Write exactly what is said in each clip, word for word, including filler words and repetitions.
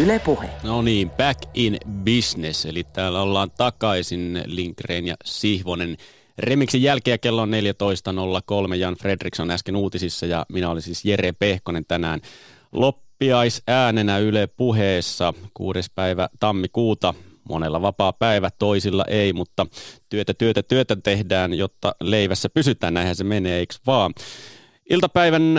Yle Puhe. No niin, back in business, eli täällä ollaan takaisin Lindgren ja Sihvonen. Remiksen jälkeen kello on neljätoista nolla kolme, Jan Fredriksson äsken uutisissa ja minä olin siis Jere Pehkonen tänään loppiaisäänenä Yle Puheessa kuudes päivä tammikuuta. Monella vapaa päivä, toisilla ei, mutta työtä, työtä, työtä tehdään, jotta leivässä pysytään. Näinhän se menee, eikö vaan? Iltapäivän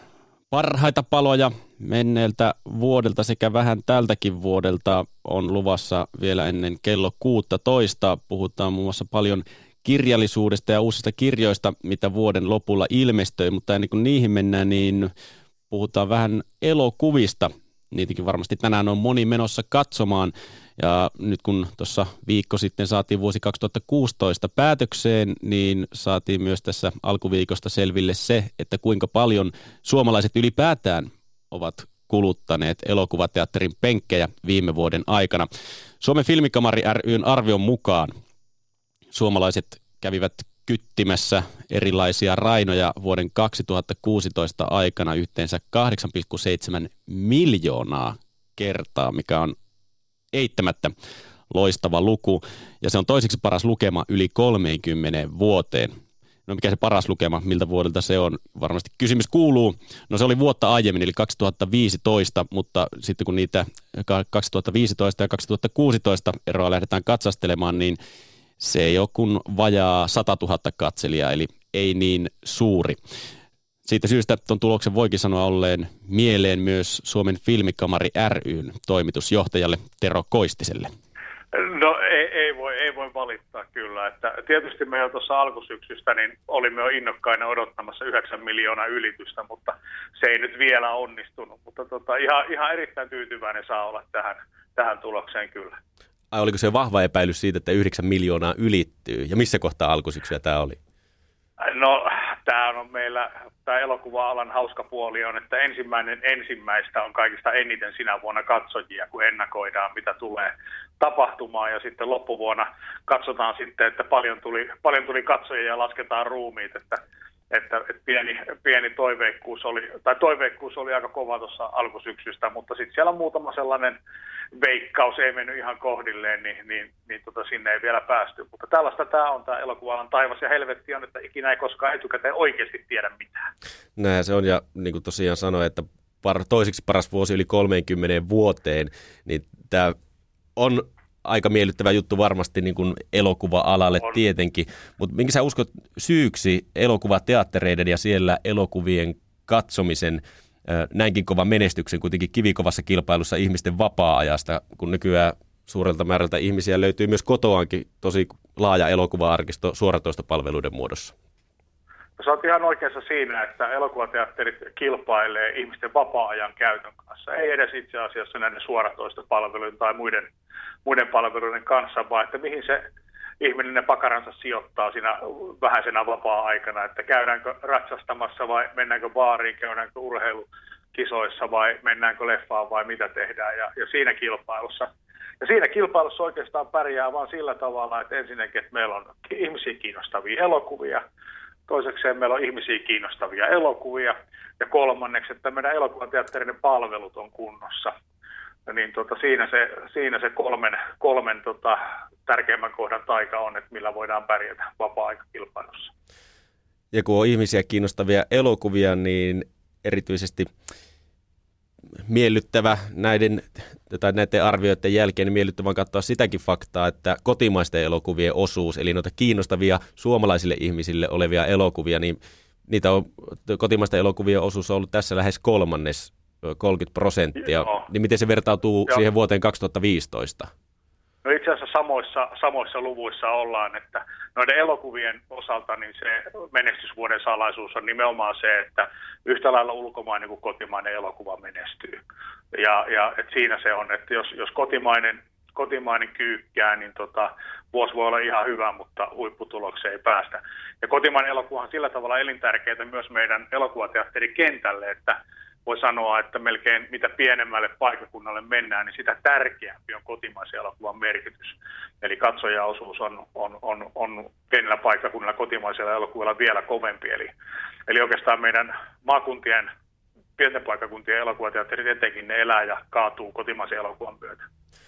parhaita paloja menneeltä vuodelta sekä vähän tältäkin vuodelta on luvassa vielä ennen kello kuusitoista. Puhutaan muun muassa paljon kirjallisuudesta ja uusista kirjoista, mitä vuoden lopulla ilmestyi, mutta ennen kuin niihin mennään, niin puhutaan vähän elokuvista. Niitäkin varmasti tänään on moni menossa katsomaan. Ja nyt kun tuossa viikko sitten saatiin vuosi kaksituhattakuusitoista päätökseen, niin saatiin myös tässä alkuviikosta selville se, että kuinka paljon suomalaiset ylipäätään ovat kuluttaneet elokuvateatterin penkkejä viime vuoden aikana. Suomen Filmikamari ry:n arvion mukaan suomalaiset kävivät kyttimässä erilaisia rainoja vuoden kaksituhattakuusitoista aikana yhteensä kahdeksan pilkku seitsemän miljoonaa kertaa, mikä on eittämättä loistava luku, ja se on toiseksi paras lukema yli kolmeenkymmeneen vuoteen. No mikä se paras lukema, miltä vuodelta se on? Varmasti kysymys kuuluu. No se oli vuotta aiemmin, eli kaksituhattaviisitoista, mutta sitten kun niitä kaksituhattaviisitoista ja kaksituhattakuusitoista eroa lähdetään katsastelemaan, niin se ei ole kuin vajaa satatuhatta katselijaa, eli ei niin suuri. Siitä syystä tuon tuloksen voikin sanoa olleen mieleen myös Suomen Filmikamari ry:n toimitusjohtajalle Tero Koistiselle. No ei, ei, voi, ei voi valittaa kyllä. Että tietysti me jo tuossa alkusyksystä niin olimme jo innokkaina odottamassa yhdeksän miljoonaa ylitystä, mutta se ei nyt vielä onnistunut. Mutta tota, ihan, ihan erittäin tyytyväinen saa olla tähän, tähän tulokseen kyllä. Ai oliko se vahva epäilys siitä, että yhdeksän miljoonaa ylittyy? Ja missä kohtaa alkusyksyä tämä oli? No tämä on meillä, tämä elokuva-alan hauska puoli on, että ensimmäinen ensimmäistä on kaikista eniten sinä vuonna katsojia, kun ennakoidaan, mitä tulee tapahtumaan. Ja sitten loppuvuonna katsotaan sitten, että paljon tuli, paljon tuli katsojia ja lasketaan ruumiit, että, että, että pieni, pieni toiveikkuus oli, tai toiveikkuus oli aika kova tuossa alkusyksystä, mutta sitten siellä on muutama sellainen veikkaus, ei mennyt ihan kohdilleen, niin, niin, niin tota, sinne ei vielä päästy. Mutta tällaista tämä on, tämä elokuva-alan taivas ja helvetti on, että ikinä ei koskaan etukäteen oikeasti tiedä mitään. Näin se on, ja niin kuin tosiaan sanoin, että par, toiseksi paras vuosi yli kolmeenkymmeneen vuoteen, niin tämä on aika miellyttävä juttu varmasti niin kuin elokuva-alalle on. Tietenkin. Mutta minkä sä uskot syyksi elokuvateattereiden ja siellä elokuvien katsomisen näinkin kovan menestyksen kuitenkin kivikovassa kilpailussa ihmisten vapaa-ajasta, kun nykyään suurelta määrältä ihmisiä löytyy myös kotoaankin tosi laaja elokuva-arkisto suoratoistopalveluiden muodossa? Sä oot ihan oikeassa siinä, että elokuvateatterit kilpailee ihmisten vapaa-ajan käytön kanssa. Ei edes itse asiassa näiden suoratoistopalveluiden tai muiden, muiden palveluiden kanssa, vaan että mihin se ihminen ne pakaransa sijoittaa siinä vähäisenä vapaa-aikana, että käydäänkö ratsastamassa vai mennäänkö baariin, käydäänkö urheilukisoissa vai mennäänkö leffaan vai mitä tehdään ja, ja siinä kilpailussa. Ja siinä kilpailussa oikeastaan pärjää vaan sillä tavalla, että ensinnäkin, että meillä on ihmisiä kiinnostavia elokuvia, toisekseen meillä on ihmisiä kiinnostavia elokuvia ja kolmanneksi, että meidän elokuvateatterin palvelut on kunnossa. Ja niin tota, siinä se, siinä se kolmen, kolmen tota, tärkeimmän kohdan taika on, että millä voidaan pärjätä vapaa-aikakilpailussa. Ja kun on ihmisiä kiinnostavia elokuvia, niin erityisesti miellyttävä näiden, tai näiden arvioiden jälkeen niin miellyttävä on katsoa sitäkin faktaa, että kotimaisten elokuvien osuus, eli noita kiinnostavia suomalaisille ihmisille olevia elokuvia, niin niitä on, kotimaisten elokuvien osuus on ollut tässä lähes kolmannes, kolmekymmentä prosenttia. Joo. Niin miten se vertautuu Joo. siihen vuoteen kaksituhattaviisitoista? No itse asiassa samoissa, samoissa luvuissa ollaan, että noiden elokuvien osalta niin se menestysvuoden salaisuus on nimenomaan se, että yhtä lailla ulkomainen kuin kotimainen elokuva menestyy. Ja, ja et siinä se on, että jos, jos kotimainen, kotimainen kyykkää, niin tota, vuosi voi olla ihan hyvä, mutta huipputulokseen ei päästä. Ja kotimainen elokuva on sillä tavalla elintärkeää myös meidän elokuvateatterikentälle, että voi sanoa, että melkein mitä pienemmälle paikkakunnalle mennään, niin sitä tärkeämpi on kotimaisen elokuvan merkitys. Eli katsojaosuus on, on, on, on pienellä paikkakunnalla kotimaisella elokuvalla vielä kovempi. Eli, eli oikeastaan meidän maakuntien pienten paikkakuntien elokuvateatterit etenkin, ne elää ja kaatuu kotimaisen elokuvan myötä.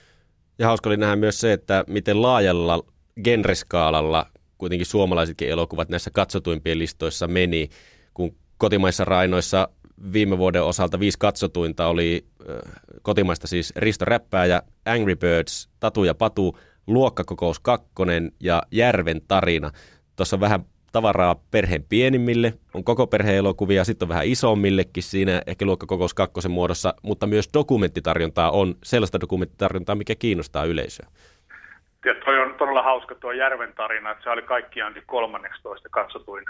Ja hauska oli nähdä myös se, että miten laajalla genreskaalalla kuitenkin suomalaisetkin elokuvat näissä katsotuimpien listoissa meni, kun kotimaissa rainoissa viime vuoden osalta viisi katsotuinta oli äh, kotimaista siis Risto Räppääjä, Angry Birds, Tatu ja Patu, Luokkakokous kakkonen ja Järven tarina. Tuossa on vähän tavaraa perheen pienimmille, on koko perheen elokuvia, sitten on vähän isommillekin siinä, ehkä Luokkakokous kakkosen muodossa, mutta myös dokumenttitarjontaa on sellaista dokumenttitarjontaa, mikä kiinnostaa yleisöä. Ja toi on todella hauska tuo Järven tarina, että se oli kaikkiaan kolmanneksitoista katsotuin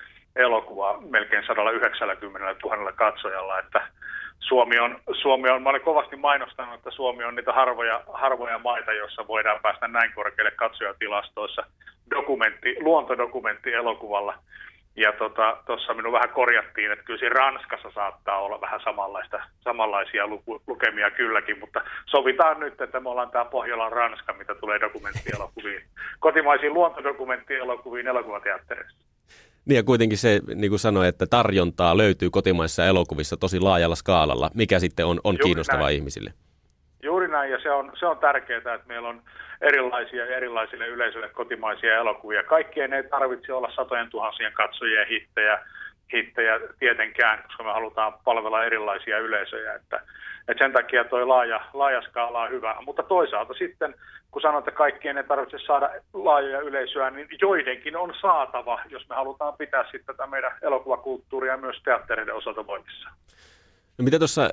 elokuva melkein sata yhdeksänkymmentä tuhatta katsojalla, että Suomi on, Suomi on, mä olen kovasti mainostanut, että Suomi on niitä harvoja, harvoja maita, joissa voidaan päästä näin korkealle katsojatilastoissa dokumentti, luontodokumentti elokuvalla. Ja tuossa tota, minun vähän korjattiin, että kyllä siinä Ranskassa saattaa olla vähän samanlaista, samanlaisia luku, lukemia kylläkin, mutta sovitaan nyt, että me ollaan tämä Pohjolan Ranska, mitä tulee dokumenttielokuviin, kotimaisiin luontodokumenttielokuviin elokuvateattereissa. Niin ja kuitenkin se, niin kuin sanoin, että tarjontaa löytyy kotimaisissa elokuvissa tosi laajalla skaalalla, mikä sitten on, on kiinnostavaa näin ihmisille. Juuri näin, ja se on, se on tärkeää, että meillä on erilaisia ja erilaisille yleisöille kotimaisia elokuvia. Kaikkien ei tarvitse olla satojen tuhansien katsojien hittejä, hittejä tietenkään, koska me halutaan palvella erilaisia yleisöjä, että, että sen takia tuo laaja, laaja skaala on hyvä. Mutta toisaalta sitten, kun sanotaan, että kaikkien ei tarvitse saada laajoja yleisöä, niin joidenkin on saatava, jos me halutaan pitää sitten tätä meidän elokuvakulttuuria myös teattereiden osalta voimissa. No mitä tuossa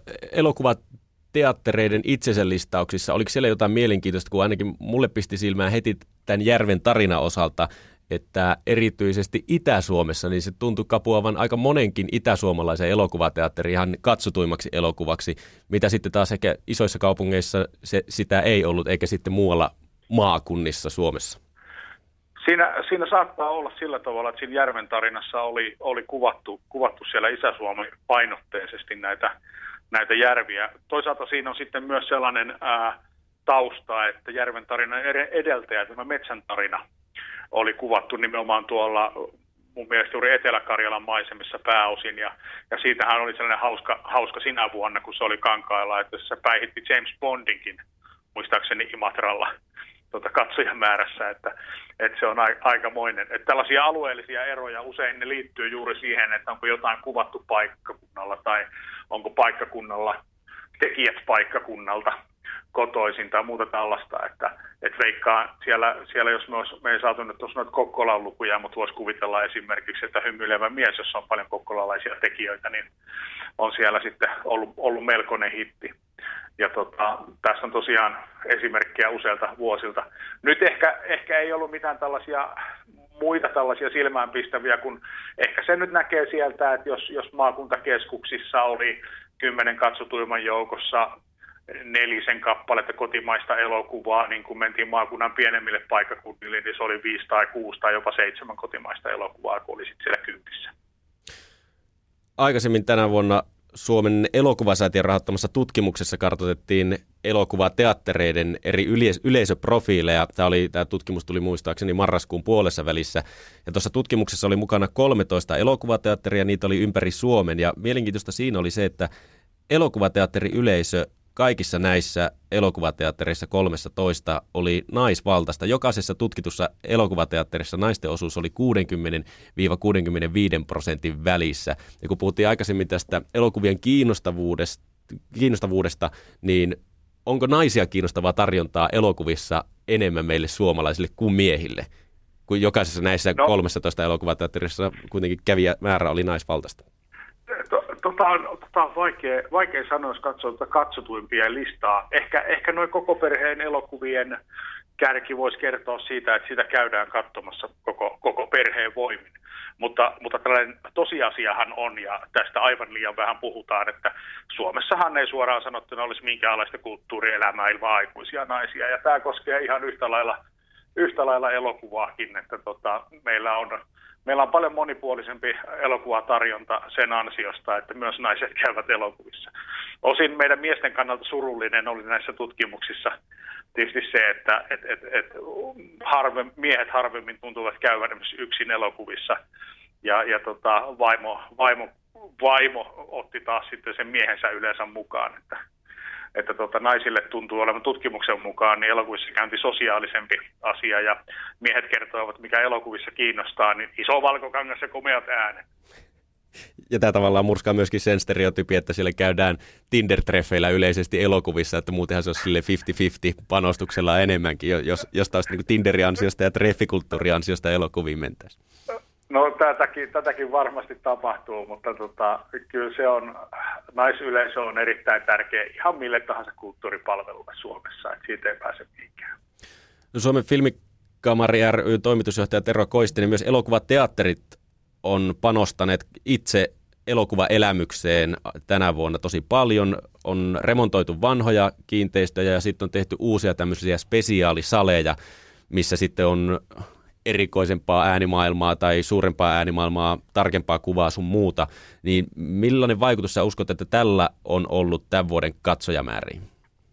elokuvateattereiden itsensä listauksissa, oliko siellä jotain mielenkiintoista, kun ainakin mulle pisti silmään heti tämän Järven tarina osalta, että erityisesti Itä-Suomessa niin se tuntui kapuavan aika monenkin itäsuomalaisen elokuvateatterin ihan katsotuimmaksi elokuvaksi, mitä sitten taas ehkä isoissa kaupungeissa se, sitä ei ollut, eikä sitten muualla maakunnissa Suomessa. Siinä, siinä saattaa olla sillä tavalla, että siinä Järven tarinassa oli, oli kuvattu, kuvattu siellä Itä-Suomi painotteisesti näitä, näitä järviä. Toisaalta siinä on sitten myös sellainen ää, tausta, että Järven tarinan edeltäjä, tämä Metsän tarina, oli kuvattu nimenomaan tuolla mun mielestä juuri Etelä-Karjalan maisemissa pääosin, ja, ja siitähän oli sellainen hauska, hauska sinä vuonna, kun se oli Kankailla, että se päihitti James Bondinkin, muistaakseni Imatralla tuota, katsojamäärässä, että, että se on a, aikamoinen. Että tällaisia alueellisia eroja usein ne liittyy juuri siihen, että onko jotain kuvattu paikkakunnalla tai onko paikkakunnalla tekijät paikkakunnalta kotoisin tai muuta tällaista, että, että veikkaa siellä, siellä jos me, olisi, me ei saatu nyt tuossa noita Kokkolan lukuja, mutta voisi kuvitella esimerkiksi, että Hymyilevä mies, jossa on paljon kokkolalaisia tekijöitä, niin on siellä sitten ollut, ollut melkoinen hitti. Ja tota, tässä on tosiaan esimerkkejä useilta vuosilta. Nyt ehkä, ehkä ei ollut mitään tällaisia muita tällaisia silmäänpistäviä, kun ehkä se nyt näkee sieltä, että jos, jos maakuntakeskuksissa oli kymmenen katsotuimman joukossa nelisen kappaletta kotimaista elokuvaa, niin kun mentiin maakunnan pienemmille paikkakunnille, niin se oli viisi tai kuusi tai jopa seitsemän kotimaista elokuvaa, kun oli sitten siellä kympissä. Aikaisemmin tänä vuonna Suomen elokuvasäätiön rahoittamassa tutkimuksessa kartoitettiin elokuvateattereiden eri yleisöprofiileja. Tämä, oli, tämä tutkimus tuli muistaakseni marraskuun puolessa välissä. Ja tuossa tutkimuksessa oli mukana kolmetoista elokuvateatteria, niitä oli ympäri Suomen. Ja mielenkiintoista siinä oli se, että elokuvateatteriyleisö kaikissa näissä elokuvateattereissa kolmetoista oli naisvaltaista. Jokaisessa tutkitussa elokuvateatterissa naisten osuus oli kuusikymmentä kuusikymmentäviisi prosentin välissä. Ja kun puhuttiin aikaisemmin tästä elokuvien kiinnostavuudesta, kiinnostavuudesta, niin onko naisia kiinnostavaa tarjontaa elokuvissa enemmän meille suomalaisille kuin miehille? Kun jokaisessa näissä no. kolmetoista elokuvateatterissa kuitenkin kävijämäärä oli naisvaltaista. Tota on, tota on vaikea, vaikea sanoa, jos katsoo tuota katsotuimpia listaa. Ehkä, ehkä noin koko perheen elokuvien kärki voisi kertoa siitä, että sitä käydään katsomassa koko, koko perheen voimin. Mutta, mutta tällainen tosiasiahan on, ja tästä aivan liian vähän puhutaan, että Suomessahan ei suoraan sanottuna olisi minkäänlaista kulttuurielämää ilman aikuisia naisia. Ja tämä koskee ihan yhtä lailla, yhtä lailla elokuvaakin, että tota, meillä on... Meillä on paljon monipuolisempi elokuvatarjonta sen ansiosta, että myös naiset käyvät elokuvissa. Osin meidän miesten kannalta surullinen oli näissä tutkimuksissa tietysti se, että et, et, et harve, miehet harvemmin tuntuvat käyvän yksin elokuvissa. Ja, ja tota, vaimo, vaimo vaimo otti taas sitten sen miehensä yleensä mukaan, että, että tota, naisille tuntuu olevan tutkimuksen mukaan niin elokuvissa käynti sosiaalisempi asia ja miehet kertovat, mikä elokuvissa kiinnostaa, niin iso valkokangas ja komeat äänet. Ja tämä tavallaan murskaa myöskin sen stereotypia, että siellä käydään Tinder-treffeillä yleisesti elokuvissa, että muutenhan se olisi sille viisikymmentä viisikymmentä panostuksella enemmänkin, jos, jos taas niin Tinderin ansiosta ja treffikulttuurin ansiosta elokuviin mentäisiin. No tätäkin, tätäkin varmasti tapahtuu, mutta tota, kyllä se on, naisyleisö on erittäin tärkeä ihan mille tahansa kulttuuripalvelulle Suomessa, että siitä ei pääse mihinkään. No, Suomen Filmikamari ry toimitusjohtaja Tero Koistinen, myös elokuvateatterit on panostaneet itse elokuvaelämykseen tänä vuonna tosi paljon. On remontoitu vanhoja kiinteistöjä ja sitten on tehty uusia tämmöisiä spesiaalisaleja, missä sitten on erikoisempaa äänimaailmaa tai suurempaa äänimaailmaa, tarkempaa kuvaa sun muuta. Niin millainen vaikutus sä uskot, että tällä on ollut tämän vuoden katsojamääriin?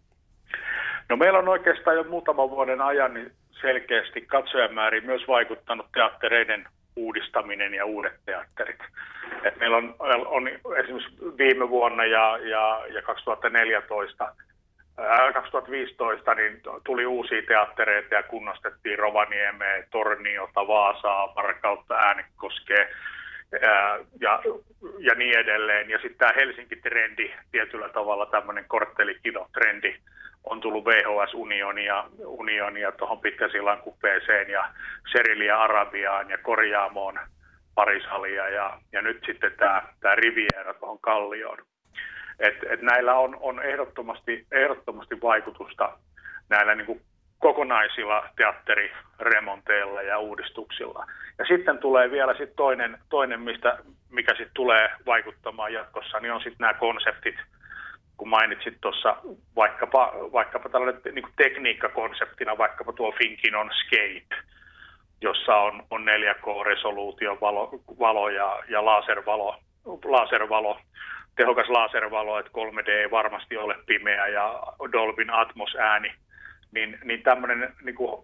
No meillä on oikeastaan jo muutaman vuoden ajan niin selkeästi katsojamääriin myös vaikuttanut teattereiden uudistaminen ja uudet teatterit. Et meillä on, on esimerkiksi viime vuonna ja, ja, ja kaksituhattaneljätoista, ää, kaksituhattaviisitoista niin tuli uusia teattereita ja kunnostettiin Rovaniemeä, Torniota, Vaasaa, Varkautta, Äänekoskea ää, ja, ja niin edelleen. Ja sitten tämä Helsinki-trendi, tietyllä tavalla tämmöinen korttelikino-trendi, on tullut V H S-unionia unionia tuohon Pitkäsillan kupeeseen ja Serilia Arabiaan ja Korjaamoon parisalia ja, ja nyt sitten tämä, tämä Riviera tuohon Kallioon. Et, et näillä on, on ehdottomasti, ehdottomasti vaikutusta näillä niin kuin kokonaisilla teatteriremonteilla ja uudistuksilla. Ja sitten tulee vielä sit toinen, toinen mistä, mikä sitten tulee vaikuttamaan jatkossa, niin on sitten nämä konseptit. Kun mainitsit tuossa vaikkapa, vaikkapa tällainen niin kuin tekniikkakonseptina, vaikkapa tuo Finkinon Scape, jossa on, on neljä K-resoluution valo, valo ja, ja laservalo, laservalo, tehokas laservalo, että kolme D ei varmasti ole pimeä ja Dolbyn Atmos-ääni, niin, niin tämmöinen niin kuin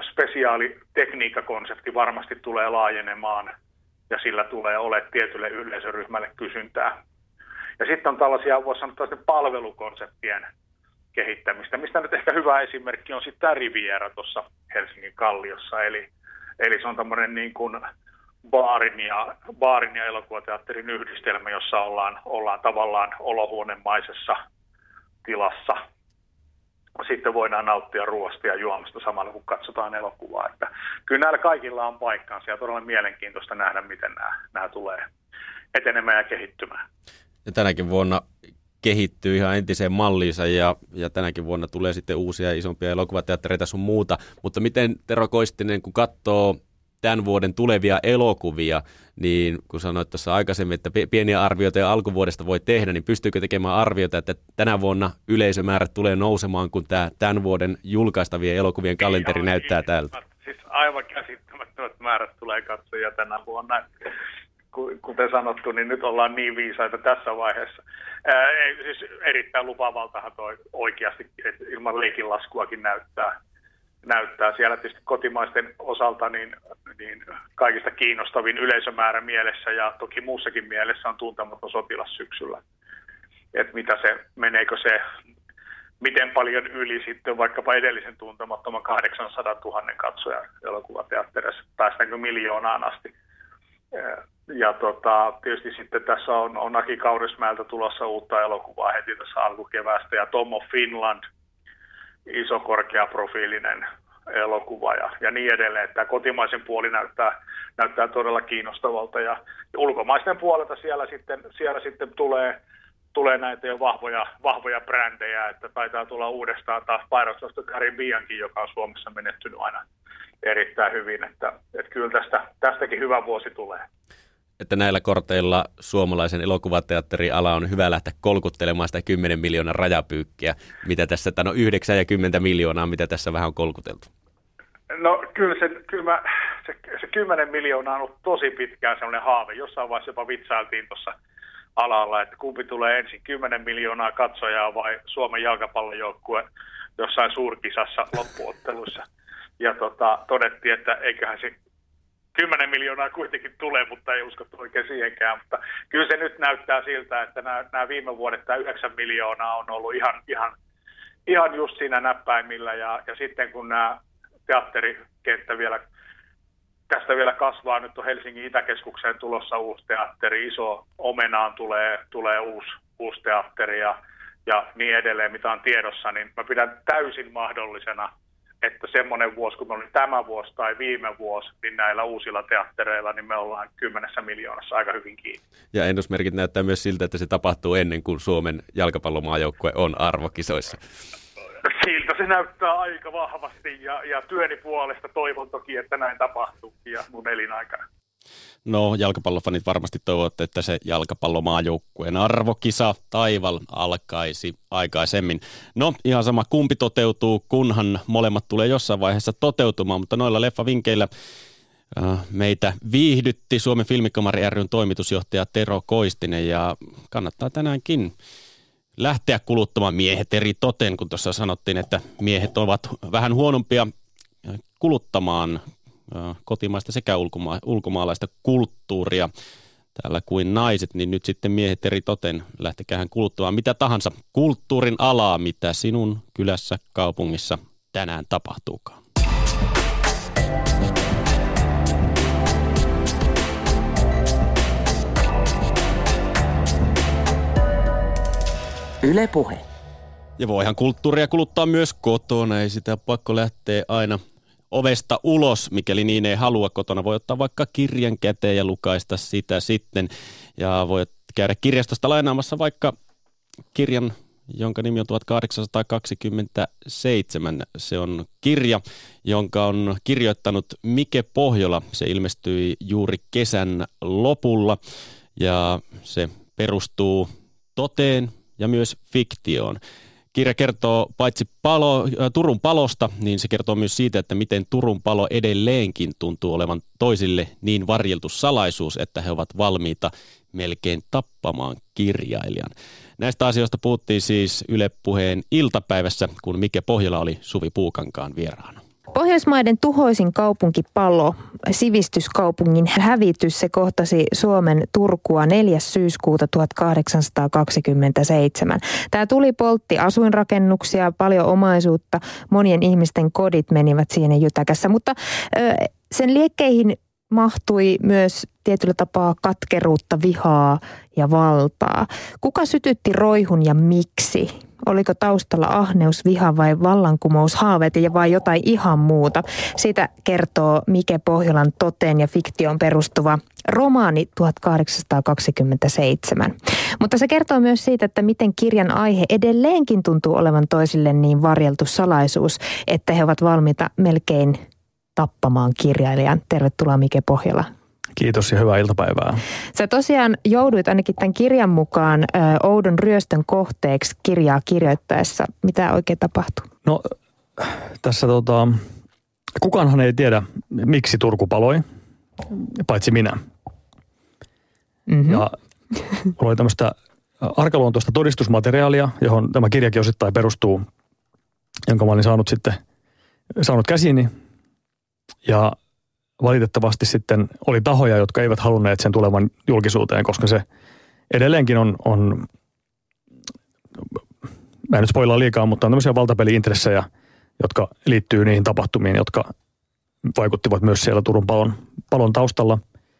spesiaalitekniikkakonsepti varmasti tulee laajenemaan ja sillä tulee olemaan tietylle yleisöryhmälle kysyntää. Ja sitten on tällaisia, voisi sanoa, palvelukonseptien kehittämistä, mistä nyt ehkä hyvä esimerkki on sitten tämä Riviera tuossa Helsingin Kalliossa. Eli, eli se on tämmöinen niin kuin baarin ja, baarin ja elokuvateatterin yhdistelmä, jossa ollaan, ollaan tavallaan olohuonemaisessa tilassa. Sitten voidaan nauttia ruoasta ja juomasta samalla, kun katsotaan elokuvaa. Että kyllä näillä kaikilla on paikkansa ja todella mielenkiintoista nähdä, miten nämä, nämä tulee etenemään ja kehittymään. Ja tänäkin vuonna kehittyy ihan entiseen malliinsa ja, ja tänäkin vuonna tulee sitten uusia isompia elokuvateattereita sun muuta. Mutta miten Tero Koistinen, kun katsoo tämän vuoden tulevia elokuvia, niin kun sanoit tuossa aikaisemmin, että pieniä arvioita ja alkuvuodesta voi tehdä, niin pystyykö tekemään arvioita, että tänä vuonna yleisömäärät tulee nousemaan, kun tämä tämän vuoden julkaistavien elokuvien kalenteri näyttää tältä? Siis aivan käsittämättömät määrät tulee katsojia tänä vuonna. Kuten sanottu, niin nyt ollaan niin viisaita tässä vaiheessa. Ää, siis erittäin lupaavaltahan toi oikeasti, että ilman leikinlaskuakin näyttää. näyttää. Siellä tietysti kotimaisten osalta niin, niin kaikista kiinnostavin yleisömäärä mielessä ja toki muussakin mielessä on Tuntematon sotilas syksyllä. Että mitä se, meneekö se, miten paljon yli sitten vaikkapa edellisen Tuntemattoman kahdeksansataatuhatta katsoja elokuvateatterissa, päästäänkö miljoonaan asti. Ja tota, tietysti sitten tässä on, on Aki Kaurismäeltä tulossa uutta elokuvaa heti tässä alkukeväästä ja Tom of Finland, iso korkeaprofiilinen elokuva ja, ja niin edelleen. Tämä kotimaisen puoli näyttää, näyttää todella kiinnostavalta ja, ja ulkomaisten puolelta siellä sitten, siellä sitten tulee, tulee näitä jo vahvoja, vahvoja brändejä, että taitaa tulla uudestaan taas Pirates of the Caribbeankin, joka on Suomessa menettynyt aina erittäin hyvin, että, että kyllä tästä, tästäkin hyvä vuosi tulee. Että näillä korteilla suomalaisen elokuvateatteriala on hyvä lähteä kolkuttelemaan sitä kymmenen miljoonan rajapyykkiä, mitä tässä, no yhdeksänkymmentä miljoonaa, mitä tässä vähän on kolkuteltu. No kyllä, se, kyllä mä, se, se kymmenen miljoonaa on ollut tosi pitkään sellainen haave. Jossain vaiheessa jopa vitsailtiin tuossa alalla, että kumpi tulee ensin kymmenen miljoonaa katsojaa vai Suomen jalkapallojoukkue jossain suurkisassa loppuotteluissa. Ja tota, todettiin, että eiköhän se kymmenen miljoonaa kuitenkin tulee, mutta ei uskottu oikein siihenkään. Mutta kyllä se nyt näyttää siltä, että nämä, nämä viime vuodet tämä yhdeksän miljoonaa on ollut ihan, ihan, ihan just siinä näppäimillä. Ja, ja sitten kun nämä teatterikenttä vielä, tästä vielä kasvaa, nyt on Helsingin Itäkeskukseen tulossa uusi teatteri, Iso Omenaan tulee, tulee uusi, uusi teatteri ja, ja niin edelleen, mitä on tiedossa, niin mä pidän täysin mahdollisena, että semmoinen vuosi, kun me oli tämä vuosi tai viime vuosi, niin näillä uusilla teattereilla, niin me ollaan kymmenessä miljoonassa aika hyvin kiinni. Ja ennusmerkit näyttää myös siltä, että se tapahtuu ennen kuin Suomen jalkapallomaajoukkue on arvokisoissa. Siltä se näyttää aika vahvasti ja, ja työni puolesta toivon toki, että näin tapahtuu ja mun elinaikana. No, jalkapallofanit varmasti toivovat, että se jalkapallomaajoukkueen arvokisa taival alkaisi aikaisemmin. No, ihan sama kumpi toteutuu, kunhan molemmat tulee jossain vaiheessa toteutumaan, mutta noilla leffavinkkeillä äh, meitä viihdytti Suomen Filmikamari ry:n toimitusjohtaja Tero Koistinen ja kannattaa tänäänkin lähteä kuluttamaan miehet eri toten, kun tuossa sanottiin, että miehet ovat vähän huonompia kuluttamaan kotimaista sekä ulkoma- ulkomaalaista kulttuuria täällä kuin naiset, niin nyt sitten miehet eri toten lähtekähän kuluttamaan mitä tahansa kulttuurin alaa, mitä sinun kylässä, kaupungissa tänään tapahtuukaan. Yle Puhe. Ja voihan kulttuuria kuluttaa myös kotona, ei sitä pakko lähteä aina ovesta ulos, mikäli niin ei halua kotona. Voi ottaa vaikka kirjan käteen ja lukaista sitä sitten. Ja voi käydä kirjastosta lainaamassa vaikka kirjan, jonka nimi on tuhatkahdeksansataakaksikymmentäseitsemän. Se on kirja, jonka on kirjoittanut Mike Pohjola. Se ilmestyi juuri kesän lopulla ja se perustuu toteen ja myös fiktioon. Kirja kertoo paitsi palo, Turun palosta, niin se kertoo myös siitä, että miten Turun palo edelleenkin tuntuu olevan toisille niin varjeltu salaisuus, että he ovat valmiita melkein tappamaan kirjailijan. Näistä asioista puhuttiin siis Yle Puheen iltapäivässä, kun Mike Pohjola oli Suvi Puukankaan vieraana. Pohjoismaiden tuhoisin kaupunki Palo, sivistyskaupungin hävitys, se kohtasi Suomen Turkua neljäs syyskuuta tuhatkahdeksansataakaksikymmentäseitsemän. Tämä tuli poltti asuinrakennuksia, paljon omaisuutta, monien ihmisten kodit menivät siinä jytäkässä, mutta ö, sen liekkeihin mahtui myös tietyllä tapaa katkeruutta, vihaa ja valtaa. Kuka sytytti roihun ja miksi? Oliko taustalla ahneus, viha vai vallankumoushaaveet ja vai jotain ihan muuta? Siitä kertoo Mike Pohjolan toteen ja fiktioon perustuva romaani tuhatkahdeksansataakaksikymmentäseitsemän. Mutta se kertoo myös siitä, että miten kirjan aihe edelleenkin tuntuu olevan toisille niin varjeltu salaisuus, että he ovat valmiita melkein tappamaan kirjailijan. Tervetuloa Mike Pohjola. Kiitos ja hyvää iltapäivää. Sä tosiaan jouduit ainakin tämän kirjan mukaan ö, oudon ryöstön kohteeksi kirjaa kirjoittaessa. Mitä oikein tapahtui? No tässä tota, kukaanhan ei tiedä, miksi Turku paloi, paitsi minä. Mm-hmm. Ja oli tämmöistä arkaluontoista todistusmateriaalia, johon tämä kirjakin osittain perustuu, jonka mä olin saanut sitten saanut käsiini. Ja valitettavasti sitten oli tahoja, jotka eivät halunneet sen tulevan julkisuuteen, koska se edelleenkin on, on mä en nyt spoilaa liikaa, mutta on tämmöisiä valtapeli-intressejä, jotka liittyy niihin tapahtumiin, jotka vaikuttivat myös siellä Turun palon, palon taustalla.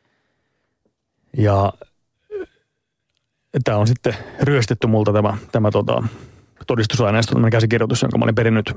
Ja tämä on sitten ryöstetty multa tämä, tämä tota, todistusaineisto, tämä käsikirjoitus, jonka mä olin perinnyt.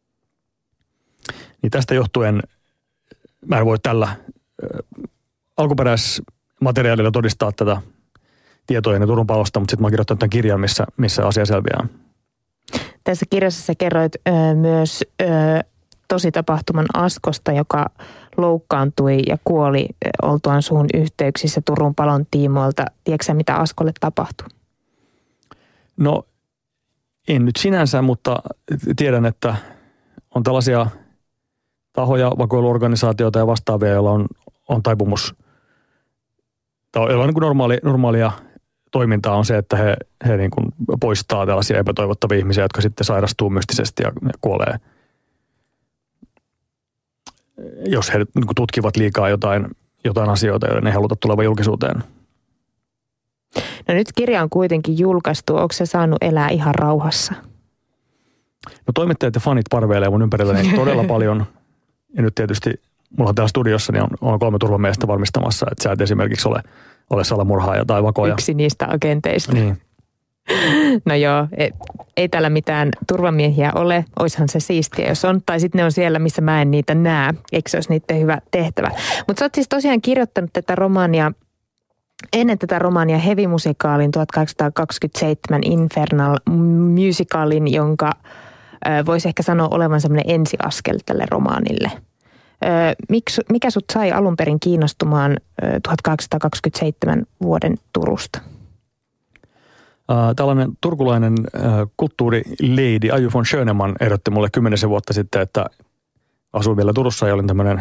Niin tästä johtuen mä en voi tällä äh, alkuperäismateriaalilla todistaa tätä tietoja Turun palosta, mutta sitten mä oon kirjoittanut tämän kirjan, missä, missä asia selviää. Tässä kirjassa sä kerroit ö, myös ö, tositapahtuman Askosta, joka loukkaantui ja kuoli ö, oltuaan suhun yhteyksissä Turun palon tiimoilta. Tiedätkö sä, mitä Askolle tapahtui? No en nyt sinänsä, mutta tiedän, että on tällaisia tahoja, vakoiluorganisaatioita ja vastaavia, joilla on, on taipumus, tai joilla on niin kuin normaali, normaalia toimintaa on se, että he, he niin kuin poistaa tällaisia epätoivottavia ihmisiä, jotka sitten sairastuu mystisesti ja kuolee. Jos he niin kuin tutkivat liikaa jotain, jotain asioita, joiden ei haluta tulevan julkisuuteen. No nyt kirja on kuitenkin julkaistu. Onko se saanut elää ihan rauhassa? No toimittajat ja fanit parveilee mun ympärilläni todella paljon. Ja nyt tietysti mulla on täällä studiossa niin on, on kolme turvamiestä varmistamassa, että sä et esimerkiksi ole, ole salamurhaaja tai vakoja. Yksi niistä agenteista. Niin. No joo, ei, ei täällä mitään turvamiehiä ole. Oishan se siistiä, jos on. Tai sitten ne on siellä, missä mä en niitä näe. Eikö se olisi niiden hyvä tehtävä? Mutta sä oot siis tosiaan kirjoittanut tätä romaania, ennen tätä romaania Heavy-musikaalin tuhatkahdeksansataakaksikymmentäseitsemän Infernal musicalin, jonka ö, voisi ehkä sanoa olevan semmoinen ensiaskel tälle romaanille. Ö, miksi, mikä sut sai alun perin kiinnostumaan ö, tuhatkahdeksansataakaksikymmentäseitsemän vuoden Turusta? Tällainen turkulainen kulttuurileidi Aju von Schönemann ehdotti mulle kymmenisen vuotta sitten, että asuin vielä Turussa ja olin tämmöinen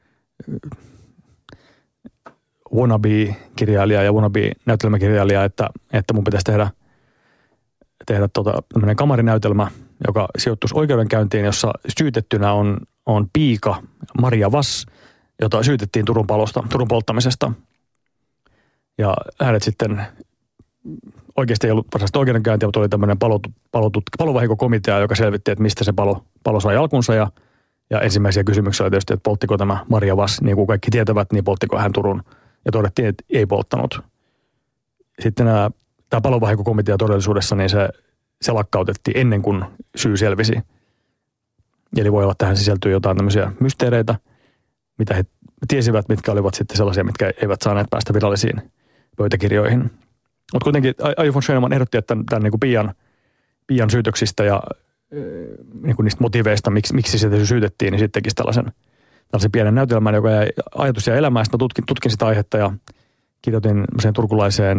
wannabe-kirjailija ja wannabe-näytelmäkirjailija, että, että mun pitäisi tehdä, tehdä tota, tämmöinen kamarinäytelmä, joka sijoittuisi oikeudenkäyntiin, jossa syytettynä on, on piika Maria Vass, jota syytettiin Turun palosta, Turun polttamisesta. Ja hänet sitten oikeasti ei ollut varsinaista oikeudenkäyntiä, mutta oli tämmöinen palovahinkokomitea, joka selvitti, että mistä se palo, palo sai alkunsa. Ja, ja ensimmäisiä kysymyksiä oli tietysti, että polttiko tämä Maria Vass, niin kuin kaikki tietävät, niin polttiko hän Turun. Ja todettiin, että ei polttanut. Sitten nämä, tämä palovahinkokomitea todellisuudessa, niin se, se lakkautettiin ennen kuin syy selvisi. Eli voi olla, että tähän sisältyy jotain tämmöisiä mysteereitä, mitä he tiesivät, mitkä olivat sitten sellaisia, mitkä eivät saaneet päästä virallisiin pöytäkirjoihin. Mutta kuitenkin Aju von Schönemann ehdotti, että tämän, tämän niin kuin Pian, Pian syytöksistä ja niin kuin niistä motiveista, miksi, miksi sitä syytettiin, niin sitten tekisi tällaisen, tällaisen pienen näytelmän, joka jäi ajatus ja elämään. Sitten tutkin, tutkin sitä aihetta ja kirjoitin sen turkulaiseen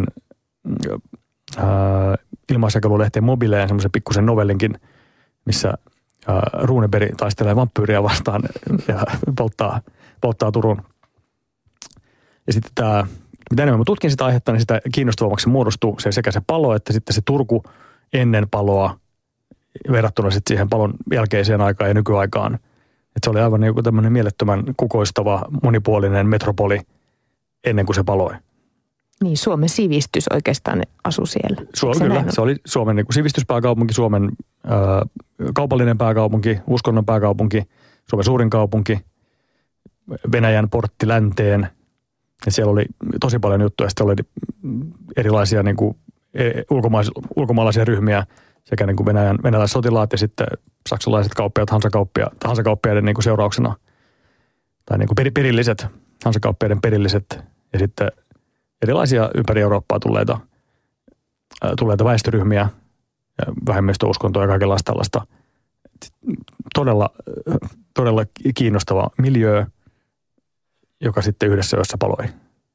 ilmaisjakelulehteen Mobileen semmoisen pikkusen novellinkin, missä ää, Runeberg taistelee vampyyriä vastaan ja polttaa, polttaa Turun. Ja sitten tämä, mitä enemmän mä tutkin sitä aihetta, niin sitä kiinnostavammaksi se muodostuu se sekä se palo, että sitten se Turku ennen paloa verrattuna sitten siihen palon jälkeiseen aikaan ja nykyaikaan. Että se oli aivan niin kuin tämmöinen mielettömän kukoistava, monipuolinen metropoli ennen kuin se paloi. Niin, Suomen sivistys oikeastaan asui siellä. Su- kyllä, se oli Suomen niin kuin sivistyspääkaupunki, Suomen ö, kaupallinen pääkaupunki, uskonnon pääkaupunki, Suomen suurin kaupunki, Venäjän portti länteen. Ja siellä oli tosi paljon juttuja, sitten oli erilaisia niin kuin ulkomais- ulkomaalaisia ryhmiä, sekä niin kuin Venäjän, venäläiset sotilaat ja sitten saksalaiset kauppiaat, hansakauppiaat, hansakauppiaiden niin kuin seurauksena, tai niin kuin per, perilliset, hansakauppiaiden perilliset, ja sitten erilaisia ympäri Eurooppaa tulleita, äh, tulleita väestöryhmiä, ja vähemmistöuskontoa ja kaikenlaista tällaista. Todella, todella kiinnostava miljöö, joka sitten yhdessä yössä paloi.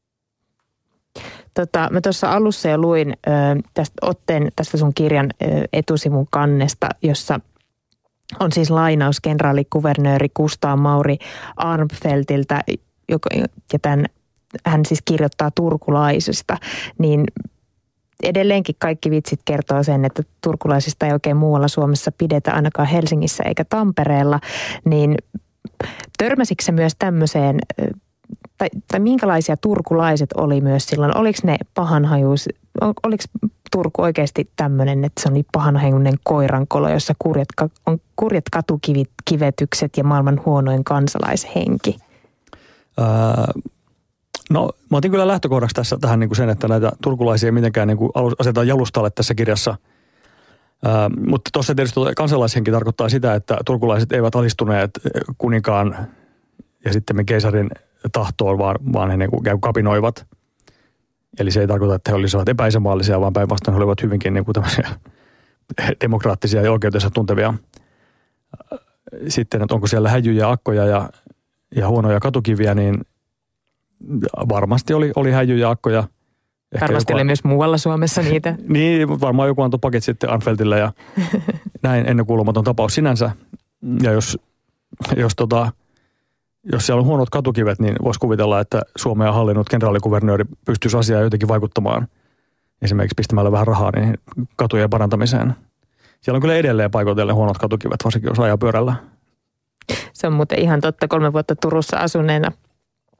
Tota, mä tuossa alussa jo luin ö, tästä otteen tästä sun kirjan ö, etusivun kannesta, jossa on siis lainaus kenraalikuvernööri Kustaa Mauri Armfeltiltä, joka, ja tämän, hän siis kirjoittaa turkulaisesta, niin edelleenkin kaikki vitsit kertoo sen, että turkulaisista ei oikein muualla Suomessa pidetä, ainakaan Helsingissä eikä Tampereella, niin törmäsitkö se myös tämmöiseen, tai, tai minkälaisia turkulaiset oli myös silloin? Oliko ne pahanhajuus, oliko Turku oikeasti tämmöinen, että se on niin pahanhajuinen koirankolo, jossa kurjat, on kurjat katukivetykset ja maailman huonoin kansalaishenki? Öö, no mä otin kyllä lähtökohdaksi tässä tähän niin kuin sen, että näitä turkulaisia ei mitenkään niin kuin asetetaan jalustalle tässä kirjassa. Öö, mutta tuossa tietysti kansalaishenki tarkoittaa sitä, että turkulaiset eivät alistuneet kuninkaan ja sitten me keisarin tahtoon, vaan, vaan he niin kuin kapinoivat. Eli se ei tarkoita, että he olisivat epäisänmaallisia, vaan päinvastoin he olivat hyvinkin niin kuin tämmöisiä demokraattisia ja oikeutensa tuntevia. Sitten, että onko siellä häjyjä, akkoja ja, ja huonoja katukiviä, niin varmasti oli, oli häjyjä, akkoja. Ehkä varmasti joku, oli myös muualla Suomessa niitä. Niin, mutta varmaan joku antoi pakit sitten Armfeltille ja näin ennenkuulumaton tapaus sinänsä. Ja jos, jos tota... Jos siellä on huonot katukivet, niin voisi kuvitella, että Suomea hallinnut kenraalikuvernööri pystyisi asiaan jotenkin vaikuttamaan. Esimerkiksi pistämällä vähän rahaa niin katujen parantamiseen. Siellä on kyllä edelleen paikoitellen huonot katukivet, varsinkin jos ajaa pyörällä. Se on muuten ihan totta. Kolme vuotta Turussa asuneena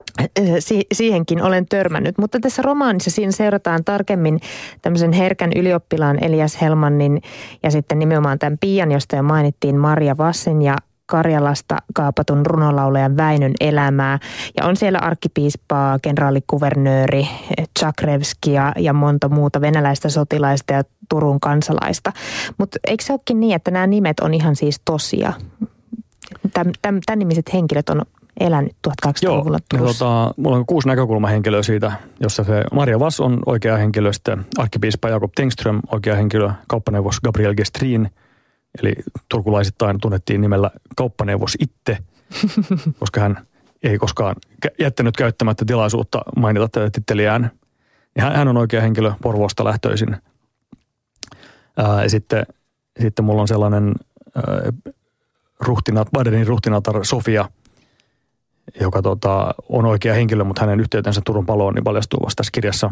Si- siihenkin olen törmännyt, mutta tässä romaanissa siinä seurataan tarkemmin tämmöisen herkän ylioppilaan Elias Helmannin ja sitten nimenomaan tämän Pian, josta jo mainittiin, Marja Vassin ja Karjalasta kaapatun runolaulajan Väinön elämää. Ja on siellä arkkipiispaa, kenraalikuvernööri Chakrevski ja, ja monta muuta venäläistä sotilaista ja Turun kansalaista. Mutta eikö se olekin niin, että nämä nimet on ihan siis tosia? Tämän, tämän, tämän nimiset henkilöt on elänyt tuhatkahdeksansataaluvulla Turussa. Tota, mulla on kuusi näkökulmahenkilöä siitä, jossa se Marja Vass on oikea henkilö, sitten arkkipiispa Jakob Tengström oikea henkilö, kauppaneuvos Gabriel Gestrin, eli turkulaisittain tunnettiin nimellä kauppaneuvos itse, koska hän ei koskaan jättänyt käyttämättä tilaisuutta mainita tätä titteliään. Ja hän on oikea henkilö Porvoosta lähtöisin. Ää, ja sitten, sitten mulla on sellainen ää, ruhtinat, Badenin ruhtinatar Sofia, joka tota, on oikea henkilö, mutta hänen yhteytensä Turun paloon niin paljastuu vasta tässä kirjassa.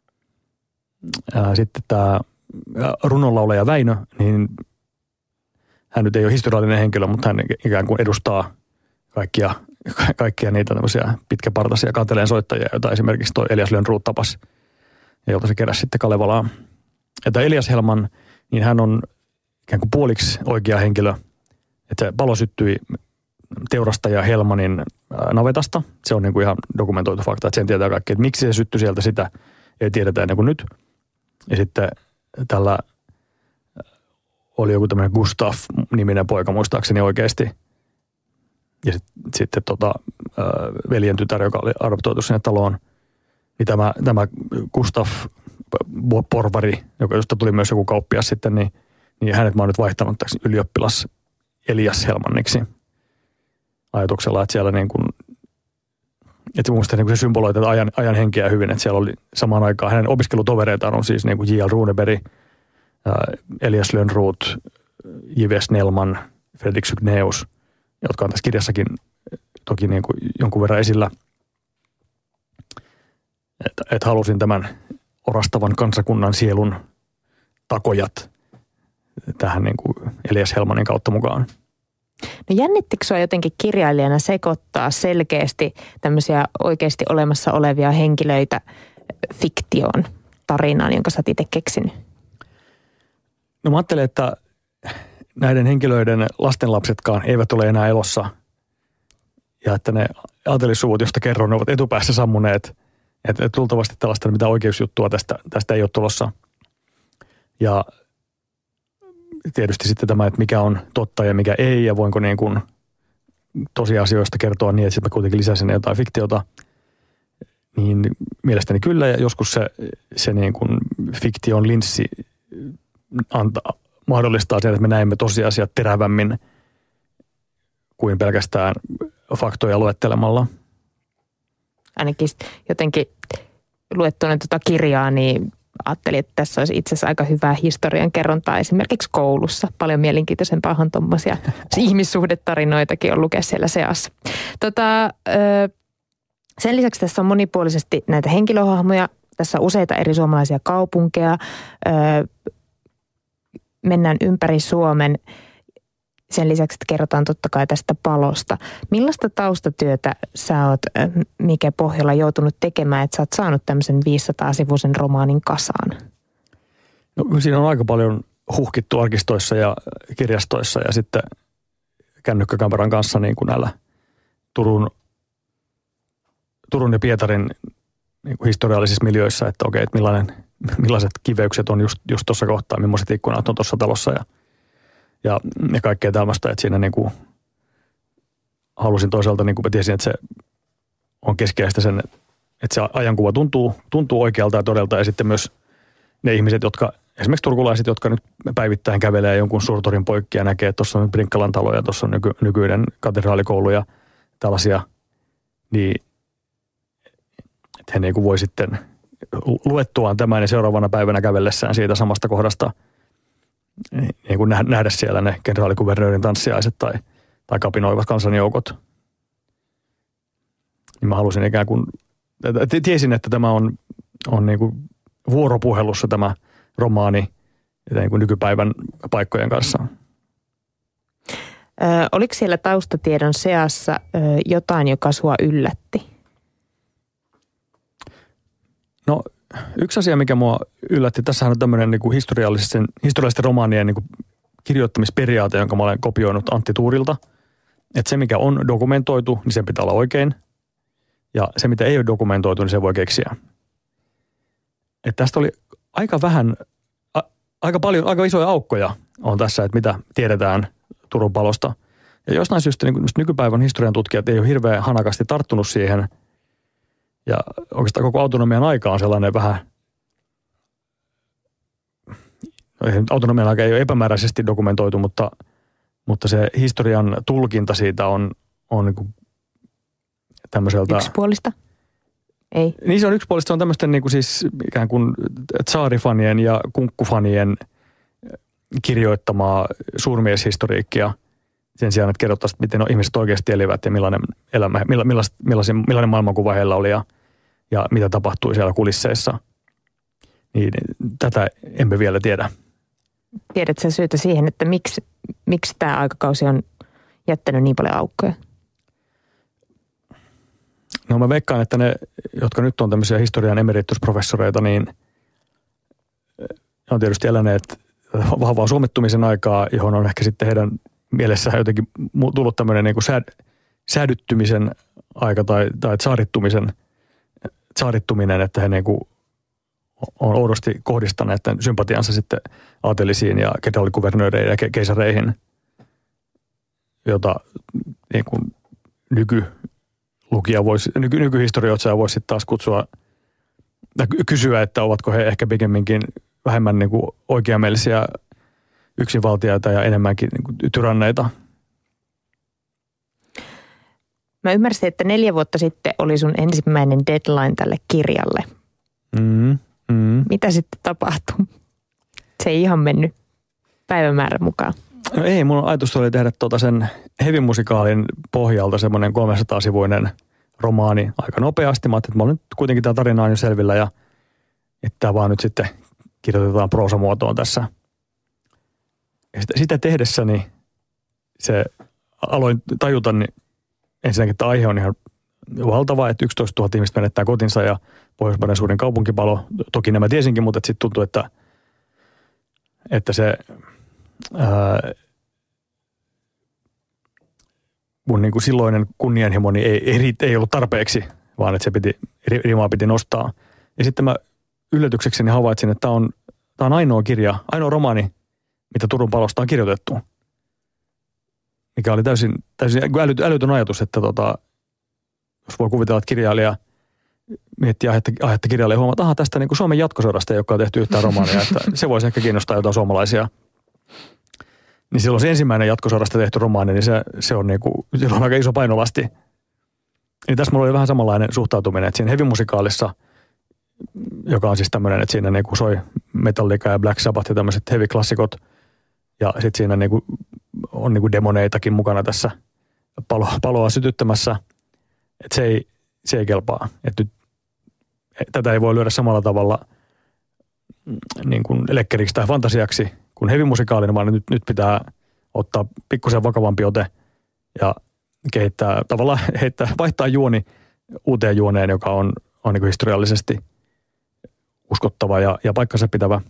Ää, sitten tämä runonlaulaja Väinö, niin hän nyt ei ole historiallinen henkilö, mutta hän ikään kuin edustaa kaikkia, kaikkia niitä tämmöisiä pitkäpartaisia kanteleen soittajia, joita esimerkiksi toi Elias Lönnroth tapas, ja jolta se keräsi sitten Kalevalaa. Että Elias Helman, niin hän on ikään kuin puoliksi oikea henkilö, että se palo syttyi teurastaja Helmanin navetasta. Se on niin kuin ihan dokumentoitu fakta, että sen tietää kaikki, että miksi se syttyi sieltä, sitä ei tiedetä ennen kuin nyt. Ja sitten tällä oli joku tämmöinen Gustaf-niminen poika muistaakseni oikeasti. Ja sit, sitten tota, veljen tytär, joka oli adoptoitu sinne taloon, niin tämä, tämä Gustaf porvari, joka josta tuli myös joku kauppias sitten, niin, niin hänet mä oon nyt vaihtanut täksi ylioppilas Elias Helmanniksi ajatuksella, että siellä niin kuin, että mun mielestä niin kuin se symboloi tätä ajan, ajan henkeä hyvin, että siellä oli samaan aikaan hänen opiskelutovereitaan on siis niin kuin J L. Runeberg, Elias Lönnroth, J V. Snellman, Fredrik Cygnaeus, jotka on tässä kirjassakin toki niin kuin jonkun verran esillä. Että et halusin tämän orastavan kansakunnan sielun takojat tähän niin kuin Elias Helmanin kautta mukaan. No jännittikö sinua jotenkin kirjailijana sekoittaa selkeästi tämmöisiä oikeasti olemassa olevia henkilöitä fiktioon, tarinaan, jonka sä oot itse keksinyt? No mä ajattelen, että näiden henkilöiden lastenlapsetkaan eivät ole enää elossa ja että ne aatelissuvut, josta kerron, ne ovat etupäässä sammuneet. Että tultavasti tällaista mitä oikeusjuttua tästä, tästä ei ole tulossa. Ja tietysti sitten tämä, että mikä on totta ja mikä ei ja voinko niin kuin tosiasioista kertoa niin, että sitten mä kuitenkin lisäsin jotain fiktiota. Niin mielestäni kyllä ja joskus se, se niin kuin fiktion linssi anta, mahdollistaa sen, että me näemme tosiasiat terävämmin kuin pelkästään faktoja luettelemalla. Ainakin jotenkin luettuinen tuota kirjaa, niin ajattelin, että tässä olisi itse asiassa aika hyvää historian kerrontaa esimerkiksi koulussa. Paljon mielenkiintoisempaahan tuommoisia ihmissuhdetarinoitakin on lukea siellä seassa. Tota, sen lisäksi tässä on monipuolisesti näitä henkilöhahmoja. Tässä on useita eri suomalaisia kaupunkeja. Mennään ympäri Suomen. Sen lisäksi, että kerrotaan totta kai tästä palosta. Millaista taustatyötä sä oot, Mike Pohjola, joutunut tekemään, että sä oot saanut tämmöisen viisisataa-sivuisen romaanin kasaan? No siinä on aika paljon huhkittu arkistoissa ja kirjastoissa ja sitten kännykkäkameran kanssa niin kuin näillä Turun, Turun ja Pietarin niin kuin historiallisissa miljöissä, että okei, että millainen, millaiset kiveykset on just, just tuossa kohtaa, millaiset ikkunat on tuossa talossa ja Ja, ja kaikkea tällaista, että siinä niin kuin halusin toisaalta, niin kuin mä tiesin, että se on keskeistä sen, että se ajankuva tuntuu, tuntuu oikealta ja todelta. Ja sitten myös ne ihmiset, jotka, esimerkiksi turkulaiset, jotka nyt päivittäin kävelee jonkun suurtorin poikki ja näkee, että tuossa on Brinkkalan talo ja tuossa on nyky, nykyinen katedraalikoulu ja tällaisia, niin että he niin kuin voi sitten luettuaan tämän ja seuraavana päivänä kävellessään siitä samasta kohdasta niin kuin nähdä siellä ne kenraalikuvernöörin tanssiaiset tai, tai kapinoivat kansanjoukot. Niin mä halusin ikään kuin, tiesin, että tämä on, on niin kuin vuoropuhelussa tämä romaani niin kuin nykypäivän paikkojen kanssa. Ö, oliko siellä taustatiedon seassa ö, jotain, joka sua yllätti? No yksi asia, mikä mua yllätti, tässähän on tämmöinen niin kuin historiallisten, historiallisten romaanien niin kuin kirjoittamisperiaate, jonka mä olen kopioinut Antti Tuurilta. Että se, mikä on dokumentoitu, niin sen pitää olla oikein. Ja se, mitä ei ole dokumentoitu, niin se voi keksiä. Että tästä oli aika vähän, a, aika paljon, aika isoja aukkoja on tässä, että mitä tiedetään Turun palosta. Ja jostain syystä niin nykypäivän historian tutkijat ei ole hirveän hanakasti tarttunut siihen. Ja oikeastaan koko autonomian aika on sellainen vähän, no autonomian aika ei ole epämääräisesti dokumentoitu, mutta, mutta se historian tulkinta siitä on, on niin kuin tämmöiseltä... Yksipuolista? Ei. Niin se on yksipuolista, se on tämmöisten niin kuin siis ikään kuin tsaarifanien ja kunkkufanien kirjoittamaa suurmieshistoriikkia sen sijaan, että kerrottaisiin, miten ihmiset oikeasti elivät ja millainen elämä, millainen, millainen maailmankuva heillä oli ja, ja mitä tapahtui siellä kulisseissa. Niin tätä emme vielä tiedä. Tiedätkö syytä siihen, että miksi, miksi tämä aikakausi on jättänyt niin paljon aukkoja? No mä veikkaan, että ne, jotka nyt on tämmöisiä historian emeritusprofessoreita, niin on tietysti eläneet vahvaa suomettumisen aikaa, johon on ehkä sitten heidän mielessään jotenkin tullut tämmöinen niin kuin sääd, säädyttymisen aika tai, tai tsaarittumisen, tsaarittuminen, että he niin kuin on oudosti kohdistaneet tämän sympatiansa sitten aatelisiin ja kenraalikuvernööreihin ja keisareihin, jota niin kuin nykylukija voisi, nyky, nykyhistorioitsija voisi sitten taas kutsua ja kysyä, että ovatko he ehkä pikemminkin vähemmän niin kuin oikeamielisiä yksinvaltiaita ja enemmänkin niin kuin tyranneita. Mä ymmärsin, että neljä vuotta sitten oli sun ensimmäinen deadline tälle kirjalle. Mm, mm. Mitä sitten tapahtui? Se ei ihan mennyt päivämäärän mukaan. No ei, mun ajatus oli tehdä tuota sen heavy-musikaalin pohjalta semmoinen kolmesataa-sivuinen romaani aika nopeasti. Mä ajattelin, että mä olen kuitenkin tämä tarina on jo selvillä ja että tämä vaan nyt sitten kirjoitetaan proosamuotoon tässä. Ja sitä, sitä tehdessäni se aloin tajuta, niin ensinnäkin tämä aihe on ihan valtava, että yksitoistatuhatta ihmistä menettää kotinsa ja Pohjois-Pohjanmaan suurin kaupunkipalo. Toki nämä tiesinkin, mutta sitten tuntui, että, että se ää, mun niin kuin silloinen kunnianhimoni ei, ei, ei ollut tarpeeksi, vaan että se piti, rimaa piti nostaa. Ja sitten mä yllätyksekseni havaitsin, että tämä on, tämä on ainoa kirja, ainoa romaani, mitä Turun palosta on kirjoitettu. Mikä oli täysin, täysin älytön, älytön ajatus, että tota, jos voi kuvitella, että kirjailija miettii aihetta, aihetta kirjailija ja huomaa, että aha, tästä niin kuin Suomen jatkosodasta, joka on tehty yhtään romaania, että se voisi ehkä kiinnostaa jotain suomalaisia. Niin silloin se ensimmäinen jatkosodasta tehty romaani, niin se, se on niin kuin, silloin on aika iso painolasti. Niin tässä mulla oli vähän samanlainen suhtautuminen, että siinä heavy-musikaalissa, joka on siis tämmöinen, että siinä niin kuin soi Metallica ja Black Sabbath ja tämmöiset heavy-klassikot, ja sitten siinä niin kuin on niin kuin demoneitakin mukana tässä palo, paloa sytyttämässä, että se ei, se ei kelpaa. Että nyt, tätä ei voi lyödä samalla tavalla niin kuin lekkeriksi tai fantasiaksi kuin heavy-musikaalinen, vaan nyt, nyt pitää ottaa pikkusen vakavampi ote ja kehittää, tavallaan heittää, vaihtaa juoni uuteen juoneen, joka on, on niin kuin historiallisesti uskottava ja, ja paikkansa pitävä.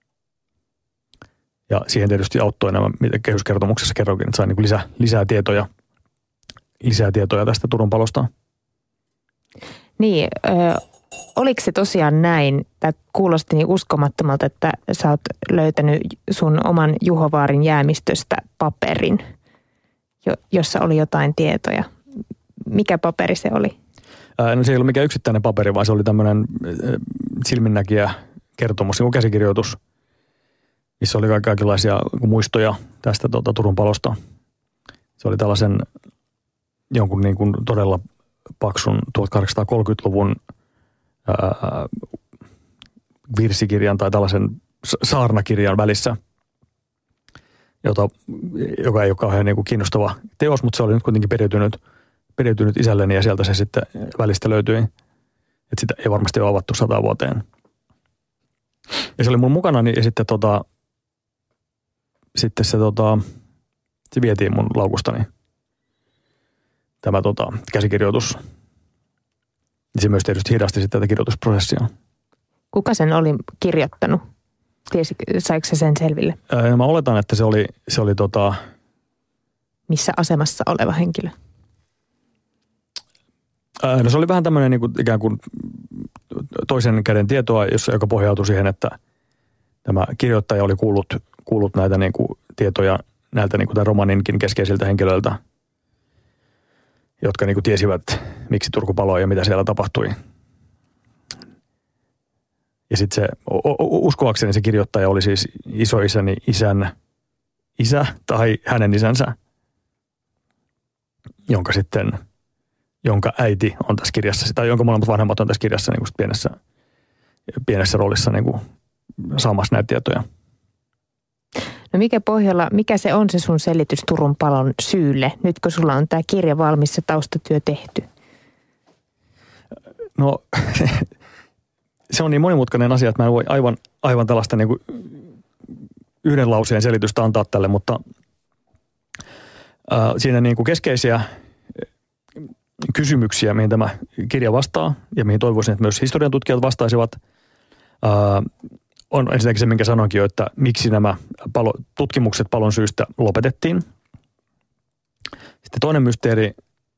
Ja siihen tietysti auttoi nämä, mitä kehyskertomuksessa kerrokin, että sai niin kuin lisää, lisää tietoja, lisää tietoja tästä Turun palosta. Niin, ö, oliko se tosiaan näin? Tämä kuulosti niin uskomattomalta, että sä oot löytänyt sun oman Juho Vaarin jäämistöstä paperin, jo, jossa oli jotain tietoja. Mikä paperi se oli? Ää, no se ei ollut mikään yksittäinen paperi, vaan se oli tämmöinen silminnäkijä kertomus, niin kuin käsikirjoitus, missä oli kaikenlaisia muistoja tästä tuota, Turun palosta. Se oli tällaisen jonkun niin kuin todella paksun tuhatkahdeksansataakolmekymmentäluvun ää, virsikirjan tai tällaisen saarnakirjan välissä, jota, joka ei ole kauhean niin kuin kiinnostava teos, mutta se oli nyt kuitenkin periytynyt, periytynyt isälleni ja sieltä se sitten välistä löytyi. Että sitä ei varmasti ole avattu sataan vuoteen. Ja se oli mun mukana ja sitten, tota, sitten se, tota, se vietiin mun laukustani. Tämä tota, käsikirjoitus. Se myös tietysti hidasti sitten tätä kirjoitusprosessia. Kuka sen oli kirjoittanut? Tiesi, saiko se sen selville? Ää, mä oletan, että se oli, se oli tota... Missä asemassa oleva henkilö? Ää, no se oli vähän tämmöinen niin kuin ikään kuin toisen käden tietoa, joka pohjautui siihen, että tämä kirjoittaja oli kuullut, kuullut näitä niin kuin tietoja näiltä niin kuin tämän romaninkin keskeisiltä henkilöiltä, jotka niin kuin tiesivät, miksi Turku paloi ja mitä siellä tapahtui. Ja sitten se, uskoakseni se kirjoittaja oli siis isoisäni isän isä tai hänen isänsä, jonka sitten, jonka äiti on tässä kirjassa, tai jonka molemmat vanhemmat on tässä kirjassa niin kuin pienessä, pienessä roolissa niin kuin saamassa näitä tietoja. No mikä pohjalla, mikä se on se sun selitys Turun palon syylle, nyt kun sulla on tämä kirja valmis ja taustatyö tehty? No se on niin monimutkainen asia, että mä en voi aivan, aivan tällaista niin kuin yhden lauseen selitystä antaa tälle, mutta ää, siinä niin kuin keskeisiä kysymyksiä, mihin tämä kirja vastaa ja mihin toivoisin, että myös historian tutkijat vastaisivat, ää, on ensinnäkin se, minkä sanoinkin jo, että miksi nämä palo, tutkimukset palon syystä lopetettiin. Sitten toinen mysteeri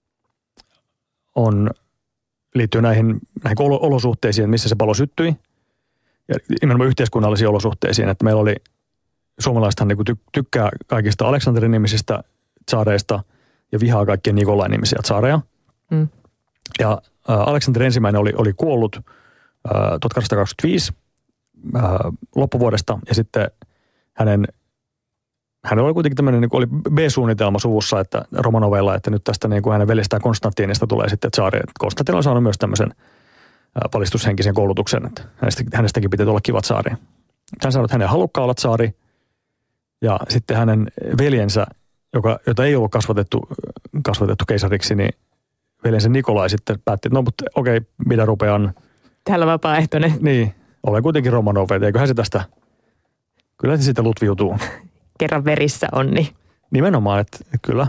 on, liittyy näihin, näihin olosuhteisiin, missä se palo syttyi. Ja nimenomaan yhteiskunnallisiin olosuhteisiin, että meillä oli, suomalaisethan niin ty, tykkää kaikista Aleksanterin nimisistä tsaareista ja vihaa kaikkien Nikolain nimisiä tsaareja. Mm. Ja ä, Aleksander ensimmäinen oli, oli kuollut ä, tuhatkahdeksansataakaksikymmentäviisi ää, loppuvuodesta ja sitten hänen, hänellä oli kuitenkin tämmöinen, niin kuin oli B-suunnitelma suvussa, että Romanovella, että nyt tästä niin kuin hänen veljestään Konstantinista tulee sitten tsaari. Konstantin on saanut myös tämmöisen ää, valistushenkisen koulutuksen, että hänestä, hänestäkin pitää olla kiva tsaari. Hän sanoi, että hänen halukkaa olla tsaari ja sitten hänen veljensä, joka, jota ei ollut kasvatettu, kasvatettu keisariksi, niin veljensä Nikolai sitten päätti, että no mutta okei, okay, mitä rupean. Täällä vapaaehtoinen. Niin. Olen kuitenkin Romanov, eiköhän se tästä, kyllä se sitten lutviutuu. Kerran verissä on, niin. Nimenomaan, että kyllä.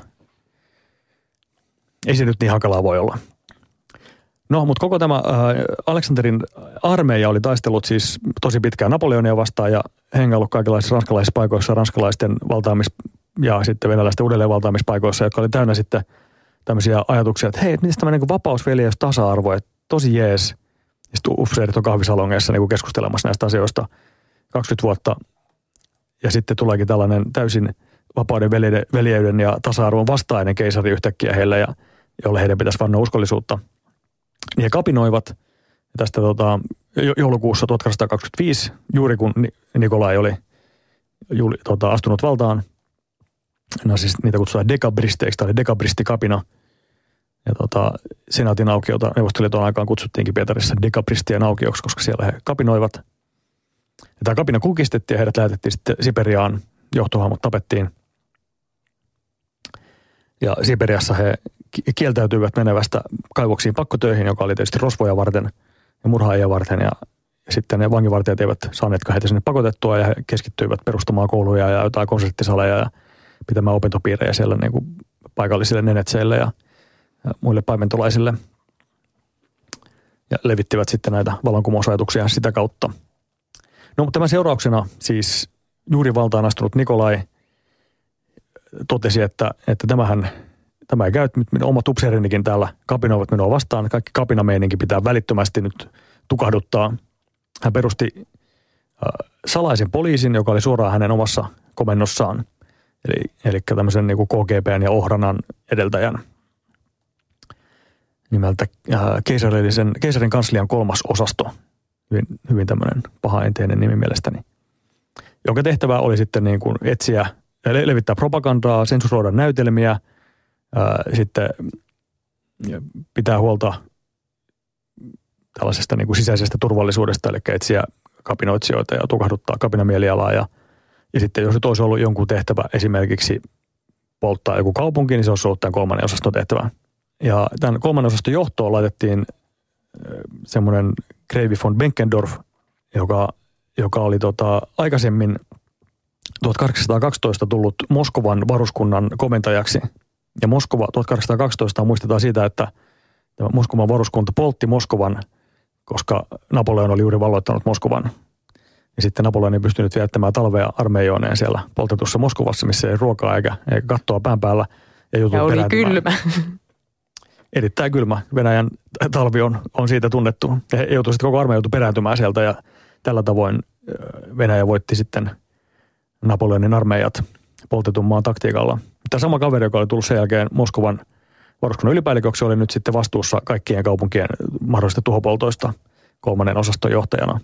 Ei se nyt niin hankalaa voi olla. No, mutta koko tämä äh, Aleksanterin armeija oli taistellut siis tosi pitkään Napoleonia vastaan ja hengaillut kaikenlaisissa ranskalaisissa paikoissa, ranskalaisten valtaamis- ja sitten venäläisten uudelleen valtaamispaikoissa, jotka oli täynnä sitten tämmöisiä ajatuksia, että hei, miten tämmöinen niin vapaus, veljeys, tasa-arvo, että tosi jees. Ja sitten upseerit on kahvisalongeissa niin keskustelemassa näistä asioista kaksikymmentä vuotta. Ja sitten tuleekin tällainen täysin vapauden, veljeyden ja tasa-arvon vastainen keisari yhtäkkiä heille, ja, jolle heidän pitäisi vannoa uskollisuutta. Niin he kapinoivat. Ja tästä tota, joulukuussa tuhatkahdeksansataakaksikymmentäviisi, juuri kun Nikolai oli juuri, tota, astunut valtaan, no siis niitä kutsutaan dekabristeiksi, tai dekabristikapina. Ja tota, senaatin aukiota Neuvostoliiton aikaan kutsuttiinkin Pietarissa dekabristien aukioksi, koska siellä he kapinoivat. Ja tämä kapina kukistettiin ja heidät lähetettiin sitten Siperiaan, johtohahmot tapettiin. Ja Siperiassa he kieltäytyivät menevästä kaivoksiin pakkotöihin, joka oli tietysti rosvoja varten ja murhaajia varten. Ja, ja sitten ne vanginvartijat eivät saaneetkaan heitä sinne pakotettua ja he keskittyivät perustamaan kouluja ja jotain konserttisaleja ja pitämään opintopiirejä siellä niin kuin paikallisille nenetseille ja ja muille paimentolaisille. Ja levittivät sitten näitä vallankumousajatuksia sitä kautta. No, mutta tämän seurauksena siis juuri valtaan astunut Nikolai totesi, että, että tämähän, tämä ei käy, nyt minun omat upseerinikin täällä kapinoivat minua vastaan. Kaikki kapinameininki pitää välittömästi nyt tukahduttaa. Hän perusti äh, salaisen poliisin, joka oli suoraan hänen omassa komennossaan. Eli, eli tämmöisen niin kuin K G B:n ja Ohranan edeltäjän. Nimeltä äh, keisarillisen, keisarin kanslian kolmas osasto. Hyvin, hyvin tämmöinen pahaenteinen nimi mielestäni. Jonka tehtävä oli sitten niin kuin etsiä, le- levittää propagandaa, sensuroida näytelmiä, äh, sitten pitää huolta tällaisesta niin kuin sisäisestä turvallisuudesta, eli etsiä kapinoitsijoita ja tukahduttaa kapinamielialaa. Ja, ja sitten jos nyt olisi ollut jonkun tehtävä esimerkiksi polttaa joku kaupunki, niin se olisi ollut tämän kolmannen osaston tehtävä. Ja tämän kolmannen osaston johtoon laitettiin semmoinen Greivi von Benkendorf, joka, joka oli tota, aikaisemmin tuhatkahdeksansataakaksitoista tullut Moskovan varuskunnan komentajaksi. Ja Moskova tuhatkahdeksansataakaksitoista muistetaan siitä, että tämä Moskovan varuskunta poltti Moskovan koska Napoleon oli juuri valloittanut Moskovan. Ja sitten Napoleon ei pystynyt viettämään talvea armeijoineen siellä poltetussa Moskovassa, missä ei ruokaa eikä, eikä kattoa pään päällä. Ja, ja oli kylmä. Erittäin kylmä. Venäjän talvi on, on siitä tunnettu. He joutui sitten koko armeija joutui perääntymään sieltä ja tällä tavoin Venäjä voitti sitten Napoleonin armeijat poltetun maan taktiikalla. Tämä sama kaveri, joka oli tullut sen jälkeen Moskovan varuskunnan ylipäälliköksi, oli nyt sitten vastuussa kaikkien kaupunkien mahdollisista tuhopoltoista kolmannen osaston johtajana.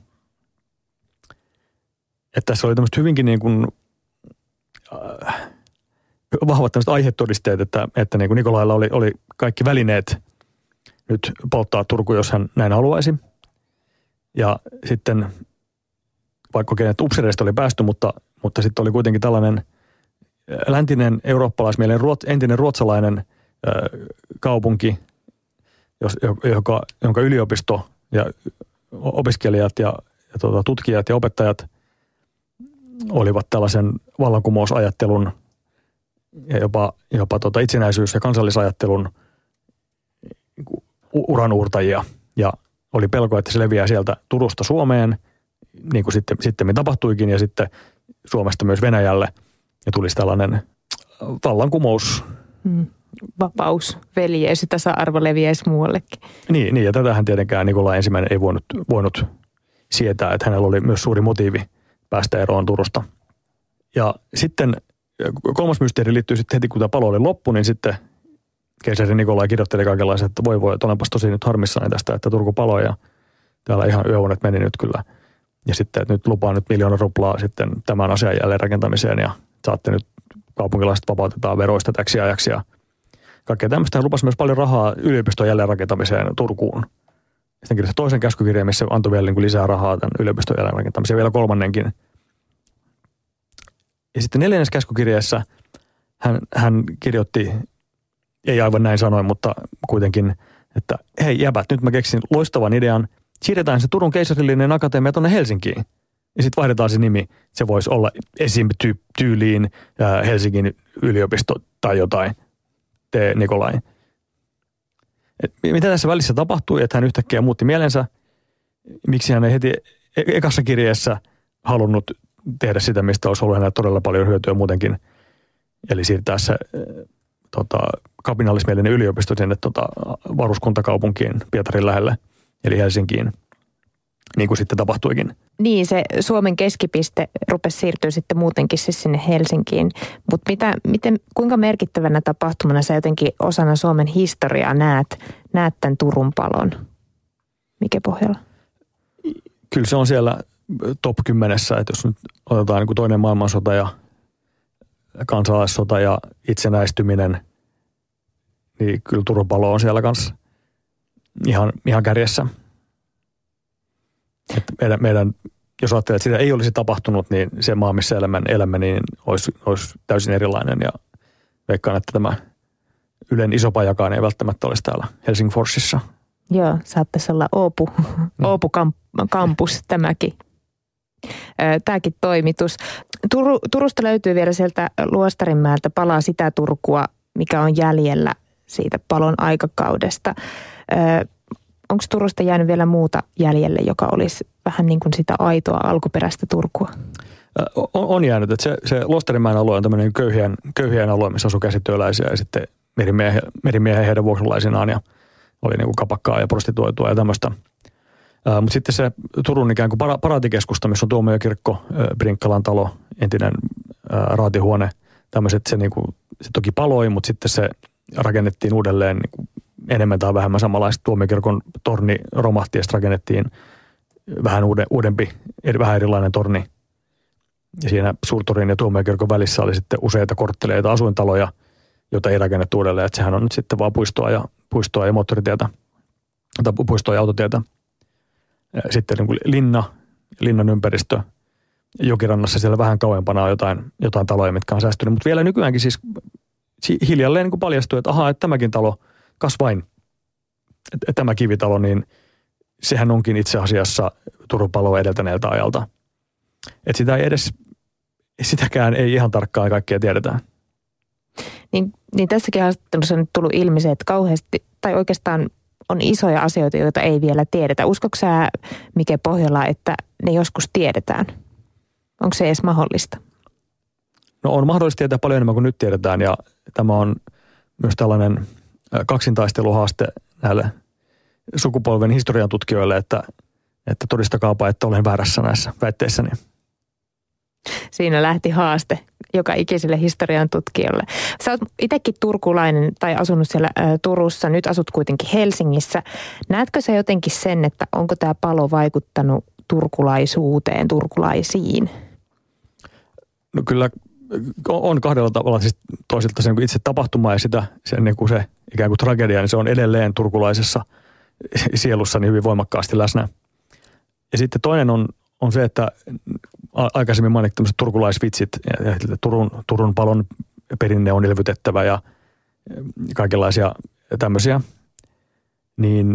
Että tässä oli tämmöistä hyvinkin niin kuin, äh, vahvat tämmöiset aihetodisteet, että, että niin kuin Nikolailla oli, oli kaikki välineet nyt polttaa Turku, jos hän näin haluaisi. Ja sitten, vaikka oikein, että upseereista oli päästy, mutta, mutta sitten oli kuitenkin tällainen läntinen eurooppalaismielinen entinen ruotsalainen äh, kaupunki, jos, joka, jonka yliopisto ja opiskelijat ja, ja tuota, tutkijat ja opettajat olivat tällaisen vallankumousajattelun ja jopa, jopa tuota itsenäisyys- ja kansallisajattelun uranuurtajia. Ja oli pelko, että se leviää sieltä Turusta Suomeen, niin kuin sitten, sitten tapahtuikin, ja sitten Suomesta myös Venäjälle. Ja tulisi tällainen vallankumous. Hmm. Vapaus, veljeys ja tasa-arvo leviäisi muuallekin. Niin, niin, ja tätähän tietenkään Nikolai ensimmäinen ei voinut, voinut sietää, että hänellä oli myös suuri motiivi päästä eroon Turusta. Ja sitten kolmas mysteeri liittyy sitten heti, kun tämä palo oli loppu, niin sitten keisari Nikolai kirjoitteli kaikenlaisia, että voi voi, että olenpas tosi nyt harmissani tästä, että Turku paloi ja täällä ihan yöunet meni nyt kyllä. Ja sitten, että nyt lupaan nyt miljoona ruplaa sitten tämän asian jälleen rakentamiseen ja saatte nyt kaupunkilaiset vapautetaan veroista täksi ajaksi ja kaikkea tämmöistä. Hän lupasi myös paljon rahaa yliopiston jälleenrakentamiseen Turkuun. Sitten kirjoitti toisen käskykirjan, missä antoi vielä niin kuin lisää rahaa tämän yliopiston jälleenrakentamiseen, vielä kolmannenkin. Ja sitten neljännes käskykirjeessä hän, hän kirjoitti, ei aivan näin sanoin, mutta kuitenkin, että hei jäbät, nyt mä keksin loistavan idean. Siirretään se Turun keisarillinen akatemia tuonne Helsinkiin. Ja sitten vaihdetaan se nimi. Se voisi olla esim. Tyyliin Helsingin yliopisto tai jotain. T. Nikolai. Et mitä tässä välissä tapahtui, että hän yhtäkkiä muutti mielensä? Miksi hän ei heti e- ekassa kirjeessä halunnut tehdä sitä, mistä olisi ollut hänellä todella paljon hyötyä muutenkin. Eli siirtää se tota, kapinallismielinen yliopisto sinne tota, varuskuntakaupunkiin Pietarin lähelle, eli Helsinkiin, niin kuin sitten tapahtuikin. Niin, se Suomen keskipiste rupesi siirtyä sitten muutenkin siis sinne Helsinkiin. Mutta mitä, miten, kuinka merkittävänä tapahtumana sä jotenkin osana Suomen historiaa näet, näet tämän Turun palon? Mikä pohjalla? Kyllä se on siellä top kymmenessä, että jos nyt otetaan niin kuin toinen maailmansota ja kansalaissota ja itsenäistyminen, niin kyllä Turun palo on siellä kanssa ihan, ihan kärjessä. Että meidän, meidän, jos ajattelee, että sitä ei olisi tapahtunut, niin se maa, missä elämän elämä, niin olisi, olisi täysin erilainen. Ja veikkaan, että tämä Ylen isopajakaan ei välttämättä olisi täällä Helsingforsissa. Joo, saattaisi olla Oopu, Oopu kampus tämäkin. Tämäkin toimitus. Turu, Turusta löytyy vielä sieltä Luostarinmäeltä palaa sitä Turkua, mikä on jäljellä siitä palon aikakaudesta. Onko Turusta jäänyt vielä muuta jäljelle, joka olisi vähän niin kuin sitä aitoa alkuperäistä Turkua? On, on jäänyt. Että se, se Luostarinmäen alue on tämmöinen köyhien, köyhien alue, missä asui käsityöläisiä ja sitten merimiehen, merimiehen heidän vuokralaisinaan ja oli niin kuin kapakkaa ja prostituoitua ja tämmöistä. Uh, mutta sitten se Turun ikään kuin para, paraatikeskusta, missä on tuomiokirkko, uh, Brinkkalan talo, entinen uh, raatihuone, tämmöiset, se, niin kuin, se toki paloi, mutta sitten se rakennettiin uudelleen niin kuin enemmän tai vähemmän samanlaista. Tuomiokirkon torni romahti ja sitten rakennettiin vähän uuden, uudempi, vähän erilainen torni. Ja siinä suurtorin ja tuomiokirkon välissä oli sitten useita kortteleita, asuintaloja, joita ei rakennettu uudelleen. Että sehän on nyt sitten vaan puistoa ja, puistoa ja moottoritietä, tai puistoa ja autotietä. Sitten niin kuin linna, linnan ympäristö, jokirannassa siellä vähän kauempana on jotain, jotain taloja, mitkä on säästynyt. Mutta vielä nykyäänkin siis hiljalleen niin kuin paljastui, että ahaa, että tämäkin talo, kas vain, että tämä kivitalo, niin sehän onkin itse asiassa Turun paloa edeltäneeltä ajalta. Että sitä ei edes, sitäkään ei ihan tarkkaan kaikkea tiedetään. Niin, niin tässäkin haastattelussa on nyt tullut ilmi se, että kauheasti, tai oikeastaan on isoja asioita, joita ei vielä tiedetä. Uskotko sä, Mike Pohjola, että ne joskus tiedetään? Onko se edes mahdollista? No on mahdollista tietää paljon enemmän kuin nyt tiedetään ja tämä on myös tällainen kaksintaisteluhaaste näille sukupolven historian tutkijoille, että, että todistakaapa, että olen väärässä näissä väitteissäni. Siinä lähti haaste joka ikiselle historian tutkijalle. Sä oot itsekin turkulainen tai asunut siellä ä, Turussa, nyt asut kuitenkin Helsingissä. Näetkö sä jotenkin sen, että onko tämä palo vaikuttanut turkulaisuuteen, turkulaisiin? No kyllä on kahdella tavalla, siis toisilta se itse tapahtuma ja sitä, se, niin kuin se ikään kuin tragedia, niin se on edelleen turkulaisessa sielussa niin hyvin voimakkaasti läsnä. Ja sitten toinen on, on se, että aikaisemmin mainittu tämmöiset turkulaisvitsit ja Turun, Turun palon perinne on elvytettävä ja kaikenlaisia tämmöisiä, niin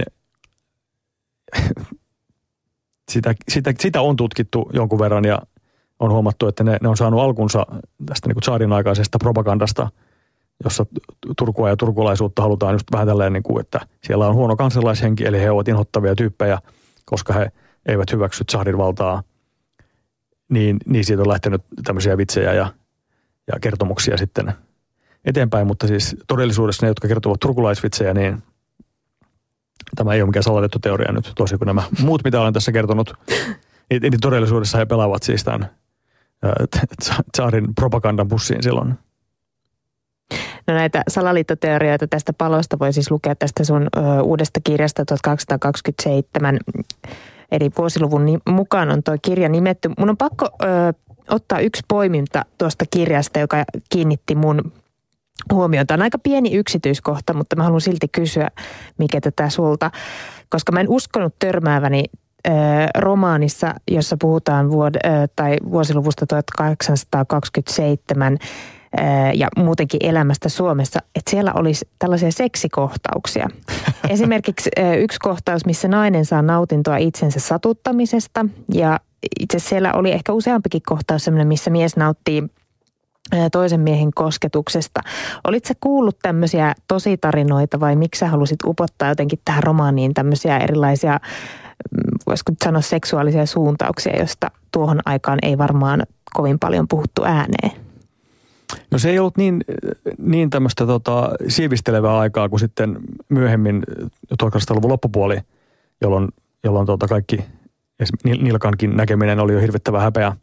sitä, sitä, sitä on tutkittu jonkun verran ja on huomattu, että ne, ne on saanut alkunsa tästä niin kuin tsaarin aikaisesta propagandasta, jossa Turkua ja turkulaisuutta halutaan just vähän tälleen, niin kuin, että siellä on huono kansalaishenki, eli he ovat inhottavia tyyppejä, koska he eivät hyväksy tsaarin valtaa, niin, niin siitä on lähtenyt tämmöisiä vitsejä ja, ja kertomuksia sitten eteenpäin, mutta siis todellisuudessa ne, jotka kertovat turkulaisvitsejä, niin tämä ei ole mikään salatettu teoria nyt, toisin kuin nämä muut, mitä olen tässä kertonut, niin, niin todellisuudessa he pelaavat siis tämän tsaarin propagandan bussiin silloin. No näitä salaliittoteorioita tästä palosta voi siis lukea tästä sun ö, uudesta kirjasta tuhatkaksisataakaksikymmentäseitsemän. Eri vuosiluvun mukaan on tuo kirja nimetty. Mun on pakko ö, ottaa yksi poiminta tuosta kirjasta, joka kiinnitti mun huomiota. On aika pieni yksityiskohta, mutta mä haluan silti kysyä, mikä tätä sulta. Koska mä en uskonut törmääväni ö, romaanissa, jossa puhutaan vuod- ö, tai vuosiluvusta tuhatkahdeksansataakaksikymmentäseitsemän ja muutenkin elämästä Suomessa, että siellä olisi tällaisia seksikohtauksia. Esimerkiksi yksi kohtaus, missä nainen saa nautintoa itsensä satuttamisesta ja itse siellä oli ehkä useampikin kohtaus sellainen, missä mies nauttii toisen miehen kosketuksesta. Olitko sä kuullut tämmöisiä tositarinoita vai miksi sä halusit upottaa jotenkin tähän romaaniin tämmöisiä erilaisia, voisiko sanoa seksuaalisia suuntauksia, josta tuohon aikaan ei varmaan kovin paljon puhuttu ääneen? No se ei ollut niin, niin tämmöistä tota, siivistelevää aikaa kuin sitten myöhemmin tuhatkahdeksansataaluvun loppupuoli, jolloin, jolloin tota kaikki nilkankin näkeminen oli jo hirvittävä häpeä.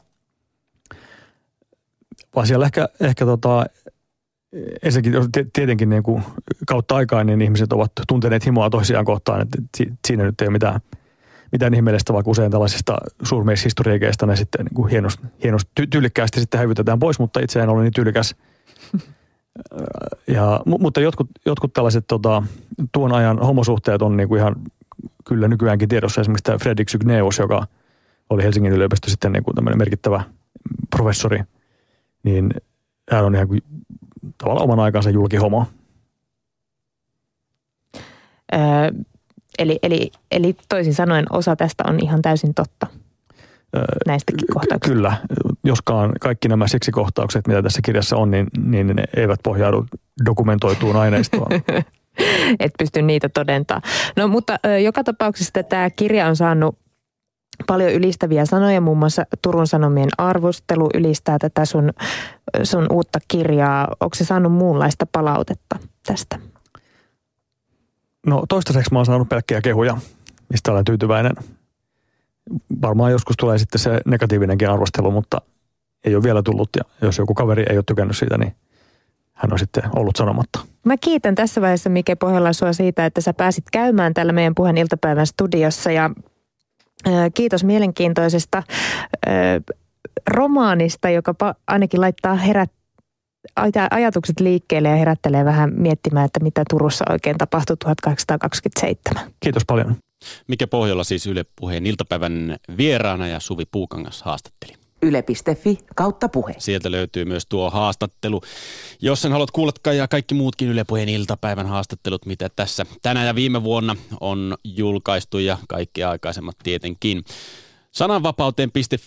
Vaan siellä ehkä, ehkä tota, ensinnäkin tietenkin niin kuin kautta aikaan niin ihmiset ovat tunteneet himoa toisiaan kohtaan, että siinä nyt ei ole mitään, mitään ihmeellistä, vaikka usein tällaisista suurmieshistoriikeista ne sitten niin kuin hienosti, hienosti tyylikkäästi sitten hävytetään pois, mutta itse en ole niin tyylikäs. Ja, mutta jotkut, jotkut tällaiset tota, tuon ajan homosuhteet on niin kuin ihan kyllä nykyäänkin tiedossa. Esimerkiksi tämä Fredrik Cygnaeus, joka oli Helsingin yliopisto sitten niin kuin tämmöinen merkittävä professori, niin hän on ihan kuin tavallaan oman aikansa julkihomo. Öö, eli, eli, eli toisin sanoen osa tästä on ihan täysin totta näistäkin kohtauksista. Kyllä, joskaan kaikki nämä seksikohtaukset, mitä tässä kirjassa on, niin, niin ne eivät pohjaudu dokumentoituun aineistoon. Et pysty niitä todentaa. No mutta ö, joka tapauksessa tämä kirja on saanut paljon ylistäviä sanoja, muun muassa Turun Sanomien arvostelu ylistää tätä sun, sun uutta kirjaa. Onko se saanut muunlaista palautetta tästä? No toistaiseksi mä oon saanut pelkkiä kehuja, mistä olen tyytyväinen. Varmaan joskus tulee sitten se negatiivinenkin arvostelu, mutta ei ole vielä tullut. Ja jos joku kaveri ei ole tykännyt siitä, niin hän on sitten ollut sanomatta. Mä kiitän tässä vaiheessa Mike Pohjola sua siitä, että sä pääsit käymään täällä meidän Puheen iltapäivän studiossa. Ja ää, kiitos mielenkiintoisesta ää, romaanista, joka pa- ainakin laittaa herät, ajatukset liikkeelle ja herättelee vähän miettimään, että mitä Turussa oikein tapahtui tuhatkahdeksansataakaksikymmentäseitsemän. Kiitos paljon. Mike Pohjola siis Yle Puheen iltapäivän vieraana ja Suvi Puukangas haastatteli. Yle piste fi kautta puhe. Sieltä löytyy myös tuo haastattelu. Jos sen haluat kuulla ja kaikki muutkin Yle Puheen iltapäivän haastattelut, mitä tässä tänä ja viime vuonna on julkaistu ja kaikki aikaisemmat tietenkin. sananvapauteen piste fi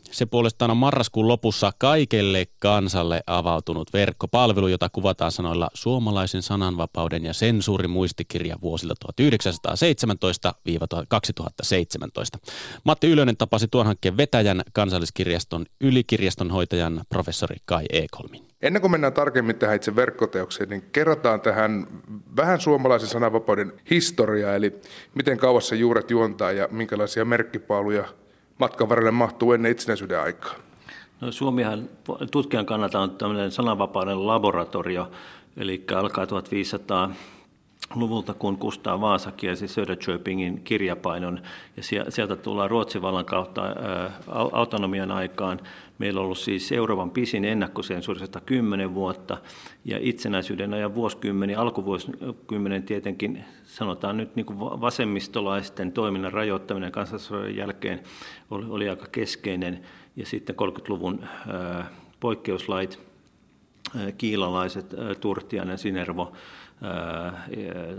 Se puolestaan on marraskuun lopussa kaikelle kansalle avautunut verkkopalvelu, jota kuvataan sanoilla suomalaisen sananvapauden ja sensuurimuistikirja vuosilta tuhatyhdeksänsataaseitsemäntoista kaksituhattaseitsemäntoista. Matti Ylönen tapasi tuon hankkeen vetäjän, Kansalliskirjaston ylikirjastonhoitajan professori Kai Ekholmin. Ennen kuin mennään tarkemmin tähän itse verkkoteokseen, niin kerrotaan tähän vähän suomalaisen sananvapauden historiaa, eli miten kauas se juuret juontaa ja minkälaisia merkkipaaluja matkan varrelle mahtuu ennen itsenäisyyden aikaa. No, Suomihan tutkijan kannalta on tämmöinen sananvapauden laboratorio, eli alkaa tuhatviisisataaluvulta, kun Kustaa Vaasa kielsi Söderköpingin kirjapainon, ja sieltä tullaan Ruotsin vallan kautta autonomian aikaan. Meillä on ollut siis Euroopan pisin ennakkosensuuri sata kymmenen vuotta, ja itsenäisyyden ajan vuosikymmeni, alkuvuosikymmenen tietenkin, sanotaan nyt niin kuin vasemmistolaisten toiminnan rajoittaminen kansallissodan jälkeen oli, oli aika keskeinen, ja sitten kolmekymmentäluvun ää, poikkeuslait, ää, kiilalaiset, ää, Turtiainen, Sinervo, ää,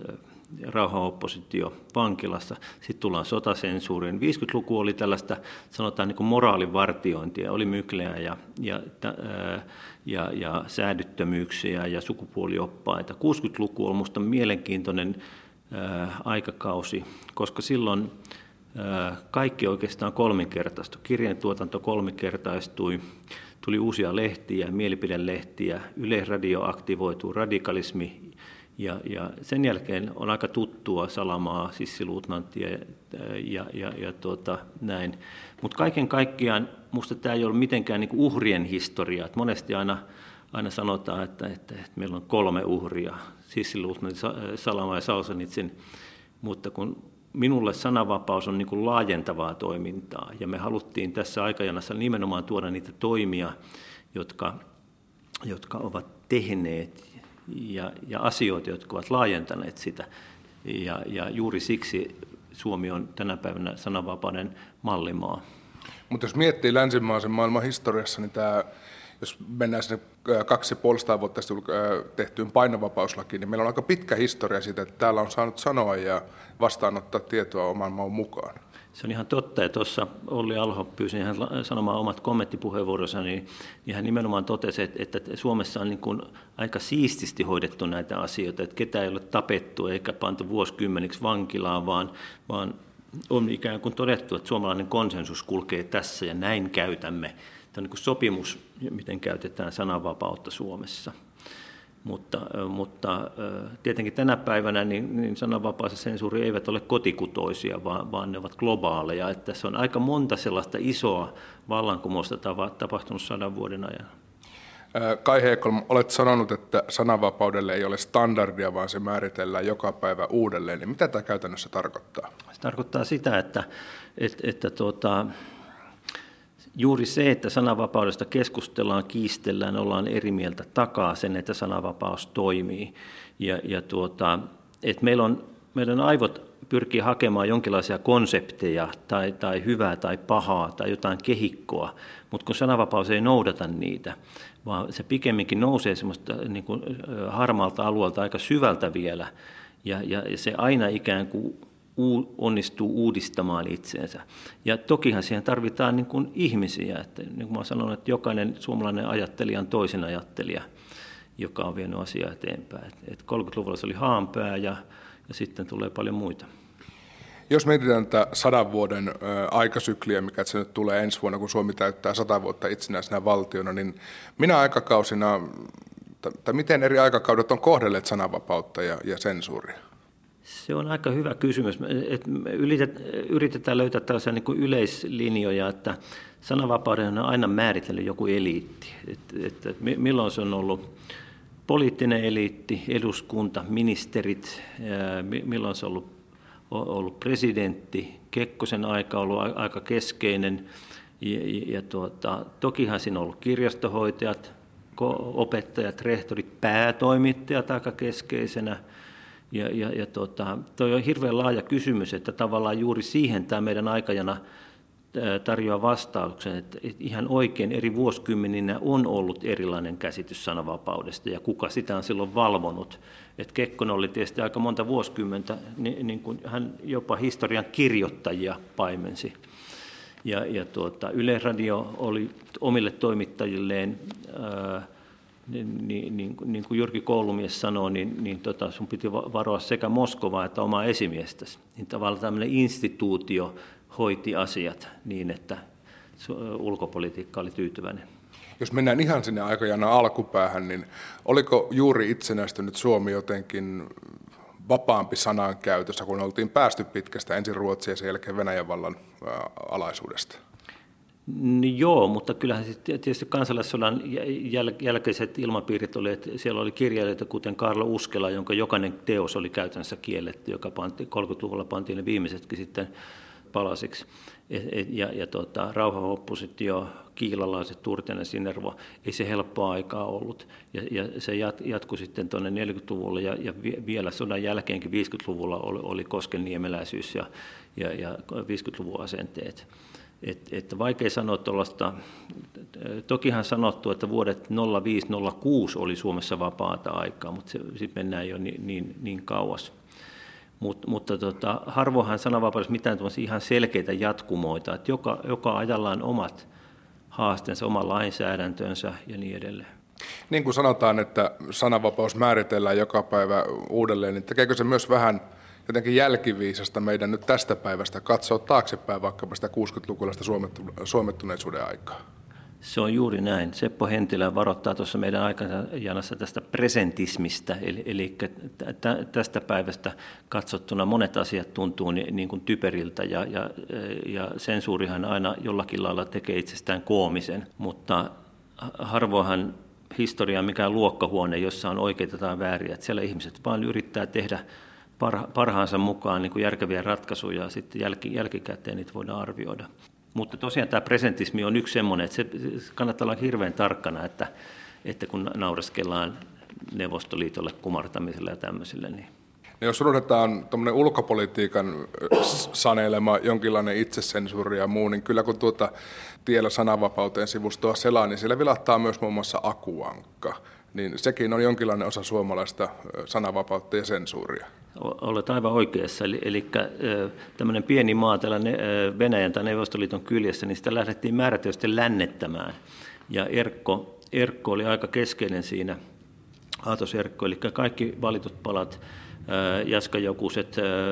rauhanoppositio vankilassa. Sitten tullaan sotasensuuriin. viisikymmentäluku oli tällaista, sanotaan niin kuin moraalivartiointia, oli mykleä ja, ja, ja, ja säädyttömyyksiä ja sukupuolioppaita. kuusikymmentäluku on minusta mielenkiintoinen ää, aikakausi, koska silloin ää, kaikki oikeastaan kolminkertaistui. Kirjantuotanto kolminkertaistui, tuli uusia lehtiä, mielipidelehtiä, Yleisradio aktivoituu, radikalismi. Ja, ja sen jälkeen on aika tuttua Salamaa, Sissiluutnanttia ja, ja, ja, ja tuota, näin. Mutta kaiken kaikkiaan minusta tämä ei ole mitenkään niinku uhrien historia. Et monesti aina, aina sanotaan, että, että, että meillä on kolme uhria, Sissiluutnantin, Salamaa ja Solzhenitsyn, mutta kun minulle sananvapaus on niinku laajentavaa toimintaa, ja me haluttiin tässä aikajanassa nimenomaan tuoda niitä toimia, jotka, jotka ovat tehneet, Ja, ja asioita, jotka ovat laajentaneet sitä. Ja, ja juuri siksi Suomi on tänä päivänä sananvapauden mallimaa. Mutta jos miettii länsimaisen maailman historiassa, niin tämä, jos mennään sinne kaksi ja puolesta vuotta sitten tehtyyn painovapauslakiin, niin meillä on aika pitkä historia siitä, että täällä on saanut sanoa ja vastaanottaa tietoa oman maun mukaan. Se on ihan totta, ja tuossa Olli Alho pyysi hän sanomaan omat kommenttipuheenvuoronsa, niin, niin hän nimenomaan totesi, että, että Suomessa on niin kuin aika siististi hoidettu näitä asioita, että ketään ei ole tapettu eikä pantu vuosikymmeniksi vankilaan, vaan, vaan on ikään kuin todettu, että suomalainen konsensus kulkee tässä ja näin käytämme. Tämä on niin kuin sopimus, miten käytetään sananvapautta Suomessa. Mutta, mutta tietenkin tänä päivänä niin, niin sananvapaus ja sensuuri eivät ole kotikutoisia, vaan, vaan ne ovat globaaleja. Että tässä on aika monta sellaista isoa vallankumousta tapahtunut sadan vuoden ajan. Kai Ekholm, olet sanonut, että sananvapaudelle ei ole standardia, vaan se määritellään joka päivä uudelleen. Niin mitä tämä käytännössä tarkoittaa? Se tarkoittaa sitä, että, että, että tuota, juuri se, että sananvapaudesta keskustellaan, kiistellään, ollaan eri mieltä takaa sen, että sananvapaus toimii. Ja, ja tuota, että meillä on, meidän aivot pyrkii hakemaan jonkinlaisia konsepteja tai, tai hyvää tai pahaa tai jotain kehikkoa, mutta kun sananvapaus ei noudata niitä, vaan se pikemminkin nousee semmoista niin kuin harmaalta alueelta aika syvältä vielä, ja, ja se aina ikään kuin onnistuu uudistamaan itseensä. Ja tokihan siihen tarvitaan niin kuin ihmisiä. Että, niin kuin mä sanon, että jokainen suomalainen ajattelija on toisen ajattelija, joka on vienyt asiaa eteenpäin. Et kolmekymmentäluvulla se oli Haanpää ja, ja sitten tulee paljon muita. Jos mietitään tätä sadan vuoden aikasykliä, mikä se nyt tulee ensi vuonna, kun Suomi täyttää sata vuotta itsenäisenä valtiona, niin minä aikakausina, tai miten eri aikakaudet on kohdelleet sananvapautta ja, ja sensuuria? Se on aika hyvä kysymys. Me yritetään löytää tällaisia niin kuin yleislinjoja, että sananvapauden on aina määritellyt joku eliitti. Että milloin se on ollut poliittinen eliitti, eduskunta, ministerit, milloin se on ollut, ollut presidentti. Kekkosen aika on ollut aika keskeinen. Ja, ja tuota, tokihan siinä on ollut kirjastohoitajat, opettajat, rehtorit, päätoimittajat aika keskeisenä. Ja, ja, ja tuota, toi on hirveän laaja kysymys, että tavallaan juuri siihen tämä meidän aikajana tarjoaa vastauksen, että ihan oikein eri vuosikymmeninä on ollut erilainen käsitys sananvapaudesta ja kuka sitä on silloin valvonut. Et Kekkonen oli tietysti aika monta vuosikymmentä, niin, niin kuin hän jopa historian kirjoittajia paimensi. Ja, ja tuota, Yle Radio oli omille toimittajilleen, ää, niin, niin, niin, niin kuin Jyrki Koulumies sanoi, niin, niin tota, sun piti varoa sekä Moskovaa että omaa esimiestäsi. Niin tavallaan tämmöinen instituutio hoiti asiat niin, että ulkopolitiikka oli tyytyväinen. Jos mennään ihan sinne aikajana alkupäähän, niin oliko juuri itsenäistynyt Suomi jotenkin vapaampi sanankäytössä, kun oltiin päästy pitkästä ensin Ruotsia ja sen jälkeen Venäjän vallan alaisuudesta? Joo, mutta kyllähän tietysti kansalaissodan jäl- jälkeiset ilmapiirit oli, että siellä oli kirjailijoita kuten Karlo Uskela, jonka jokainen teos oli käytännössä kielletty, joka panti, kolmekymmentäluvulla pantiin ne viimeisetkin sitten palasiksi. Ja, ja tuota, rauhanoppositio, kiilalaiset, Turtiainen, Sinervo, ei se helppoa aikaa ollut. Ja, ja se jat, jatkui sitten tuonne neljäkymmentäluvulle ja, ja vielä sodan jälkeenkin viisikymmentäluvulla oli, oli koskenniemeläisyys ja, ja, ja viisikymmentäluvun asenteet. Et, että vaikea sanoa tuollaista, tokihan sanottu, että vuodet nolla viisi nolla kuusi oli Suomessa vapaata aikaa, mutta sitten mennään jo niin, niin, niin kauas. Mut, mutta tota, harvoinhan sananvapaudessa mitään ihan selkeitä jatkumoita, että joka, joka ajalla on omat haasteensa, oma lainsäädäntönsä ja niin edelleen. Niin kuin sanotaan, että sananvapaus määritellään joka päivä uudelleen, niin tekeekö se myös vähän jotenkin jälkiviisasta meidän nyt tästä päivästä katsoa taaksepäin vaikkapa sitä kuusikymmentälukulaista suomettuneisuuden aikaa? Se on juuri näin. Seppo Hentilä varoittaa tuossa meidän aikajanassa tästä presentismistä, eli, eli tästä päivästä katsottuna monet asiat tuntuu niin kuin typeriltä, ja, ja, ja sensuurihan aina jollakin lailla tekee itsestään koomisen, mutta harvoinhan historia on mikään luokkahuone, jossa on oikeita tai vääriä, että siellä ihmiset vaan yrittää tehdä parhaansa mukaan niin kuin järkeviä ratkaisuja, ja sitten jälki, jälkikäteen niitä voidaan arvioida. Mutta tosiaan tämä presentismi on yksi semmoinen, että se kannattaa olla hirveän tarkkana, että, että kun nauraskellaan Neuvostoliitolle kumartamiselle ja tämmöiselle. Niin. No jos unohdetaan tuommoinen ulkopolitiikan sanelema jonkinlainen itsesensuuri ja muu, niin kyllä kun tuota Tiellä sananvapauteen sivustoa selaa, niin siellä vilahtaa myös muun muassa Akuankka. Niin sekin on jonkinlainen osa suomalaista sananvapautta ja sensuuria. Olet aivan oikeassa. Eli, eli tämmöinen pieni maa täällä Venäjän tai Neuvostoliiton kyljessä, niin sitä lähdettiin määrätietoisesti lännettämään. Ja Erkko, Erkko oli aika keskeinen siinä, Aatos Erkko, eli kaikki valitut palat, Jaska Jokuset,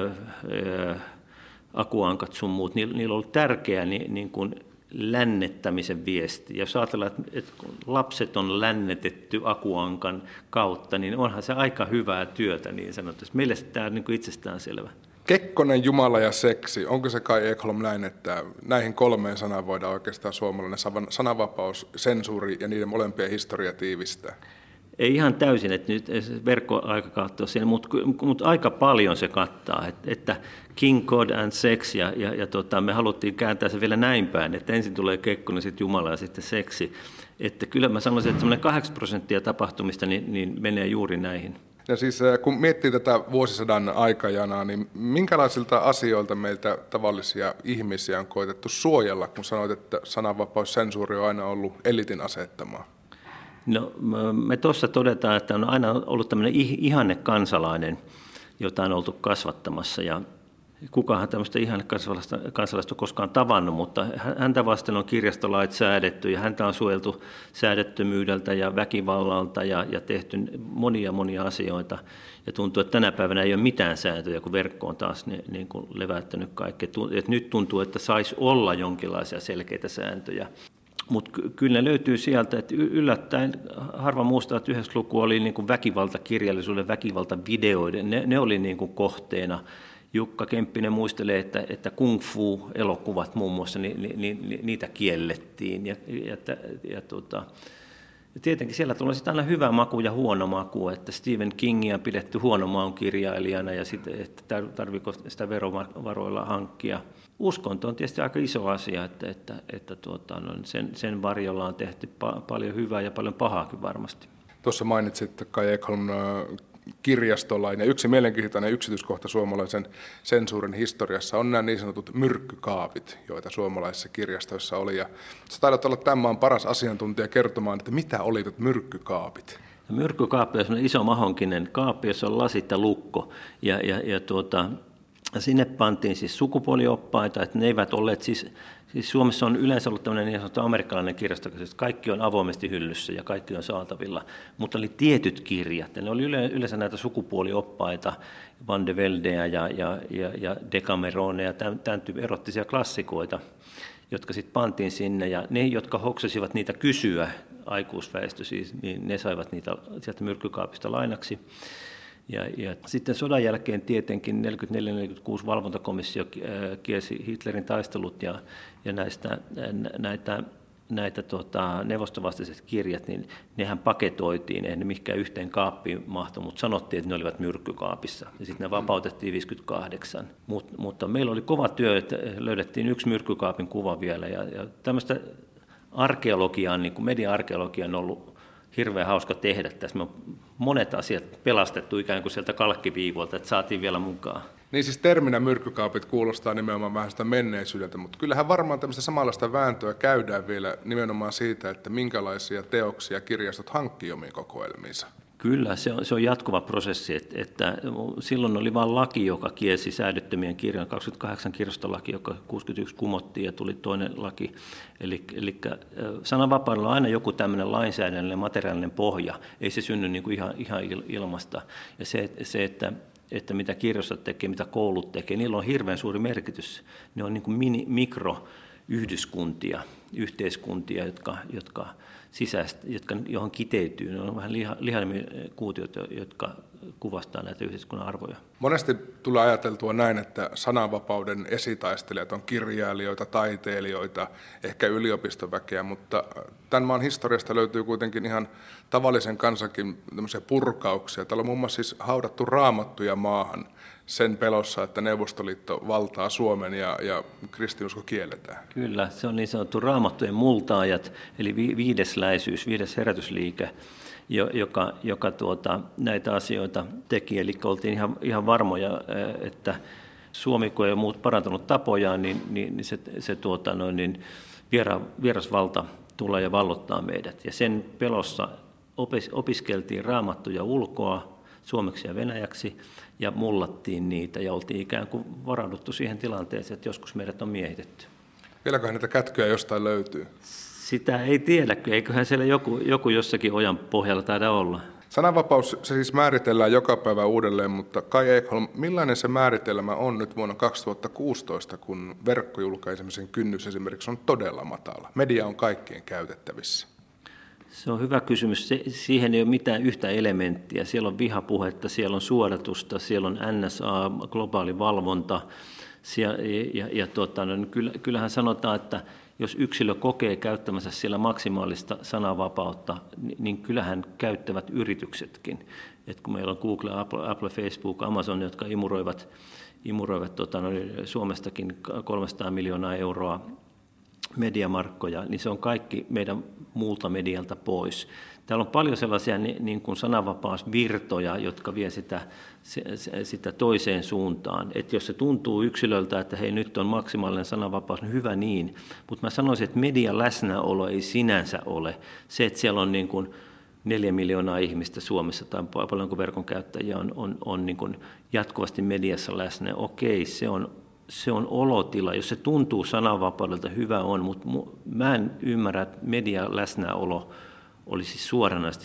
Akuankat sun muut, niillä on ollut tärkeä niin, niin kuin lännettämisen viesti. Jos ajatellaan, että lapset on lännetetty Akuankan kautta, niin onhan se aika hyvää työtä niin sanotusti. Meille tämä on niin kuin itsestäänselvä. Kekkonen, Jumala ja seksi. Onko se Kai Ekholm näin, että näihin kolmeen sanaan voidaan oikeastaan suomalainen sananvapaus, sensuuri ja niiden molempien historia tiivistää? Ei ihan täysin, että nyt verkkoaikakautta on siinä, mutta, mutta aika paljon se kattaa, että, että King, God and Sex, ja, ja, ja tota, me haluttiin kääntää se vielä näin päin, että ensin tulee Kekkonen, sitten Jumala ja sitten seksi. Että kyllä mä sanoisin, että semmoinen kahdeksankymmentä prosenttia tapahtumista niin, niin menee juuri näihin. Ja siis kun miettii tätä vuosisadan aikajanaa, niin minkälaisilta asioilta meiltä tavallisia ihmisiä on koetettu suojella, kun sanoit, että sananvapaus, sensuuri on aina ollut elitin asettamaa? No, me tuossa todetaan, että on aina ollut tämmöinen ihanne kansalainen, jota on oltu kasvattamassa, ja kukaanhan tämmöistä ihanne kansalaista on koskaan tavannut, mutta häntä vasten on kirjastolait säädetty, ja häntä on suojeltu säädettömyydeltä ja väkivallalta ja, ja tehty monia monia asioita, ja tuntuu, että tänä päivänä ei ole mitään sääntöjä, kun verkko on taas niin, niin kuin leväyttänyt kaikkea. Et nyt tuntuu, että saisi olla jonkinlaisia selkeitä sääntöjä. Mutta kyllä ne löytyy sieltä, että yllättäen harva muistaa, että yhdeksänkymmentäluku oli niin kuin väkivaltakirjallisuuden, väkivaltavideoiden, ne, ne oli niin kuin kohteena. Jukka Kemppinen muistelee, että, että kung fu-elokuvat muun muassa, ni, ni, ni, niitä kiellettiin. Ja, ja, ja, tota, ja tietenkin siellä tulee sitten aina hyvä maku ja huono maku, että Stephen Kingia on pidetty huonomaan kirjailijana ja sitten, että tarvitseeko sitä verovaroilla hankkia. Uskonto on tietysti aika iso asia, että, että, että tuota, no, sen, sen varjolla on tehty pa- paljon hyvää ja paljon pahaakin varmasti. Tuossa mainitsit Kai Ekholm kirjastolain, ja yksi mielenkiintoinen yksityiskohta suomalaisen sensuurin historiassa on nämä niin sanotut myrkkykaapit, joita suomalaisissa kirjastoissa oli. Ja sä taidat olla tämän maan paras asiantuntija kertomaan, että mitä olivat myrkkykaapit? Myrkkykaappi on iso mahonkinen kaappi, jossa on lasit ja lukko, ja, ja, ja tuota, Sinne pantiin siis sukupuolioppaita, että ne eivät olleet siis, siis Suomessa on yleensä ollut tämmöinen niin sanottu amerikkalainen kirjasto, että kaikki on avoimesti hyllyssä ja kaikki on saatavilla, mutta oli tietyt kirjat, ja ne oli yleensä näitä sukupuolioppaita, Van de Veldeä ja, ja, ja, ja Decameroneja, tämän, tämän tyypin erottisia klassikoita, jotka sitten pantiin sinne, ja ne, jotka hoksasivat niitä kysyä, aikuisväestö siis, niin ne saivat niitä sieltä myrkkykaapista lainaksi. Ja, ja sitten sodan jälkeen tietenkin neljäkymmentäneljä neljäkymmentäkuusi valvontakomissio kielsi Hitlerin taistelut ja, ja näistä, näitä, näitä tota, neuvostovastaiset kirjat, niin nehän paketoitiin, eihän ne mihinkään yhteen kaappiin mahtu, mutta sanottiin, että ne olivat myrkkykaapissa. Ja sitten ne vapautettiin viisikymmentäkahdeksan. Mut, mutta meillä oli kova työ, että löydettiin yksi myrkkykaapin kuva vielä. Ja, ja tämmöistä arkeologiaa, niin kuin media-arkeologia on ollut hirveän hauska tehdä tässä. Me on monet asiat pelastettu ikään kuin sieltä kalkkiviivolta, että saatiin vielä mukaan. Niin siis terminä myrkkykaapit kuulostaa nimenomaan vähän sitä menneisyydeltä, mutta kyllähän varmaan tämmöistä samanlaista vääntöä käydään vielä nimenomaan siitä, että minkälaisia teoksia kirjastot hankkii omiin kokoelmiinsa. Kyllä, se on, se on jatkuva prosessi, että, että silloin oli vain laki, joka kielsi säädettömien kirjan, kaksikymmentäkahdeksan kirjastolaki, joka kuusikymmentäyksi kumottiin ja tuli toinen laki. Eli, eli sananvapaudella on aina joku tämmöinen lainsäädännöllinen materiaalinen pohja, ei se synny niin kuin ihan, ihan ilmasta. Ja se, se että, että mitä kirjastot tekee, mitä koulut tekee, niillä on hirveän suuri merkitys. Ne on niin kuin mini, mikroyhdyskuntia, yhteiskuntia, jotka... jotka sisäistä, jotka, johon kiteytyy. Ne on vähän liha, lihaimikuutiot, jotka kuvastaa näitä yhteiskunnan arvoja. Monesti tulee ajateltua näin, että sananvapauden esitaistelijat on kirjailijoita, taiteilijoita, ehkä yliopistoväkeä, mutta tämän maan historiasta löytyy kuitenkin ihan tavallisen kansankin tämmöisiä purkauksia. Täällä on muun muassa siis haudattu raamattuja maahan sen pelossa, että Neuvostoliitto valtaa Suomen ja, ja kristinusko kielletään. Kyllä, se on niin sanottu raamattujen multaajat, eli viidesläisyys, viides herätysliike, joka, joka tuota, näitä asioita teki. Eli oltiin ihan, ihan varmoja, että Suomi, kun ei ole muut parantanut tapojaan, niin, niin se, se tuota, noin, niin viera, vierasvalta tulee ja vallottaa meidät. Ja sen pelossa opis, opiskeltiin raamattuja ulkoa, suomeksi ja venäjäksi, ja mullattiin niitä, ja oltiin ikään kuin varauduttu siihen tilanteeseen, että joskus meidät on miehitetty. Vieläköhän niitä kätkyjä jostain löytyy? Sitä ei tiedä, eiköhän siellä joku, joku jossakin ojan pohjalla taida olla. Sananvapaus se siis määritellään joka päivä uudelleen, mutta Kai Ekholm, millainen se määritelmä on nyt vuonna kaksituhattakuusitoista, kun verkkojulkaisemisen kynnys esimerkiksi on todella matala? Media on kaikkien käytettävissä. Se on hyvä kysymys. Se, siihen ei ole mitään yhtä elementtiä. Siellä on vihapuhetta, siellä on suodatusta, siellä on N S A, globaali valvonta. Siellä, ja, ja tuota, no, kyllähän sanotaan, että jos yksilö kokee käyttämänsä siellä maksimaalista sananvapautta, niin, niin kyllähän käyttävät yrityksetkin. Et kun meillä on Google, Apple, Apple, Facebook, Amazon, jotka imuroivat, imuroivat tuota, no, Suomestakin kolmesataa miljoonaa euroa mediamarkkoja, niin se on kaikki meidän muulta medialta pois. Täällä on paljon sellaisia niin kuin sananvapausvirtoja, jotka vie sitä, sitä toiseen suuntaan. Että jos se tuntuu yksilöltä, että hei, nyt on maksimaalinen sananvapaus, niin hyvä niin. Mutta mä sanoisin, että median läsnäolo ei sinänsä ole. Se, että siellä on niin kuin neljä miljoonaa ihmistä Suomessa tai paljonko verkon käyttäjiä on, on, on niin kuin jatkuvasti mediassa läsnä, okei, se on Se on olotila. Jos se tuntuu sananvapaudelta, hyvä on, mutta mä en ymmärrä, että median läsnäolo olisi suoranaisesti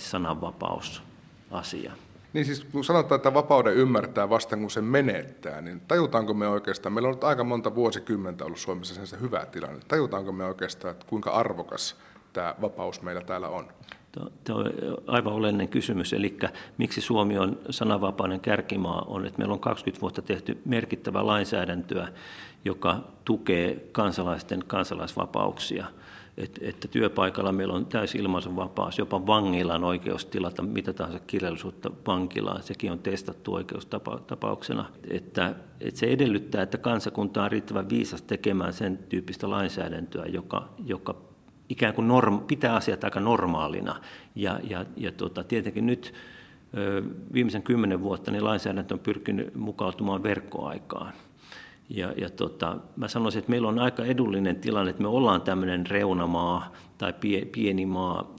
sananvapausasia. Niin siis kun sanotaan, että vapauden ymmärtää vasta kun se menettää, niin tajutaanko me oikeastaan, meillä on ollut aika monta vuosikymmentä ollut Suomessa se hyvä tilanne, tajutaanko me oikeastaan, että kuinka arvokas tämä vapaus meillä täällä on? Tämä on aivan oleellinen kysymys, eli miksi Suomi on sananvapauden kärkimaa on, että meillä on kaksikymmentä vuotta tehty merkittävää lainsäädäntöä, joka tukee kansalaisten kansalaisvapauksia. Että, että työpaikalla meillä on täysi ilmaisunvapaus, jopa vangilla on oikeus tilata mitä tahansa kirjallisuutta vankilaan, sekin on testattu oikeustapauksena. Että, että se edellyttää, että kansakunta on riittävän viisas tekemään sen tyyppistä lainsäädäntöä, joka, joka ikään kuin norm, pitää asiat aika normaalina. Ja, ja, ja tuota, tietenkin nyt ö, viimeisen kymmenen vuotta niin lainsäädäntö on pyrkinyt mukautumaan verkkoaikaan. Ja, ja tota, mä sanoisin, että meillä on aika edullinen tilanne, että me ollaan tämmöinen reunamaa tai pie, pieni maa,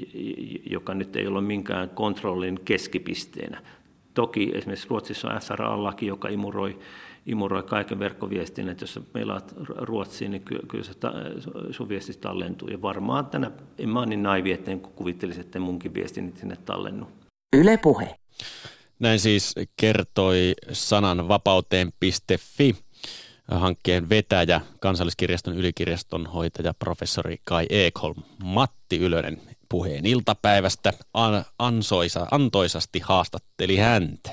joka nyt ei ole minkään kontrollin keskipisteenä. Toki esimerkiksi Ruotsissa on F R A-laki, joka imuroi, imuroi kaiken verkkoviestin, että jos meillä on Ruotsiin, niin kyllä, kyllä se ta, sun viesti tallentuu. Ja varmaan tänä, en mä ole niin naivi, että kuvittelisin, että munkin viestini sinne tallennu. Yle Puhe. Näin siis kertoi sananvapauteen piste fi hankkeen vetäjä, Kansalliskirjaston ylikirjaston hoitaja, professori Kai Ekholm. Matti Ylönen Puheen iltapäivästä an, ansoisa, antoisasti haastatteli häntä.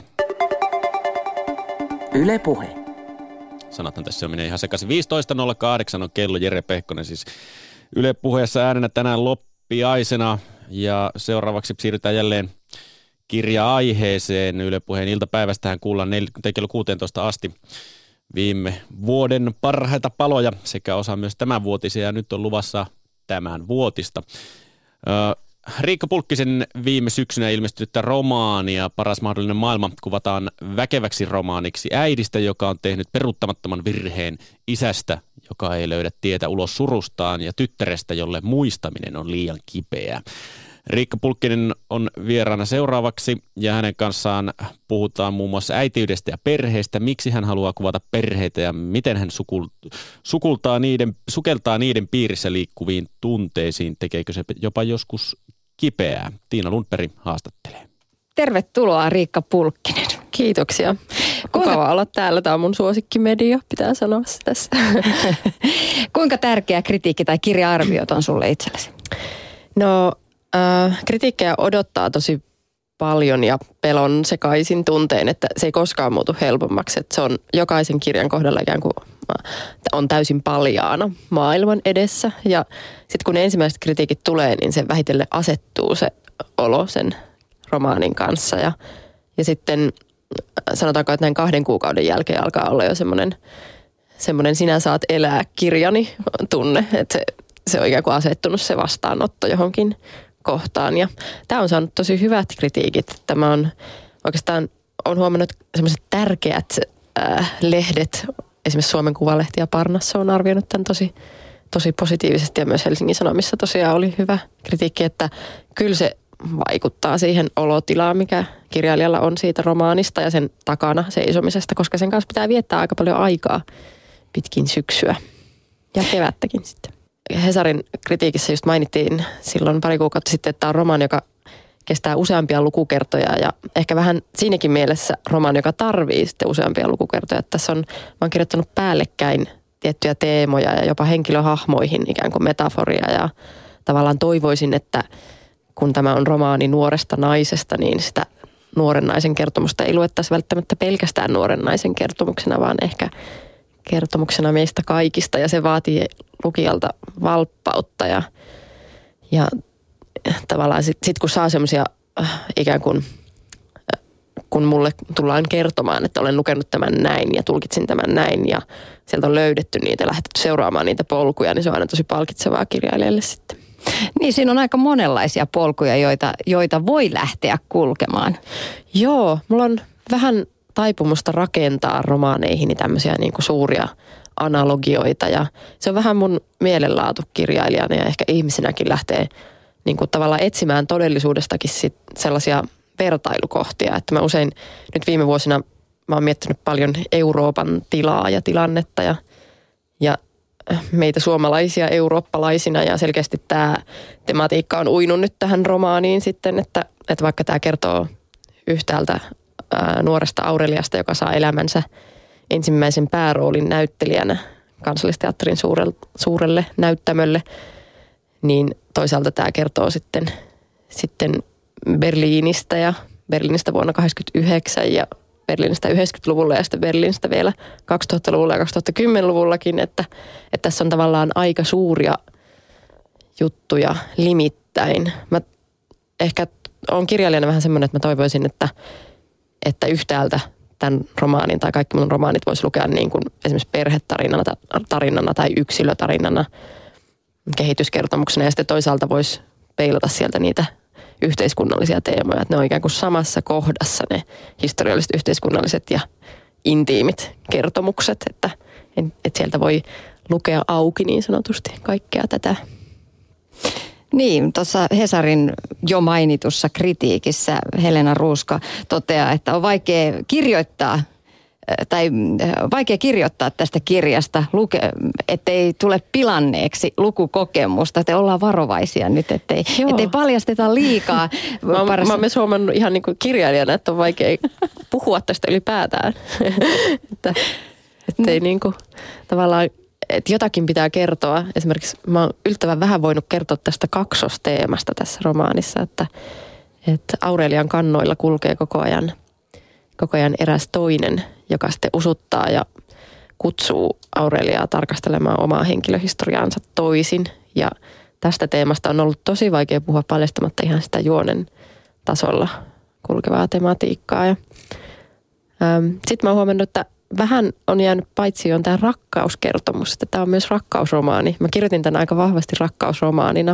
Yle Puhe. Sanathan tässä on menee ihan sekaisin. viisitoista nolla kahdeksan on kello. Jere Pehkonen siis Yle Puheessa äänenä tänään loppiaisena. Ja seuraavaksi siirrytään jälleen kirja-aiheeseen. Yle Puheen iltapäivästähän kuullaan kello kuusitoista asti viime vuoden parhaita paloja sekä osa myös tämänvuotisia. Ja nyt on luvassa tämän vuotista. Riikka Pulkkisen viime syksynä ilmestynyttä romaania Paras mahdollinen maailma kuvataan väkeväksi romaaniksi äidistä, joka on tehnyt peruuttamattoman virheen, isästä, joka ei löydä tietä ulos surustaan, ja tyttärestä, jolle muistaminen on liian kipeää. Riikka Pulkkinen on vieraana seuraavaksi ja hänen kanssaan puhutaan muun muassa äitiydestä ja perheestä, miksi hän haluaa kuvata perheitä ja miten hän sukul, sukultaa niiden, sukeltaa niiden piirissä liikkuviin tunteisiin, tekeekö se jopa joskus kipeää. Tiina Lundberg haastattelee. Tervetuloa Riikka Pulkkinen. Kiitoksia. Mukava olla täällä. Tämä on mun suosikkimedia, pitää sanoa tässä. Kuinka tärkeä kritiikki tai kirja-arviot on sulle itsellesi? No äh, kritiikkejä odottaa tosi paljon ja pelon sekaisin tunteen, että se ei koskaan muutu helpommaksi. Että se on jokaisen kirjan kohdalla ikään kuin on täysin paljaana maailman edessä. Ja sitten kun ne ensimmäiset kritiikit tulee, niin se vähitellen asettuu se olo sen romaanin kanssa. Ja, ja sitten sanotaanko, että näin kahden kuukauden jälkeen alkaa olla jo semmoinen, semmoinen sinä saat elää kirjani tunne. Että se, se on ikään kuin asettunut se vastaanotto johonkin kohtaan. Ja tämä on saanut tosi hyvät kritiikit. Tämä on oikeastaan, on huomannut semmoiset tärkeät äh, lehdet, esimerkiksi Suomen Kuvalehti ja Parnassa on arvioinut tämän tosi, tosi positiivisesti ja myös Helsingin Sanomissa tosiaan oli hyvä kritiikki, että kyllä se vaikuttaa siihen olotilaan, mikä kirjailijalla on siitä romaanista ja sen takana seisomisesta, koska sen kanssa pitää viettää aika paljon aikaa pitkin syksyä ja kevättäkin sitten. Hesarin kritiikissä just mainittiin silloin pari kuukautta sitten, että tämä on romaani, joka kestää useampia lukukertoja ja ehkä vähän siinäkin mielessä romaani, joka tarvii sitten useampia lukukertoja. Tässä on, mä oon kirjoittanut päällekkäin tiettyjä teemoja ja jopa henkilöhahmoihin ikään kuin metaforia ja tavallaan toivoisin, että kun tämä on romaani nuoresta naisesta, niin sitä nuoren naisen kertomusta ei luettaisi välttämättä pelkästään nuoren naisen kertomuksena, vaan ehkä kertomuksena meistä kaikista ja se vaatii lukijalta valppautta ja, ja tavallaan sitten sit kun saa semmoisia äh, ikään kuin, äh, kun mulle tullaan kertomaan, että olen lukenut tämän näin ja tulkitsin tämän näin ja sieltä on löydetty niitä ja lähdetty seuraamaan niitä polkuja, niin se on aina tosi palkitsevaa kirjailijalle sitten. Niin, siinä on aika monenlaisia polkuja, joita, joita voi lähteä kulkemaan. Joo, mulla on vähän taipumusta rakentaa romaaneihin tämmöisiä niin kuin suuria analogioita ja se on vähän mun mielenlaatu kirjailijana ja ehkä ihmisenäkin lähtee niin kuin tavallaan etsimään todellisuudestakin sit sellaisia vertailukohtia, että mä usein nyt viime vuosina mä oon miettinyt paljon Euroopan tilaa ja tilannetta ja, ja meitä suomalaisia eurooppalaisina ja selkeästi tämä tematiikka on uinut nyt tähän romaaniin sitten, että, että vaikka tämä kertoo yhtäältä ää, nuoresta Aureliasta, joka saa elämänsä ensimmäisen pääroolin näyttelijänä Kansallisteatterin suurelle, suurelle näyttämölle, niin toisaalta tämä kertoo sitten, sitten Berliinistä ja Berliinistä vuonna tuhatyhdeksänsataakahdeksankymmentäyhdeksän ja Berliinistä yhdeksänkymmentäluvulla ja sitten Berliinistä vielä kaksituhattaluvulla ja kaksituhattakymmenluvullakin, että, että tässä on tavallaan aika suuria juttuja limittäin. Mä ehkä olen kirjailijana vähän semmoinen, että mä toivoisin, että, että yhtäältä tämän romaanin tai kaikki mun romaanit voisi lukea niin kuin esimerkiksi perhetarinana tarinana tai yksilötarinana kehityskertomuksena ja sitten toisaalta voisi peilata sieltä niitä yhteiskunnallisia teemoja, että ne on ikään kuin samassa kohdassa ne historialliset, yhteiskunnalliset ja intiimit kertomukset, että, että sieltä voi lukea auki niin sanotusti kaikkea tätä. Niin, tuossa Hesarin jo mainitussa kritiikissä Helena Ruuska toteaa, että on vaikea kirjoittaa tai vaikea kirjoittaa tästä kirjasta, luke, ettei tule pilanneeksi lukukokemusta. Te ollaan varovaisia nyt, ettei, ettei paljasteta liikaa. Mä, Paras... mä oon myös huomannut ihan niin kuin kirjailijana, että on vaikea puhua tästä ylipäätään. että, ettei niin kuin, tavallaan, että jotakin pitää kertoa. Esimerkiksi mä oon yllättävän vähän voinut kertoa tästä kaksosteemasta tässä romaanissa, että, että Aurelian kannoilla kulkee koko ajan, koko ajan eräs toinen, joka sitten usuttaa ja kutsuu Aureliaa tarkastelemaan omaa henkilöhistoriaansa toisin. Ja tästä teemasta on ollut tosi vaikea puhua paljastamatta ihan sitä juonen tasolla kulkevaa tematiikkaa. Ja, ähm, sitten mä oon huomannut, että vähän on jäänyt paitsi on tämä rakkauskertomus, että tämä on myös rakkausromaani. Mä kirjoitin tämän aika vahvasti rakkausromaanina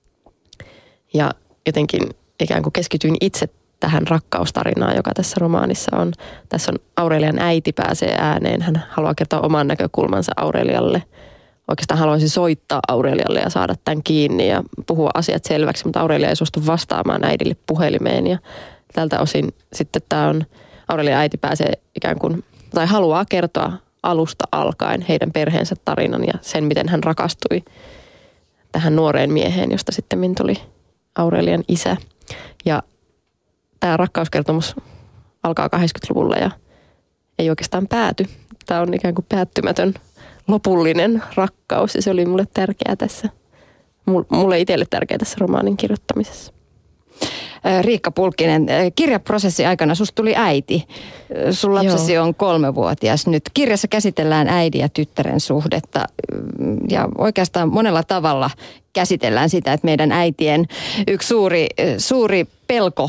ja jotenkin ikään kuin keskityin itse tähän rakkaustarinaan, joka tässä romaanissa on. Tässä on Aurelian äiti pääsee ääneen. Hän haluaa kertoa oman näkökulmansa Aurelialle. Oikeastaan haluaisi soittaa Aurelialle ja saada tämän kiinni ja puhua asiat selväksi, mutta Aurelia ei suostu vastaamaan äidille puhelimeen. Ja tältä osin sitten tämä on, Aurelian äiti pääsee ikään kuin, tai haluaa kertoa alusta alkaen heidän perheensä tarinan ja sen, miten hän rakastui tähän nuoreen mieheen, josta sitten tuli Aurelian isä. Ja tämä rakkauskertomus alkaa kahdeksankymmentäluvulla ja ei oikeastaan pääty. Tämä on ikään kuin päättymätön lopullinen rakkaus ja se oli mulle tärkeää tässä, mulle itselle tärkeää tässä romaanin kirjoittamisessa. Riikka Pulkkinen, kirjaprosessin aikana susta tuli äiti. Sun lapsesi Joo. on kolmevuotias nyt. Kirjassa käsitellään äidin ja tyttären suhdetta ja oikeastaan monella tavalla käsitellään sitä, että meidän äitien yksi suuri, suuri pelko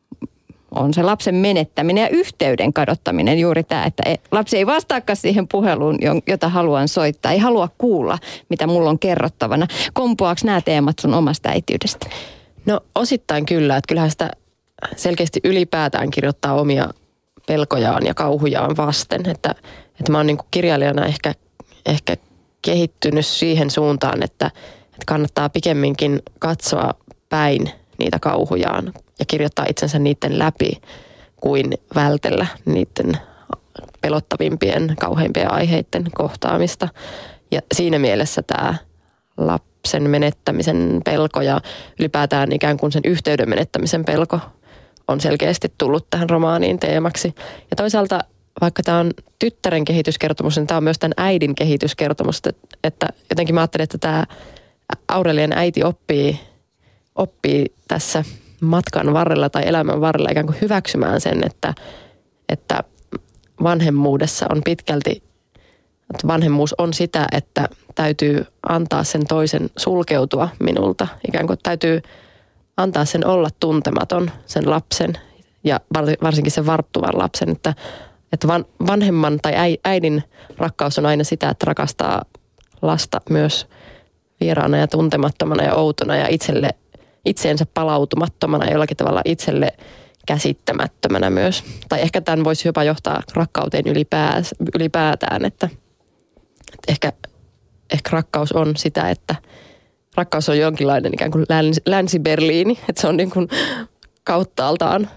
on se lapsen menettäminen ja yhteyden kadottaminen. Juuri tämä, että lapsi ei vastaakaan siihen puheluun, jota haluan soittaa. Ei halua kuulla, mitä mulla on kerrottavana. Kompuaako nämä teemat sun omasta äitiydestä? No osittain kyllä, että kyllähän sitä selkeästi ylipäätään kirjoittaa omia pelkojaan ja kauhujaan vasten. Että, että mä oon niin kuin kirjailijana ehkä, ehkä kehittynyt siihen suuntaan, että, että kannattaa pikemminkin katsoa päin niitä kauhujaan ja kirjoittaa itsensä niiden läpi kuin vältellä niiden pelottavimpien, kauheimpien aiheiden kohtaamista. Ja siinä mielessä tämä lapsen menettämisen pelko ja ylipäätään ikään kuin sen yhteyden menettämisen pelko on selkeästi tullut tähän romaaniin teemaksi. Ja toisaalta vaikka tämä on tyttären kehityskertomus, niin tämä on myös tämän äidin kehityskertomus. Että jotenkin mä ajattelin, että tämä Aurelian äiti oppii, oppii tässä matkan varrella tai elämän varrella ikään kuin hyväksymään sen, että, että vanhemmuudessa on pitkälti, että vanhemmuus on sitä, että täytyy antaa sen toisen sulkeutua minulta. Ikään kuin täytyy antaa sen olla tuntematon, sen lapsen ja varsinkin sen varttuvan lapsen, että, että vanhemman tai äidin rakkaus on aina sitä, että rakastaa lasta myös vieraana ja tuntemattomana ja outona ja itselle, itseensä palautumattomana ja jollakin tavalla itselle käsittämättömänä myös. Tai ehkä tämän voisi jopa johtaa rakkauteen ylipääs, ylipäätään, että, että ehkä, ehkä rakkaus on sitä, että rakkaus on jonkinlainen ikään kuin länsi, länsi-Berliini, että se on niin kuin kauttaaltaan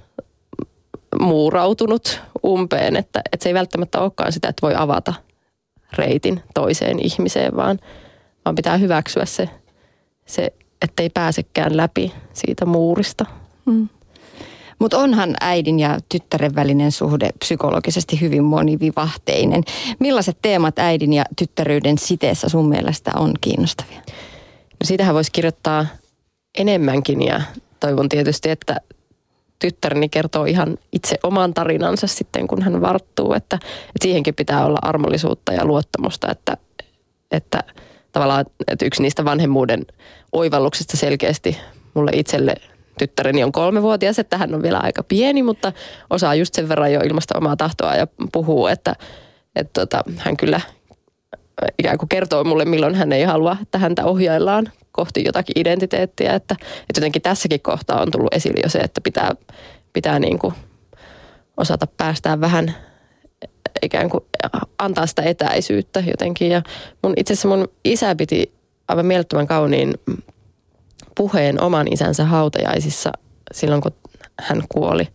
muurautunut umpeen, että, että se ei välttämättä olekaan sitä, että voi avata reitin toiseen ihmiseen, vaan, vaan pitää hyväksyä se, se ettei pääsekään läpi siitä muurista. Mm. Mutta onhan äidin ja tyttären välinen suhde psykologisesti hyvin monivivahteinen. Millaiset teemat äidin ja tyttäryyden siteessä sun mielestä on kiinnostavia? No siitähän voisi kirjoittaa enemmänkin ja toivon tietysti, että tyttäreni kertoo ihan itse oman tarinansa sitten, kun hän varttuu. Että, että siihenkin pitää olla armollisuutta ja luottamusta, että, että tavallaan että yksi niistä vanhemmuuden oivalluksista selkeästi mulle itselle tyttäreni on kolmevuotias, että hän on vielä aika pieni, mutta osaa just sen verran jo ilmaista omaa tahtoa ja puhuu, että, että tota, hän kyllä ikään kuin kertoo mulle, milloin hän ei halua, että häntä ohjaillaan kohti jotakin identiteettiä. Että, että jotenkin tässäkin kohtaa on tullut esille jo se, että pitää, pitää niin kuin osata päästää vähän ikään kuin antaa sitä etäisyyttä jotenkin. Ja mun, itse asiassa mun isä piti aivan mielettömän kauniin puheen oman isänsä hautajaisissa silloin, kun hän kuoli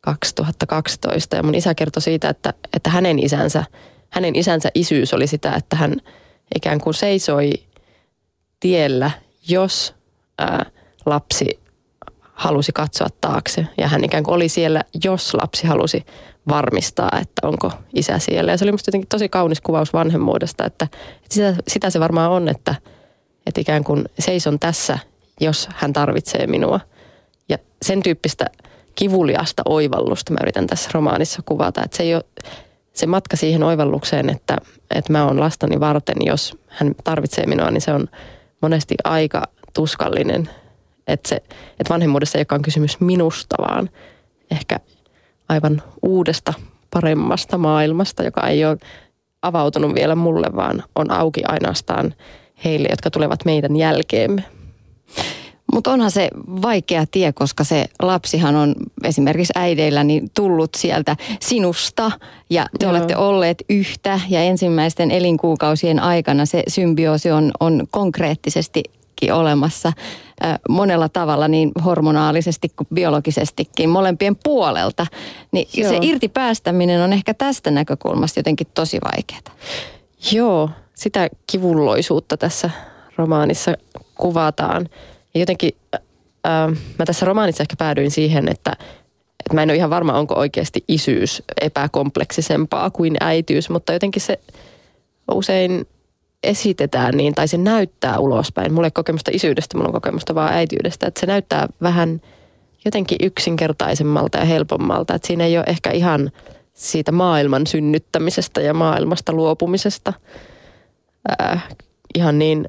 kaksituhattakaksitoista ja mun isä kertoi siitä, että, että hänen isänsä, hänen isänsä isyys oli sitä, että hän ikään kuin seisoi tiellä, jos ää, lapsi halusi katsoa taakse. Ja hän ikään kuin oli siellä, jos lapsi halusi varmistaa, että onko isä siellä. Ja se oli musta jotenkin tosi kaunis kuvaus vanhemmuudesta, että, että sitä, sitä se varmaan on, että, että ikään kuin seison tässä, jos hän tarvitsee minua. Ja sen tyyppistä kivuliasta oivallusta mä yritän tässä romaanissa kuvata, että se ei ole se matka siihen oivallukseen, että, että mä oon lastani varten, jos hän tarvitsee minua, niin se on monesti aika tuskallinen. Että, se, että vanhemmuudessa ei olekaan kysymys minusta, vaan ehkä aivan uudesta, paremmasta maailmasta, joka ei ole avautunut vielä mulle, vaan on auki ainoastaan heille, jotka tulevat meidän jälkeemme. Mutta onhan se vaikea tie, koska se lapsihan on esimerkiksi äideilläni tullut sieltä sinusta ja te Joo. olette olleet yhtä ja ensimmäisten elinkuukausien aikana se symbioosi on, on konkreettisestikin olemassa äh, monella tavalla niin hormonaalisesti kuin biologisestikin molempien puolelta. Niin Joo. se irti päästäminen on ehkä tästä näkökulmasta jotenkin tosi vaikeaa. Joo, sitä kivulloisuutta tässä romaanissa kuvataan. Ja jotenkin äh, mä tässä romaanissa ehkä päädyin siihen, että, että mä en ole ihan varma, onko oikeasti isyys epäkompleksisempaa kuin äitiys, mutta jotenkin se usein esitetään niin, tai se näyttää ulospäin. Mulla ei kokemusta isyydestä, mulla on kokemusta vaan äitiydestä, että se näyttää vähän jotenkin yksinkertaisemmalta ja helpommalta, että siinä ei ole ehkä ihan siitä maailman synnyttämisestä ja maailmasta luopumisesta äh, ihan niin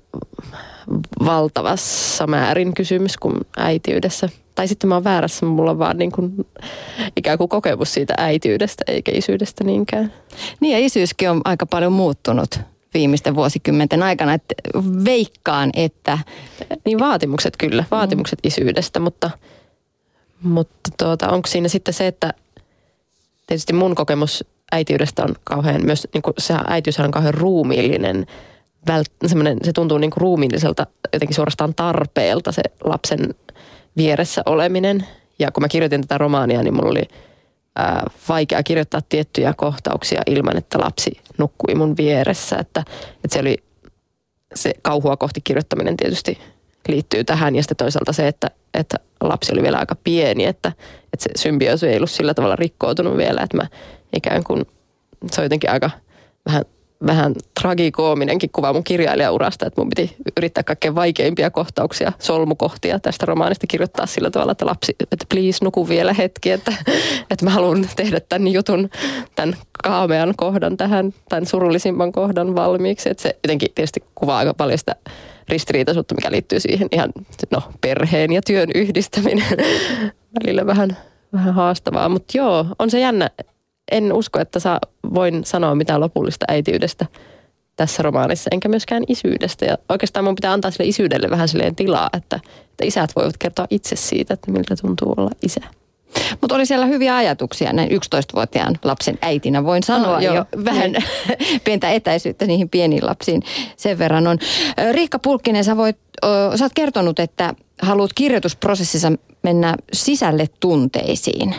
valtavassa määrin kysymys kuin äitiydessä. Tai sitten mä oon väärässä, mulla on vaan niin kuin ikään kuin kokemus siitä äitiydestä eikä isyydestä niinkään. Niin ja isyyskin on aika paljon muuttunut viimeisten vuosikymmenten aikana. Että veikkaan, että... Niin vaatimukset kyllä, vaatimukset mm. isyydestä, mutta, mutta tuota, onko siinä sitten se, että tietysti mun kokemus äitiydestä on kauhean, myös niin kuin se äitiyshän on kauhean ruumiillinen. Se tuntuu niin kuin ruumiilliselta, jotenkin suorastaan tarpeelta se lapsen vieressä oleminen. Ja kun mä kirjoitin tätä romaania, niin mulla oli ää, vaikea kirjoittaa tiettyjä kohtauksia ilman, että lapsi nukkui mun vieressä. Että, että se oli se kauhua kohti kirjoittaminen tietysti liittyy tähän. Ja sitten toisaalta se, että, että lapsi oli vielä aika pieni, että, että se symbioosi ei ollut sillä tavalla rikkoutunut vielä. Että mä ikään kuin, se on jotenkin aika vähän... vähän tragikoominenkin kuva mun kirjailijaurasta, että mun piti yrittää kaikkein vaikeimpia kohtauksia, solmukohtia tästä romaanista kirjoittaa sillä tavalla, että lapsi, että please nuku vielä hetki, että, että mä haluan tehdä tämän jutun, tämän kaamean kohdan tähän, tämän surullisimman kohdan valmiiksi. Että se jotenkin tietysti kuvaa aika paljon sitä ristiriitaisuutta, mikä liittyy siihen ihan no, perheen ja työn yhdistäminen. Välillä vähän, vähän haastavaa, mutta joo, on se jännä. En usko, että saa, voin sanoa mitään lopullista äitiydestä tässä romaanissa, enkä myöskään isyydestä. Ja oikeastaan mun pitää antaa sille isyydelle vähän silleen tilaa, että, että isät voivat kertoa itse siitä, että miltä tuntuu olla isä. Mutta oli siellä hyviä ajatuksia näin yksitoistavuotiaan lapsen äitinä. Voin sanoa oh, jo jo vähän pientä etäisyyttä niihin pieniin lapsiin. Sen verran on. Riikka Pulkkinen, sä, voit, sä oot kertonut, että haluat kirjoitusprosessissa mennä sisälle tunteisiin.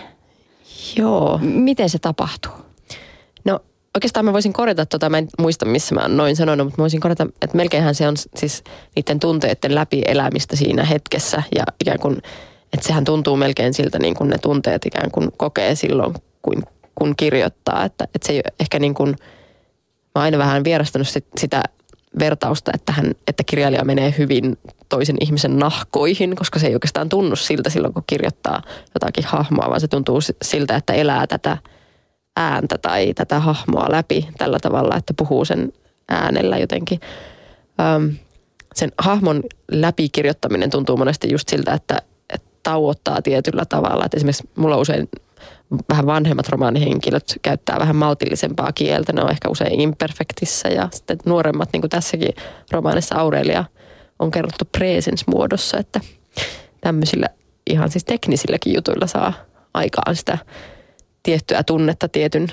Joo. Miten se tapahtuu? No oikeastaan mä voisin korjata tota, mä en muista missä mä oon noin sanonut, mutta mä voisin korjata, että melkeinhän se on siis niiden tunteiden läpielämistä siinä hetkessä ja ikään kuin, että sehän tuntuu melkein siltä niin kuin ne tunteet ikään kuin kokee silloin, kun, kun kirjoittaa, että, että se ei ehkä niin kuin, mä oon aina vähän vierastanut sit, sitä vertausta, että, hän, että kirjailija menee hyvin toisen ihmisen nahkoihin, koska se ei oikeastaan tunnu siltä silloin, kun kirjoittaa jotakin hahmoa, vaan se tuntuu siltä, että elää tätä ääntä tai tätä hahmoa läpi tällä tavalla, että puhuu sen äänellä jotenkin. Öm, sen hahmon läpikirjoittaminen tuntuu monesti just siltä, että, että tauottaa tietyllä tavalla. Että esimerkiksi mulla usein vähän vanhemmat romaanihenkilöt käyttää vähän maltillisempaa kieltä. Ne on ehkä usein imperfektissä ja sitten nuoremmat, niin kuin tässäkin romaanissa Aurelia, on kerrottu presens-muodossa, että tämmöisillä ihan siis teknisilläkin jutuilla saa aikaan sitä tiettyä tunnetta tietyn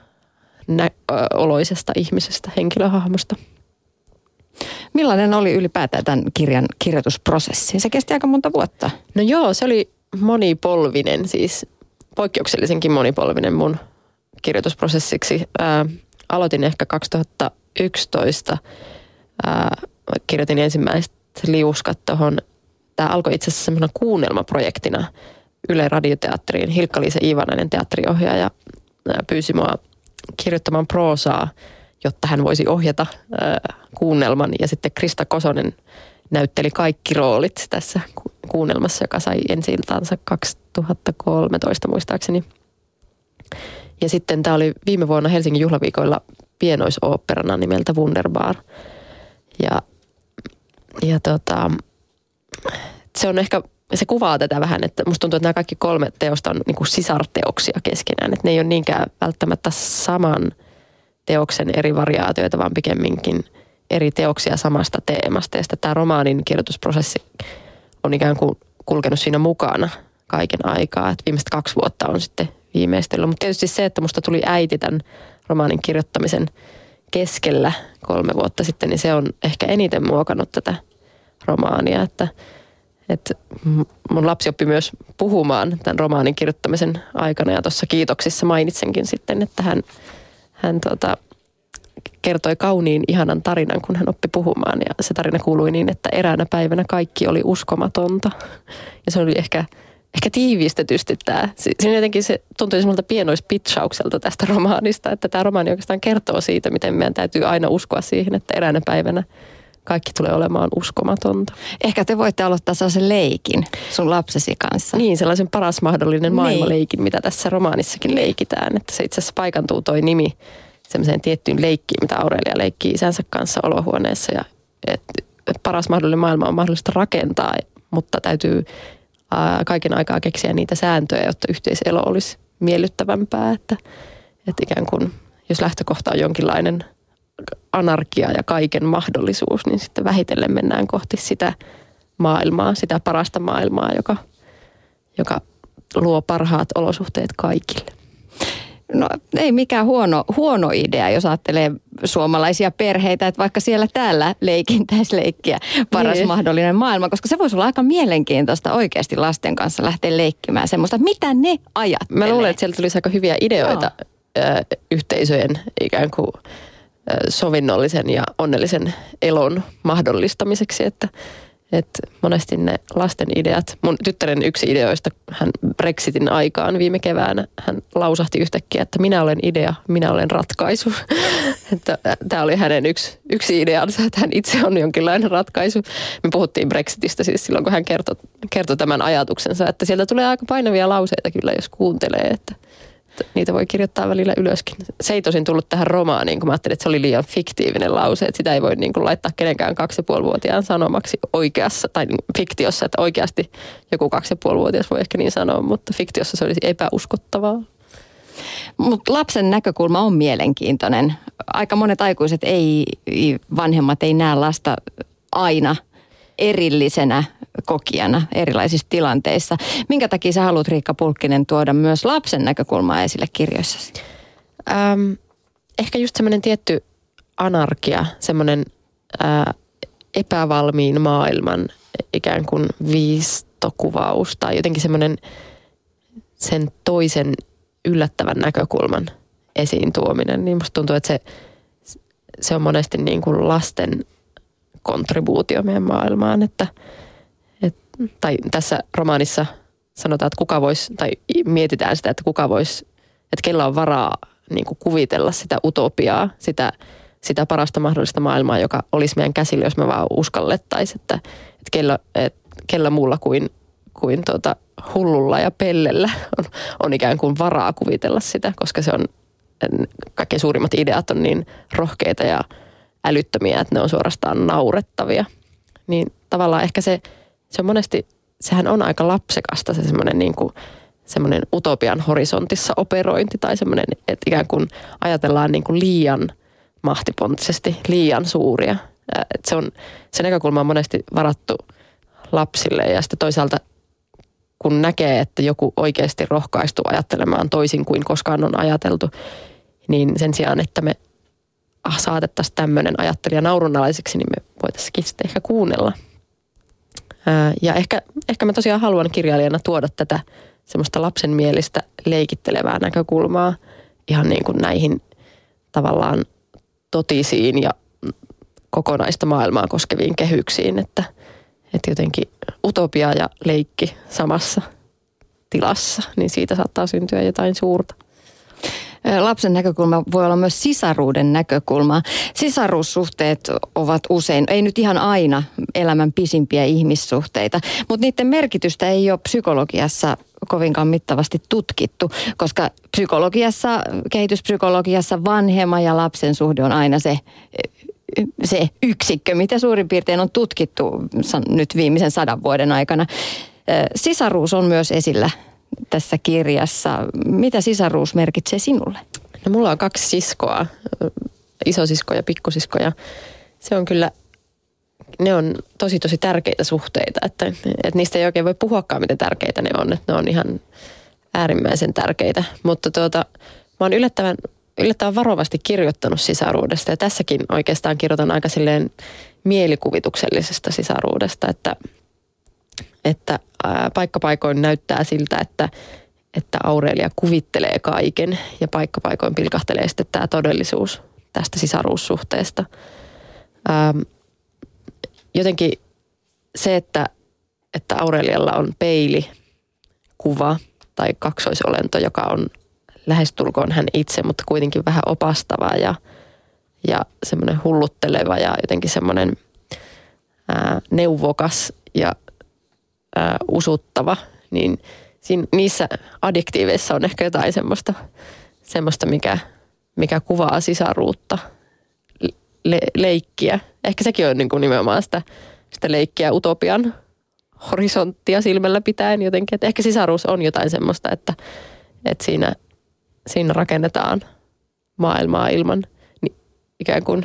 nä- oloisesta ihmisestä, henkilöhahmosta. Millainen oli ylipäätään tämän kirjan kirjoitusprosessi? Se kesti aika monta vuotta. No joo, se oli monipolvinen siis poikkeuksellisenkin monipolvinen mun kirjoitusprosessiksi. Ää, aloitin ehkä kaksituhattayksitoista. Ää, kirjoitin ensimmäiset liuskat tuohon. Tämä alkoi itse asiassa semmoisena kuunnelmaprojektina Yle Radioteatteriin. Hilkka-Liisa Iivanainen, teatteriohjaaja, pyysi mua kirjoittamaan proosaa, jotta hän voisi ohjata ää, kuunnelman. Ja sitten Krista Kosonen näytteli kaikki roolit tässä kuunnelmassa, joka sai ensi-iltaansa kaksituhattakolmetoista muistaakseni. Ja sitten tämä oli viime vuonna Helsingin juhlaviikoilla pienoisoopperana nimeltä Wunderbar. Ja, ja tota, se on ehkä, se kuvaa tätä vähän, että musta tuntuu, että nämä kaikki kolme teosta on niin kuin sisarteoksia keskenään. Että ne ei ole niinkään välttämättä saman teoksen eri variaatioita, vaan pikemminkin eri teoksia samasta teemasta. Ja tämä romaanin kirjoitusprosessi on ikään kuin kulkenut siinä mukana kaiken aikaa. Että viimeiset kaksi vuotta on sitten viimeistellyt. Mutta tietysti se, että musta tuli äiti tämän romaanin kirjoittamisen keskellä kolme vuotta sitten, niin se on ehkä eniten muokannut tätä romaania. Että, että mun lapsi oppi myös puhumaan tämän romaanin kirjoittamisen aikana. Ja tuossa kiitoksissa mainitsenkin sitten, että hän, hän tota, kertoi kauniin, ihanan tarinan, kun hän oppi puhumaan. Ja se tarina kuului niin, että eräänä päivänä kaikki oli uskomatonta. Ja se oli ehkä, ehkä tiivistetysti tämä. Siinä jotenkin se tuntui semmoilta pienoispitchaukselta tästä romaanista, että tämä romaani oikeastaan kertoo siitä, miten meidän täytyy aina uskoa siihen, että eräänä päivänä kaikki tulee olemaan uskomatonta. Ehkä te voitte aloittaa sellaisen leikin sun lapsesi kanssa. Niin, sellaisen paras mahdollinen maailmaleikin, mitä tässä romaanissakin leikitään. Että se itse asiassa paikantuu toi nimi semmoiseen tiettyyn leikkiin, mitä Aurelia leikkii isänsä kanssa olohuoneessa. Ja että paras mahdollinen maailma on mahdollista rakentaa, mutta täytyy ää, kaiken aikaa keksiä niitä sääntöjä, jotta yhteiselo olisi miellyttävämpää. Että, että ikään kuin, jos lähtökohta on jonkinlainen anarkia ja kaiken mahdollisuus, niin sitten vähitellen mennään kohti sitä maailmaa, sitä parasta maailmaa, joka, joka luo parhaat olosuhteet kaikille. No ei mikään huono, huono idea, jos ajattelee suomalaisia perheitä, että vaikka siellä täällä leikintäisi leikkiä paras niin. mahdollinen maailma, koska se voisi olla aika mielenkiintoista oikeasti lasten kanssa lähteä leikkimään semmoista, mitä ne ajattelee. Mä luulen, että sieltä tulisi aika hyviä ideoita ö, yhteisöjen ikään kuin sovinnollisen ja onnellisen elon mahdollistamiseksi, että, että monesti ne lasten ideat, mun tyttären yksi ideoista, hän Brexitin aikaan viime keväänä, hän lausahti yhtäkkiä, että minä olen idea, minä olen ratkaisu. Että tämä oli hänen yksi, yksi ideansa, että hän itse on jonkinlainen ratkaisu. Me puhuttiin Brexitistä siis silloin, kun hän kertoi, kertoi tämän ajatuksensa, että sieltä tulee aika painavia lauseita kyllä, jos kuuntelee, että niitä voi kirjoittaa välillä ylöskin. Se ei tosin tullut tähän romaaniin, kun mä ajattelin, että se oli liian fiktiivinen lause, että sitä ei voi niin kuin laittaa kenenkään kaksi ja puolivuotiaan sanomaksi oikeassa, tai fiktiossa, että oikeasti joku kaksi ja puolivuotias voi ehkä niin sanoa, mutta fiktiossa se olisi epäuskottavaa. Mutta lapsen näkökulma on mielenkiintoinen. Aika monet aikuiset ei, vanhemmat ei näe lasta aina erillisenä kokijana erilaisissa tilanteissa. Minkä takia sä haluat, Riikka Pulkkinen, tuoda myös lapsen näkökulmaa esille kirjoissasi? Ähm, ehkä just semmoinen tietty anarkia, semmoinen äh, epävalmiin maailman ikään kuin viistokuvaus tai jotenkin semmoinen sen toisen yllättävän näkökulman esiin tuominen. Niin musta tuntuu, että se, se on monesti niin kuin lasten kontribuutio meidän maailmaan, että et, tai tässä romaanissa sanotaan, että kuka voisi, tai mietitään sitä, että kuka voisi, että kellä on varaa niin kuin kuvitella sitä utopiaa, sitä, sitä parasta mahdollista maailmaa, joka olisi meidän käsillä, jos me vaan uskallettaisiin, että, että kellä, et, kellä muulla kuin, kuin tuota, hullulla ja pellellä on, on ikään kuin varaa kuvitella sitä, koska se on, kaikkein suurimmat ideat on niin rohkeita ja älyttömiä, että ne on suorastaan naurettavia. Niin tavallaan ehkä se, se on monesti, sehän on aika lapsekasta se semmoinen niin kuin semmoinen utopian horisontissa operointi tai semmoinen, että ikään kuin ajatellaan niin kuin liian mahtipontisesti, liian suuria. Että se on, se näkökulma on monesti varattu lapsille ja sitten toisaalta kun näkee, että joku oikeasti rohkaistuu ajattelemaan toisin kuin koskaan on ajateltu, niin sen sijaan, että me ah, saatettaisiin tämmöinen ajattelija naurunalaiseksi, niin me voitaisiin sitten ehkä kuunnella. Ää, ja ehkä, ehkä mä tosiaan haluan kirjailijana tuoda tätä semmoista lapsenmielistä leikittelevää näkökulmaa ihan niin kuin näihin tavallaan totisiin ja kokonaista maailmaa koskeviin kehyksiin, että, että jotenkin utopia ja leikki samassa tilassa, niin siitä saattaa syntyä jotain suurta. Lapsen näkökulma voi olla myös sisaruuden näkökulma. Sisaruussuhteet ovat usein, ei nyt ihan aina, elämän pisimpiä ihmissuhteita, mutta niiden merkitystä ei ole psykologiassa kovinkaan mittavasti tutkittu, koska psykologiassa, kehityspsykologiassa vanhemman ja lapsen suhde on aina se, se yksikkö, mitä suurin piirtein on tutkittu nyt viimeisen sadan vuoden aikana. Sisaruus on myös esillä tässä kirjassa. Mitä sisaruus merkitsee sinulle? No, mulla on kaksi siskoa, isosisko ja pikkusisko, ja se on kyllä, ne on tosi tosi tärkeitä suhteita, että, että niistä ei oikein voi puhuakaan, miten tärkeitä ne on, että ne on ihan äärimmäisen tärkeitä, mutta tuota, mä oon yllättävän, yllättävän varovasti kirjoittanut sisaruudesta, ja tässäkin oikeastaan kirjoitan aika silleen mielikuvituksellisesta sisaruudesta, että että ää, paikkapaikoin näyttää siltä, että, että Aurelia kuvittelee kaiken ja paikkapaikoin pilkahtelee sitten tämä todellisuus tästä sisaruussuhteesta. Ää, jotenkin se, että, että Aurelialla on peilikuva tai kaksoisolento, joka on lähestulkoon hän itse, mutta kuitenkin vähän opastava ja, ja semmoinen hullutteleva ja jotenkin semmoinen ää, neuvokas ja Ää, usuttava, niin siinä, niissä adjektiiveissa on ehkä jotain semmoista, semmoista mikä, mikä kuvaa sisaruutta, le, leikkiä. Ehkä sekin on niin kuin nimenomaan sitä, sitä leikkiä utopian horisonttia silmällä pitäen jotenkin. Että ehkä sisaruus on jotain semmoista, että, että siinä, siinä rakennetaan maailmaa ilman niin ikään kuin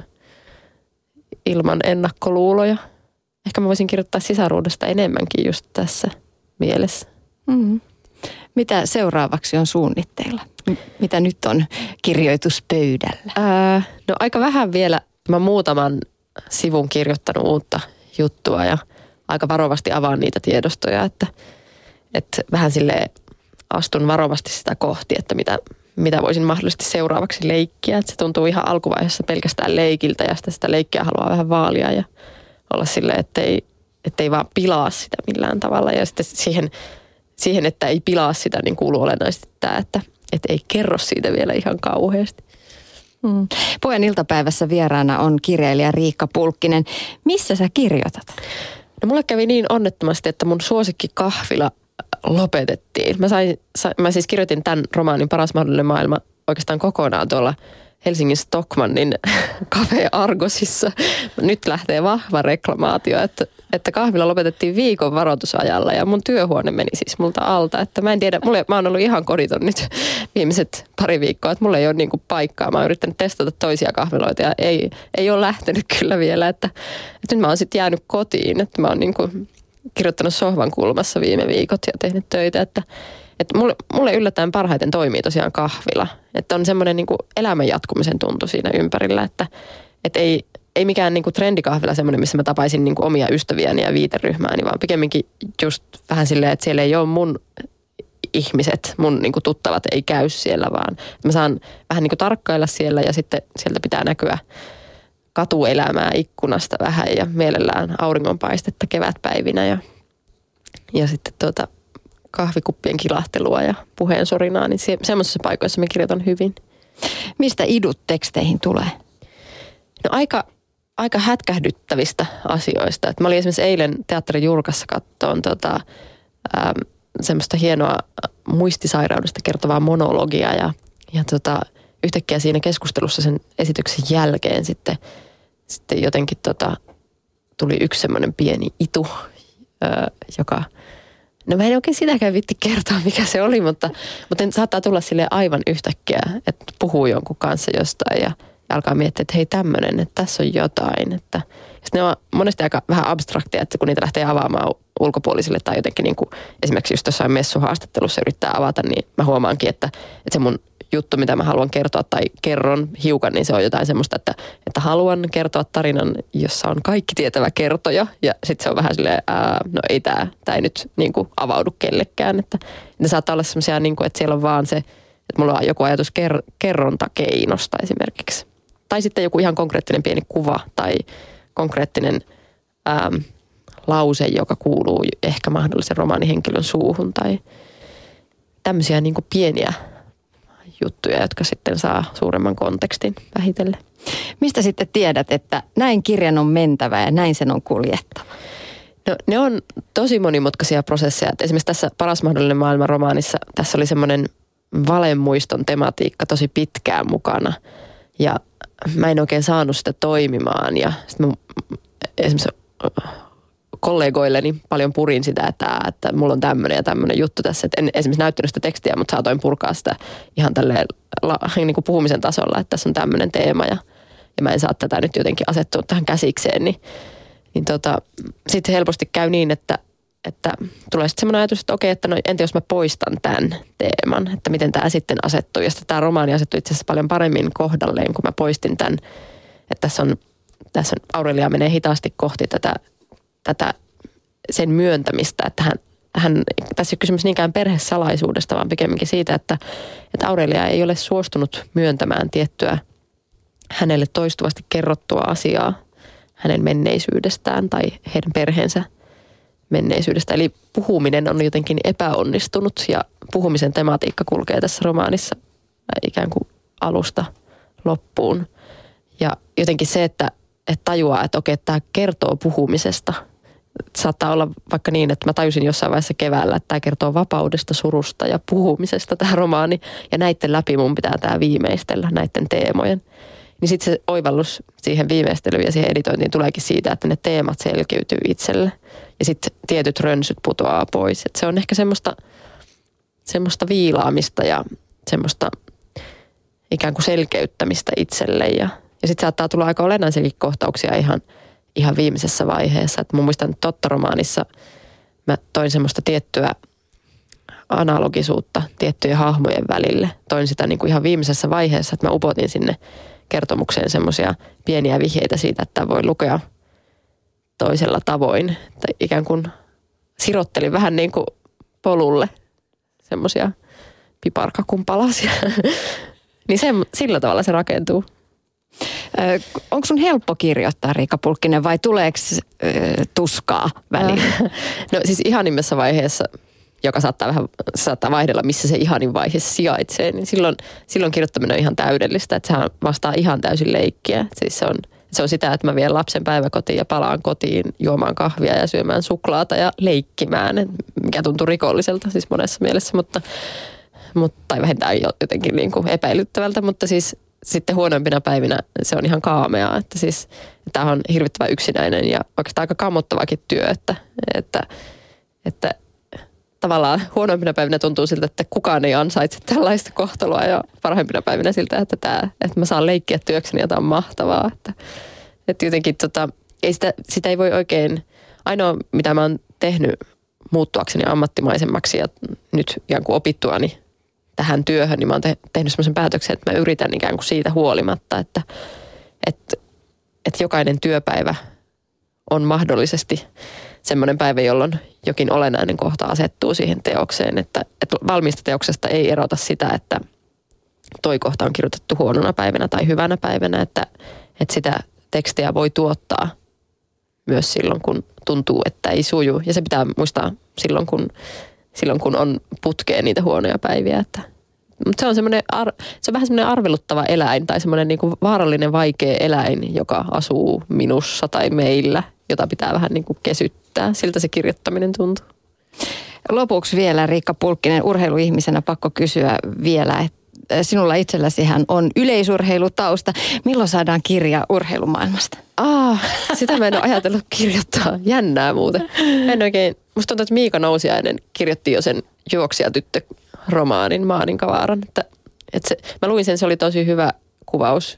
ilman ennakkoluuloja. Ehkä mä voisin kirjoittaa sisaruudesta enemmänkin just tässä mielessä. Mm. Mitä seuraavaksi on suunnitteilla? Mitä nyt on kirjoituspöydällä? Ää, no aika vähän vielä. Mä muutaman sivun kirjoittanut uutta juttua ja aika varovasti avaan niitä tiedostoja, että, että vähän silleen astun varovasti sitä kohti, että mitä, mitä voisin mahdollisesti seuraavaksi leikkiä. Että se tuntuu ihan alkuvaiheessa pelkästään leikiltä ja sitä, sitä leikkiä haluaa vähän vaalia ja olla silleen, ettei, ettei vaan pilaa sitä millään tavalla. Ja sitten siihen, siihen, että ei pilaa sitä, niin kuuluu olennaisesti tämä, että, että ei kerro siitä vielä ihan kauheasti. Mm. Pojan iltapäivässä vieraana on kirjailija Riikka Pulkkinen. Missä sä kirjoitat? No mulle kävi niin onnettomasti, että mun suosikkikahvila lopetettiin. Mä, sain, mä siis kirjoitin tämän romaanin Paras mahdollinen maailma oikeastaan kokonaan tuolla Helsingin Stockmannin Cafe Argosissa. Nyt lähtee vahva reklamaatio, että, että kahvila lopetettiin viikon varoitusajalla ja mun työhuone meni siis multa alta. Että mä en tiedä, mulle, mä oon ollut ihan koditon nyt viimeiset pari viikkoa, että mulla ei ole niinku paikkaa. Mä oon yrittänyt testata toisia kahviloita ja ei, ei ole lähtenyt kyllä vielä. Että, että nyt mä oon sitten jäänyt kotiin, että mä oon niinku kirjoittanut sohvan kulmassa viime viikot ja tehnyt töitä, että Että mulle, mulle yllättäen parhaiten toimii tosiaan kahvila. Että on semmoinen niin kuin elämän jatkumisen tuntu siinä ympärillä, että, että ei, ei mikään niin kuin trendikahvila semmoinen, missä mä tapaisin niin kuin omia ystäviäni ja viiteryhmääni, vaan pikemminkin just vähän silleen, että siellä ei ole mun ihmiset, mun niin kuin tuttavat ei käy siellä, vaan mä saan vähän niin kuin tarkkailla siellä ja sitten sieltä pitää näkyä katuelämää ikkunasta vähän ja mielellään auringonpaistetta kevätpäivinä ja, ja sitten tuota kahvikuppien kilahtelua ja puheen sorinaa, niin se, semmoisissa paikoissa mä kirjoitan hyvin. Mistä idut teksteihin tulee? No aika, aika hätkähdyttävistä asioista. Et mä olin esimerkiksi eilen teatterin Julkassa kattoon tota, ähm, semmoista hienoa muistisairaudesta kertovaa monologia ja, ja tota, yhtäkkiä siinä keskustelussa sen esityksen jälkeen sitten, sitten jotenkin tota, tuli yksi semmoinen pieni itu, äh, joka no mä en oikein sitäkään vitti kertoa, mikä se oli, mutta, mutta saattaa tulla silleen aivan yhtäkkiä, että puhuu jonkun kanssa jostain ja alkaa miettiä, että hei tämmöinen, että tässä on jotain. Että, ne on monesti aika vähän abstrakteja, että kun niitä lähtee avaamaan ulkopuolisille tai jotenkin niin kuin esimerkiksi just jossain messuhaastattelussa yrittää avata, niin mä huomaankin, että, että se mun juttu, mitä mä haluan kertoa tai kerron hiukan, niin se on jotain semmoista, että, että haluan kertoa tarinan, jossa on kaikki tietävä kertoja. Ja sitten se on vähän silleen, ää, no ei tämä tää ei nyt niin kuin avaudu kellekään. Että ne saattaa olla semmoisia, niin kuin, että siellä on vaan se, että mulla on joku ajatus ker- kerrontakeinosta esimerkiksi. Tai sitten joku ihan konkreettinen pieni kuva tai konkreettinen äm, lause, joka kuuluu ehkä mahdollisen romaanihenkilön suuhun tai tämmöisiä niin kuin pieniä juttuja, jotka sitten saa suuremman kontekstin vähitellen. Mistä sitten tiedät, että näin kirjan on mentävä ja näin sen on kuljettava? No ne on tosi monimutkaisia prosesseja. Et esimerkiksi tässä Paras mahdollinen maailma -romaanissa tässä oli semmoinen valemuiston tematiikka tosi pitkään mukana. Ja mä en oikein saanut sitä toimimaan. Ja sitten mä esimerkiksi kollegoilleni paljon purin sitä, että, että mulla on tämmöinen ja tämmöinen juttu tässä. Et en esimerkiksi näyttänyt sitä tekstiä, mutta saatoin purkaa sitä ihan tälleen niin kuin puhumisen tasolla, että tässä on tämmöinen teema ja, ja mä en saa tätä nyt jotenkin asettua tähän käsikseen. Niin, niin tota, sitten helposti käy niin, että, että tulee sitten semmoinen ajatus, että okei, että no entä jos mä poistan tämän teeman, että miten tämä sitten asettuu. Ja sitten tämä romaani asettui itse asiassa paljon paremmin kohdalleen, kun mä poistin tämän, että tässä on, tässä on Aurelia menee hitaasti kohti tätä tätä sen myöntämistä, että hän, hän tässä ei ole kysymys niinkään perhesalaisuudesta, vaan pikemminkin siitä, että, että Aurelia ei ole suostunut myöntämään tiettyä hänelle toistuvasti kerrottua asiaa hänen menneisyydestään tai heidän perheensä menneisyydestä. Eli puhuminen on jotenkin epäonnistunut ja puhumisen tematiikka kulkee tässä romaanissa ikään kuin alusta loppuun. Ja jotenkin se, että, että tajuaa, että okei, että tämä kertoo puhumisesta. Saattaa olla vaikka niin, että mä tajusin jossain vaiheessa keväällä, että tämä kertoo vapaudesta, surusta ja puhumisesta tämä romaani. Ja näiden läpi mun pitää tämä viimeistellä, näiden teemojen. Niin sitten se oivallus siihen viimeistelyyn ja siihen editointiin tuleekin siitä, että ne teemat selkeytyy itselle. Ja sitten tietyt rönsyt putoaa pois. Et se on ehkä semmoista, semmoista viilaamista ja semmoista ikään kuin selkeyttämistä itselle. Ja, ja sitten saattaa tulla aika olennaisiakin kohtauksia ihan ihan viimeisessä vaiheessa. Että mun muistan Totta-romaanissa mä toin semmoista tiettyä analogisuutta tiettyjen hahmojen välille. Toin sitä niin kuin ihan viimeisessä vaiheessa, että mä upotin sinne kertomukseen semmoisia pieniä vihjeitä siitä, että voi lukea toisella tavoin. Tai ikään kuin sirottelin vähän niin kuin polulle semmoisia piparkakun palasia. Niin se, sillä tavalla se rakentuu. Ö, onko sun helppo kirjoittaa, Riikka Pulkkinen, vai tuleeko ö, tuskaa välillä? No siis ihanimmassa vaiheessa, joka saattaa vähän saattaa vaihdella, missä se ihanin vaihe sijaitsee, niin silloin, silloin kirjoittaminen on ihan täydellistä, että sehän vastaa ihan täysin leikkiä. Siis se on, se on sitä, että mä vien lapsen päiväkotiin ja palaan kotiin juomaan kahvia ja syömään suklaata ja leikkimään, mikä tuntuu rikolliselta siis monessa mielessä, mutta, mutta tai vähintään jotenkin niin kuin epäilyttävältä, mutta siis sitten huonoimpina päivinä se on ihan kaameaa, että siis tämä on hirvittävän yksinäinen ja oikeastaan aika kammottavakin työ, että, että, että tavallaan huonoimpina päivinä tuntuu siltä, että kukaan ei ansaitse tällaista kohtaloa ja parhaimpina päivinä siltä, että, tämä, että mä saan leikkiä työkseni ja tämä on mahtavaa. Että, että jotenkin tota, ei sitä, sitä ei voi oikein, ainoa mitä mä oon tehnyt muuttuakseni ammattimaisemmaksi ja nyt ikään kuin opittuani tähän työhön, niin mä oon te- tehnyt semmoisen päätöksen, että mä yritän ikään kuin siitä huolimatta, että, että, että jokainen työpäivä on mahdollisesti semmoinen päivä, jolloin jokin olennainen kohta asettuu siihen teokseen, että, että valmista teoksesta ei erota sitä, että toi kohta on kirjoitettu huonona päivänä tai hyvänä päivänä, että, että sitä tekstiä voi tuottaa myös silloin, kun tuntuu, että ei suju. Ja se pitää muistaa silloin, kun silloin kun on putkeen niitä huonoja päiviä. Että. Mutta se on, semmoinen ar- se on vähän semmoinen arveluttava eläin tai semmoinen niinku vaarallinen vaikea eläin, joka asuu minussa tai meillä, jota pitää vähän niinku kesyttää. Siltä se kirjoittaminen tuntuu. Lopuksi vielä, Riikka Pulkkinen, urheiluihmisenä pakko kysyä vielä, että sinulla itselläsihän on yleisurheilutausta. Milloin saadaan kirja urheilumaailmasta? Ah, sitä mä en ole ajatellut kirjoittaa. Jännää muuten. En oikein, musta tuntuu, että Miika Nousiainen kirjoitti jo sen Juoksijatyttö-romaanin Maaninkavaaran. Että, että se, mä luin sen, se oli tosi hyvä kuvaus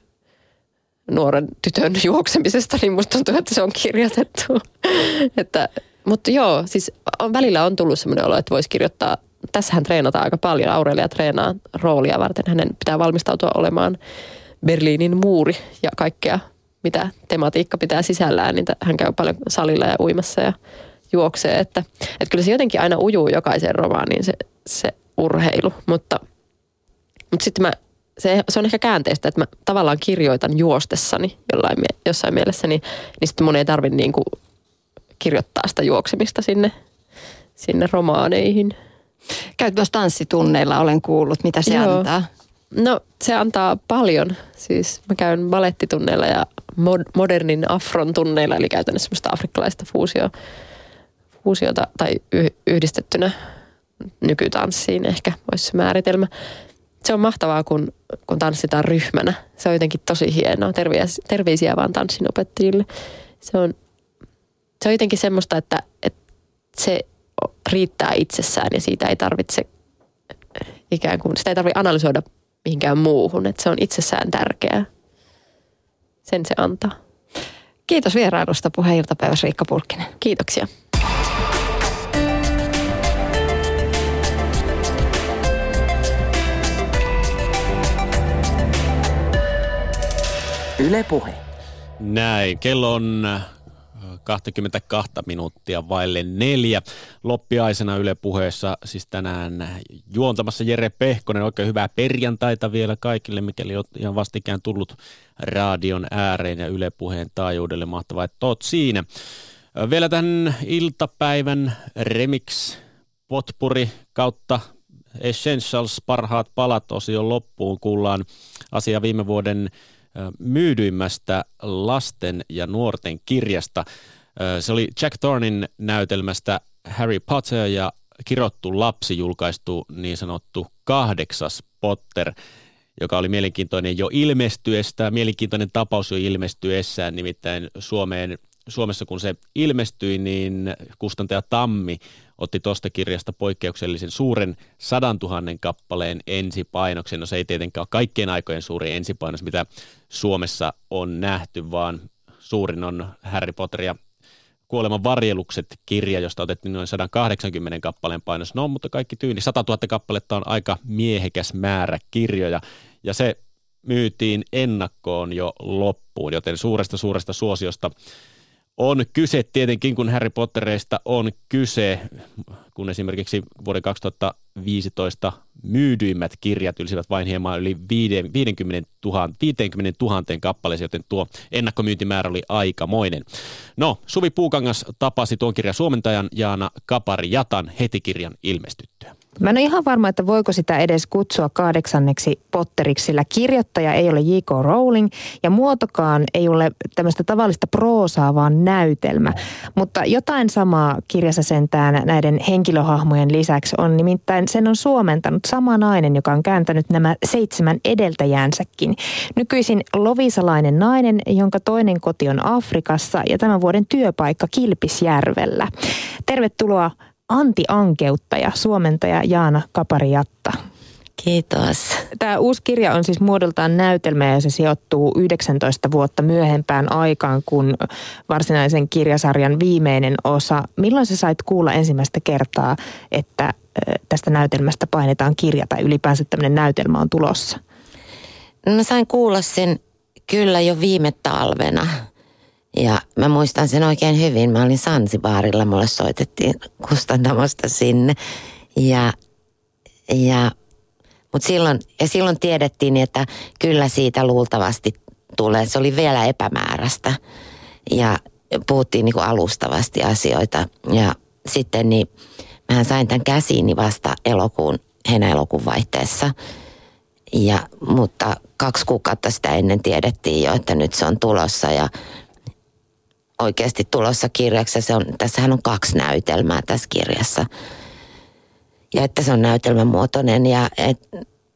nuoren tytön juoksemisesta, niin musta tuntuu, että se on kirjoitettu. että, mutta joo, siis on, välillä on tullut semmoinen olo, että voisi kirjoittaa tässähän treenataan aika paljon. Aurelia treenaa roolia varten. Hänen pitää valmistautua olemaan Berliinin muuri ja kaikkea, mitä tematiikka pitää sisällään. Niin hän käy paljon salilla ja uimassa ja juoksee. Että, että kyllä se jotenkin aina ujuu jokaiseen romaaniin se, se urheilu. Mutta, mutta sitten mä, se, se on ehkä käänteistä, että mä tavallaan kirjoitan juostessani jollain, jossain mielessä, niin, niin sitten mun ei tarvitse niin kuin kirjoittaa sitä juoksemista sinne, sinne romaaneihin. Käyt myös tanssitunneilla, olen kuullut. Mitä se Joo. antaa? No se antaa paljon. Siis mä käyn balettitunneilla ja mod- modernin afron tunneilla, eli käytännössä semmoista afrikkalaista fuusio, fuusiota tai yh- yhdistettynä nykytanssiin ehkä voisi se määritelmä. Se on mahtavaa, kun, kun tanssitaan ryhmänä. Se on jotenkin tosi hienoa. Terveisiä, terveisiä vaan tanssinopettajille. Se on, se on jotenkin semmoista, että, että se riittää itsessään ja siitä ei tarvitse ikään kuin, sitä ei tarvitse analysoida mihinkään muuhun. Että se on itsessään tärkeää. Sen se antaa. Kiitos vierailusta Puheiltapäivässä Riikka Pulkkinen. Kiitoksia. Yle Puhe. Näin, kello on kaksikymmentäkaksi minuuttia vaille neljä. Loppiaisena Yle Puheessa siis tänään juontamassa Jere Pehkonen. Oikein hyvää perjantaita vielä kaikille, mikäli olet ihan vastikään tullut radion ääreen ja Yle Puheen taajuudelle. Mahtavaa, että oot siinä. Vielä tämän iltapäivän remix potpuri kautta Essentials parhaat palat osion loppuun. Kuullaan asia viime vuoden myydyimmästä lasten ja nuorten kirjasta. Se oli Jack Thornin näytelmästä Harry Potter ja kirottu lapsi julkaistu niin sanottu kahdeksas Potter, joka oli mielenkiintoinen jo ilmestyessä. Mielenkiintoinen tapaus jo ilmestyessään, nimittäin Suomeen, Suomessa kun se ilmestyi, niin kustantaja Tammi otti tuosta kirjasta poikkeuksellisen suuren sadantuhannen kappaleen ensipainoksen. No se ei tietenkään ole kaikkien aikojen suuri ensipainos, mitä Suomessa on nähty, vaan suurin on Harry Potter ja Kuoleman varjelukset -kirja, josta otettiin noin sata kahdeksankymmentä kappaleen painos. No, mutta kaikki tyyli. sata tuhatta kappaletta on aika miehekäs määrä kirjoja, ja se myytiin ennakkoon jo loppuun, joten suuresta suuresta suosiosta on kyse tietenkin, kun Harry Pottereista on kyse, kun esimerkiksi vuoden kaksituhattaviisitoista myydyimmät kirjat ylsivät vain hieman yli viisikymmentätuhatta kappaleeseen, joten tuo ennakkomyyntimäärä oli aikamoinen. No, Suvi Puukangas tapasi tuon kirjan suomentajan Jaana Kapari-Jatan heti kirjan ilmestyttyä. Mä en ole ihan varma, että voiko sitä edes kutsua kahdeksanneksi Potteriksi, sillä kirjoittaja ei ole J K. Rowling ja muotokaan ei ole tämmöistä tavallista proosaa, vaan näytelmä. Mutta jotain samaa kirjassa sentään näiden henkilöhahmojen lisäksi on, nimittäin sen on suomentanut sama nainen, joka on kääntänyt nämä seitsemän edeltäjänsäkin. Nykyisin lovisalainen nainen, jonka toinen koti on Afrikassa ja tämän vuoden työpaikka Kilpisjärvellä. Tervetuloa Antti Ankeuttaja, suomentaja Jaana Kapari-Jatta. Kiitos. Tämä uusi kirja on siis muodoltaan näytelmä ja se sijoittuu yhdeksäntoista vuotta myöhempään aikaan kuin varsinaisen kirjasarjan viimeinen osa. Milloin sä sait kuulla ensimmäistä kertaa, että tästä näytelmästä painetaan kirja tai ylipäänsä tämmöinen näytelmä on tulossa? No mä sain kuulla sen kyllä jo viime talvena. Ja mä muistan sen oikein hyvin. Mä olin Sansibarilla, mulle soitettiin kustantamosta sinne. Ja, ja, mut silloin, ja silloin tiedettiin, että kyllä siitä luultavasti tulee. Se oli vielä epämääräistä ja puhuttiin niinku alustavasti asioita. Ja sitten niin mähän sain tämän käsiini vasta elokuun, heinä-elokuun vaihteessa. Ja, mutta kaksi kuukautta sitä ennen tiedettiin jo, että nyt se on tulossa ja oikeasti tulossa kirjaksi. Se on, tässähän on kaksi näytelmää tässä kirjassa. Ja että se on näytelmämuotoinen ja et,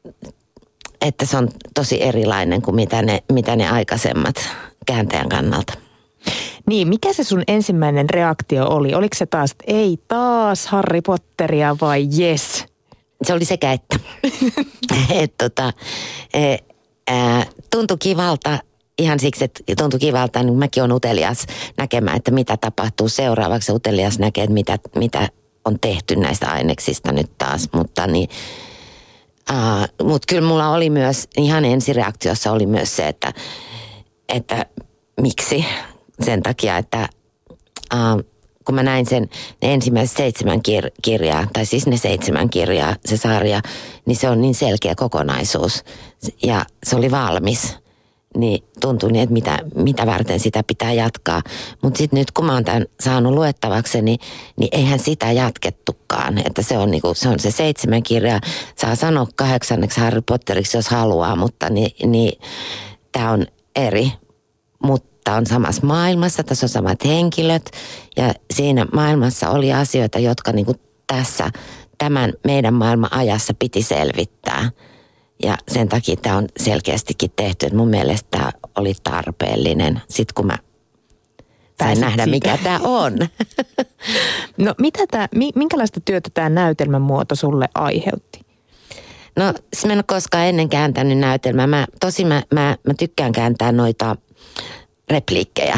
että se on tosi erilainen kuin mitä ne, mitä ne aikaisemmat kääntäjän kannalta. Niin, mikä se sun ensimmäinen reaktio oli? Oliko se taas, että ei taas Harry Potteria vai yes? Se oli sekä että. et, tota, e, ä, tuntui kivalta. Ihan siksi, että tuntui kivalta, niin mäkin olen utelias näkemään, että mitä tapahtuu seuraavaksi. Utelias näkee, että mitä, mitä on tehty näistä aineksista nyt taas, mutta niin, uh, mut kyllä mulla oli myös, ihan ensireaktiossa oli myös se, että, että miksi sen takia, että uh, kun mä näin sen ne ensimmäiset seitsemän kir- kirjaa, tai siis ne seitsemän kirjaa, se sarja, niin se on niin selkeä kokonaisuus ja se oli valmis. Niin tuntui niin, että mitä, mitä varten sitä pitää jatkaa. Mutta sitten nyt kun mä oon tämän saanut luettavaksi, niin, niin eihän sitä jatkettukaan. Että se on, niinku, se, on se seitsemän kirjaa. Saa sanoa kahdeksanneksi Harry Potteriksi, jos haluaa, mutta niin, niin, tämä on eri. Mutta on samassa maailmassa, tässä on samat henkilöt. Ja siinä maailmassa oli asioita, jotka niinku tässä tämän meidän maailman ajassa piti selvittää. Ja sen takia tämä on selkeästikin tehty, että mun mielestä tämä oli tarpeellinen. Sitten kun mä sain Pääsit nähdä, siitä. Mikä tämä on. No mitä tää, minkälaista työtä tämä näytelmän muoto sulle aiheutti? No siis mä en ole koskaan ennen kääntänyt näytelmää. Mä, tosi mä, mä, mä tykkään kääntää noita repliikkejä.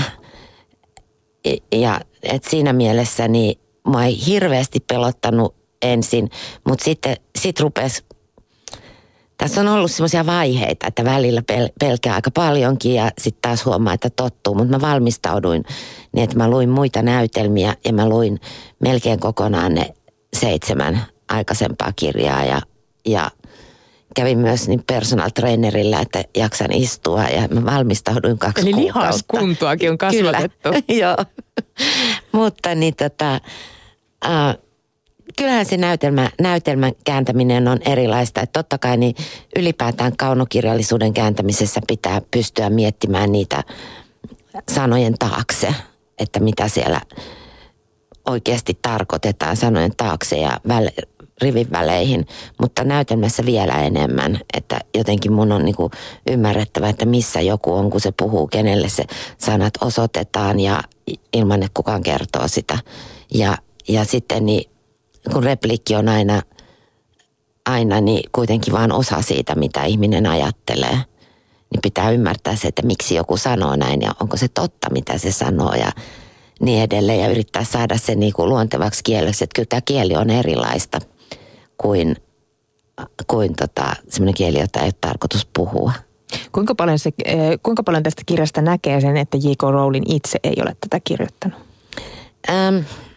Ja et siinä mielessä niin mä ei hirveästi pelottanut ensin, mutta sitten sit rupesi. Tässä on ollut semmoisia vaiheita, että välillä pel- pelkää aika paljonkin ja sitten taas huomaa, että tottuu. Mutta mä valmistauduin niin, että mä luin muita näytelmiä ja mä luin melkein kokonaan ne seitsemän aikaisempaa kirjaa. Ja, ja kävin myös niin personal trainerilla, että jaksan istua ja mä valmistauduin kaksi Eli kuukautta. Eli lihaskuntoakin on kasvatettu. Kyllä, joo. Mutta niin tota... Uh, Kyllähän se näytelmä, näytelmän kääntäminen on erilaista. Että totta kai niin ylipäätään kaunokirjallisuuden kääntämisessä pitää pystyä miettimään niitä sanojen taakse, että mitä siellä oikeasti tarkoitetaan sanojen taakse ja väle, rivin väleihin. Mutta näytelmässä vielä enemmän, että jotenkin mun on niinku ymmärrettävä, että missä joku on, kun se puhuu, kenelle se sanat osoitetaan ja ilman, että kukaan kertoo sitä. Ja, ja sitten niin kun repliikki on aina, aina niin kuitenkin vaan osa siitä, mitä ihminen ajattelee, niin pitää ymmärtää se, että miksi joku sanoo näin ja onko se totta, mitä se sanoo ja niin edelleen. Ja yrittää saada se niin kuin luontevaksi kieleksi, että kyllä tämä kieli on erilaista kuin, kuin tota, semmoinen kieli, jota ei ole tarkoitus puhua. Kuinka paljon, se, kuinka paljon tästä kirjasta näkee sen, että J K. Rowling itse ei ole tätä kirjoittanut? Ähm,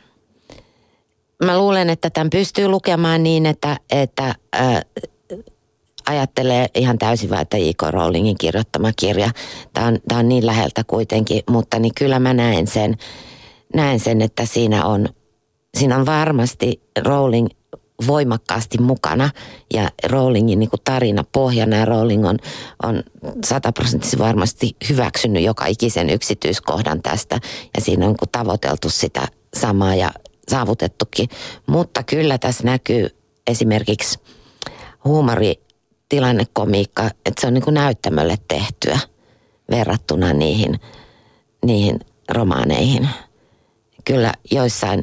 Mä luulen, että tämän pystyy lukemaan niin, että, että ää, ajattelee ihan täysin vaan, että J K. Rowlingin kirjoittama kirja. Tämä on, tämä on niin läheltä kuitenkin, mutta niin kyllä mä näen sen, näen sen, että siinä on, siinä on varmasti Rowling voimakkaasti mukana ja Rowlingin niin kuin tarina pohjana ja Rowling on, on sataprosenttisesti varmasti hyväksynyt joka ikisen yksityiskohdan tästä ja siinä on niin kuin tavoiteltu sitä samaa ja saavutettukin, mutta kyllä tässä näkyy esimerkiksi huumori, tilannekomiikka, että se on niin kuin näyttämölle tehtyä verrattuna niihin, niihin romaaneihin. Kyllä joissain,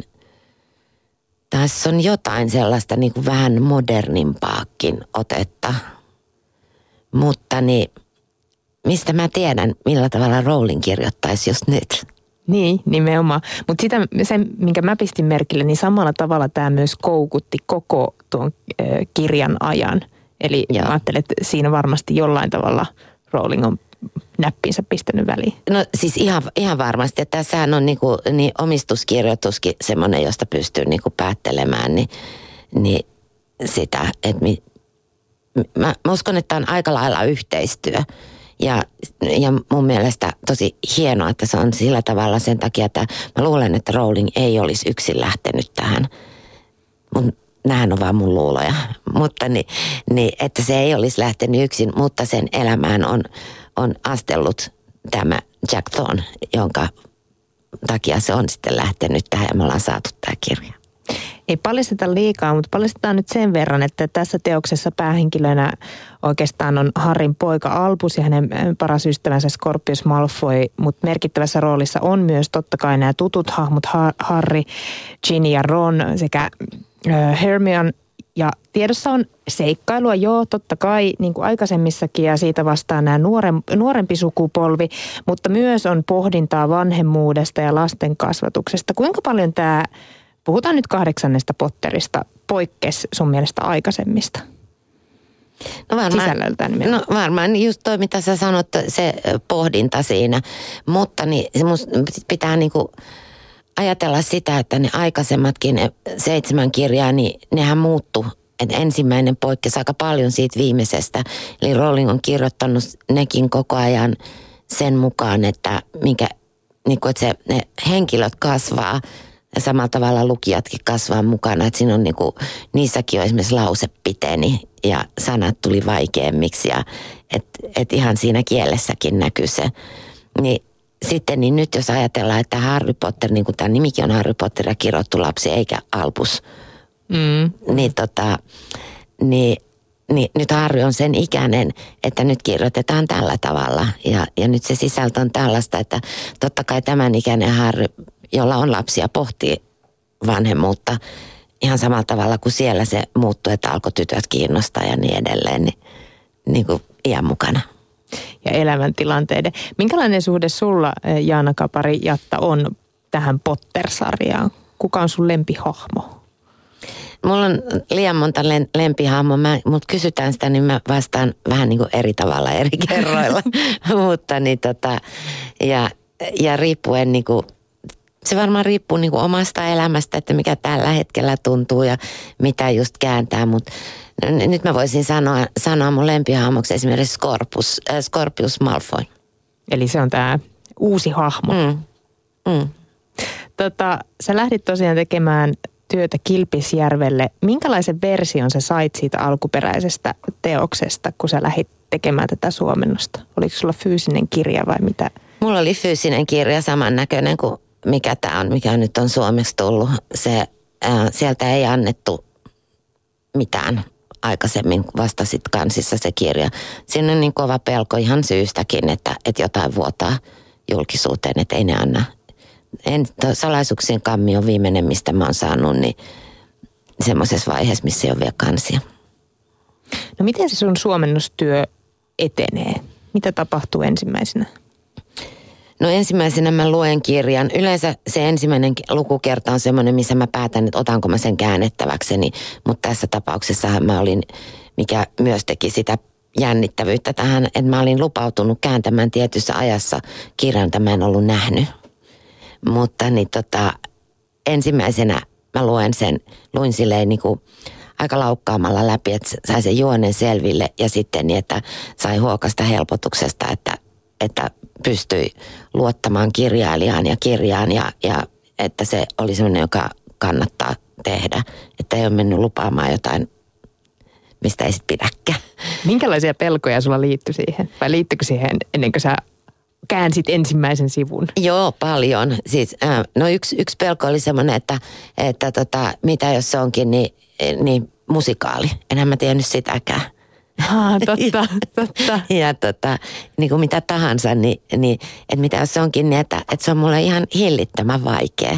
tässä on jotain sellaista niin kuin vähän modernimpaakin otetta, mutta niin, mistä mä tiedän, millä tavalla Rowling kirjoittaisi just nyt? Niin, nimenomaan. Mutta sitä, sen, minkä mä pistin merkille, niin samalla tavalla tämä myös koukutti koko tuon äh, kirjan ajan. Eli Joo. mä ajattelen, että siinä varmasti jollain tavalla Rowling on näppinsä pistänyt väliin. No siis ihan, ihan varmasti. Että tässähän on niinku, niin omistuskirjoituskin semmoinen, josta pystyy niinku päättelemään niin, niin sitä, että mi, mä, mä uskon, että on aika lailla yhteistyö. Ja, ja mun mielestä tosi hienoa, että se on sillä tavalla sen takia, että mä luulen, että Rowling ei olisi yksin lähtenyt tähän. Mun, nämähän on vaan mun luuloja. Mutta niin, niin, että se ei olisi lähtenyt yksin, mutta sen elämään on, on astellut tämä Jack Thorne, jonka takia se on sitten lähtenyt tähän ja me ollaan saatu tämä kirja. Ei paljasteta liikaa, mutta paljastetaan nyt sen verran, että tässä teoksessa päähenkilönä oikeastaan on Harryn poika Albus ja hänen paras ystävänsä Scorpius Malfoy, mutta merkittävässä roolissa on myös totta kai nämä tutut hahmot Harry, Ginny ja Ron sekä Hermione. Ja tiedossa on seikkailua, joo, totta kai, niin kuin aikaisemmissakin, ja siitä vastaa nämä nuorem, nuorempi sukupolvi, mutta myös on pohdintaa vanhemmuudesta ja lasten kasvatuksesta. Kuinka paljon tämä puhutaan nyt kahdeksannesta Potterista, poikkesi sun mielestä aikaisemmista? No varmaan, sisällöltään nimenomaan. No varmaan just toi, mitä sä sanot, se pohdinta siinä. Mutta niin, se musta pitää niinku ajatella sitä, että ne aikaisemmatkin ne seitsemän kirjaa, niin nehän muuttu. Et ensimmäinen poikkesi aika paljon siitä viimeisestä. Eli Rowling on kirjoittanut nekin koko ajan sen mukaan, että, minkä, niinku, että se, ne henkilöt kasvaa ja samalla tavalla lukijatkin kasvaa mukana. Että siinä on niinku, niissäkin on esimerkiksi lause piteni ja sanat tuli vaikeammiksi ja että et ihan siinä kielessäkin näkyy se. Niin sitten niin nyt jos ajatellaan, että Harry Potter, niin kuin tämä nimikin on Harry Potter ja kirjoittu lapsi eikä Albus, mm. niin, tota, niin, niin nyt Harry on sen ikäinen, että nyt kirjoitetaan tällä tavalla. Ja, ja nyt se sisältö on tällaista, että totta kai tämän ikäinen Harry, jolla on lapsia, pohtii vanhemmuutta ihan samalla tavalla kuin siellä se muuttui, että alkoi tytöt kiinnostaa ja niin edelleen, niin, niin kuin iän mukana. Ja elämäntilanteiden. Minkälainen suhde sulla, Jaana Kapari-Jatta, on tähän Potter-sarjaan? Kuka on sun lempihahmo? Mulla on liian monta lempihahmoa, mutta kysytään sitä, niin mä vastaan vähän niin kuin eri tavalla eri kerroilla. mutta niin tota, ja, ja riippuen niin kuin, se varmaan riippuu niin kuin omasta elämästä, että mikä tällä hetkellä tuntuu ja mitä just kääntää, mutta nyt mä voisin sanoa, sanoa mun lempihahmoksi esimerkiksi Scorpius, äh, Scorpius Malfoy. Eli se on tää uusi hahmo. Mm. Mm. Tota, sä lähdit tosiaan tekemään työtä Kilpisjärvelle. Minkälaisen version sä sait siitä alkuperäisestä teoksesta, kun sä lähdit tekemään tätä suomennosta? Oliko sulla fyysinen kirja vai mitä? Mulla oli fyysinen kirja samannäköinen kuin mikä tää on, mikä nyt on suomeksi tullut. Se, äh, sieltä ei annettu mitään aikaisemmin, vasta sit kansissa se kirja. Siinä on niin kova pelko ihan syystäkin, että, että jotain vuotaa julkisuuteen, että ei ne anna. En, salaisuuksien kammi on viimeinen, mistä mä oon saanut, niin semmoisessa vaiheessa, missä ei ole vielä kansia. No miten se sun suomennostyö etenee? Mitä tapahtuu ensimmäisenä? No ensimmäisenä mä luen kirjan. Yleensä se ensimmäinen lukukerta on semmoinen, missä mä päätän, että otanko mä sen käännettäväkseni. Mutta tässä tapauksessa mä olin, mikä myös teki sitä jännittävyyttä tähän, että mä olin lupautunut kääntämään tietyssä ajassa kirjan, jota mä en ollut nähnyt. Mutta niin tota, ensimmäisenä mä luen sen, luin silleen niin kuin aika laukkaamalla läpi, että sai sen juonen selville ja sitten niin, että sai huokasta helpotuksesta, että, että pystyi luottamaan kirjailijaan ja kirjaan ja, ja että se oli semmoinen, joka kannattaa tehdä. Että ei ole mennyt lupaamaan jotain, mistä ei sitten pidäkään. Minkälaisia pelkoja sulla liittyi siihen? Vai liittyykö siihen ennen kuin sä käänsit ensimmäisen sivun? Joo, paljon. Siis, äh, no yksi, yksi pelko oli semmoinen, että, että tota, mitä jos se onkin niin, niin musikaali. Enhän mä tiennyt sitäkään. Ah, totta, totta. Ja tota, niin kuin mitä tahansa, niin, niin että mitä jos se onkin niin, että, että se on mulle ihan hillittömän vaikea.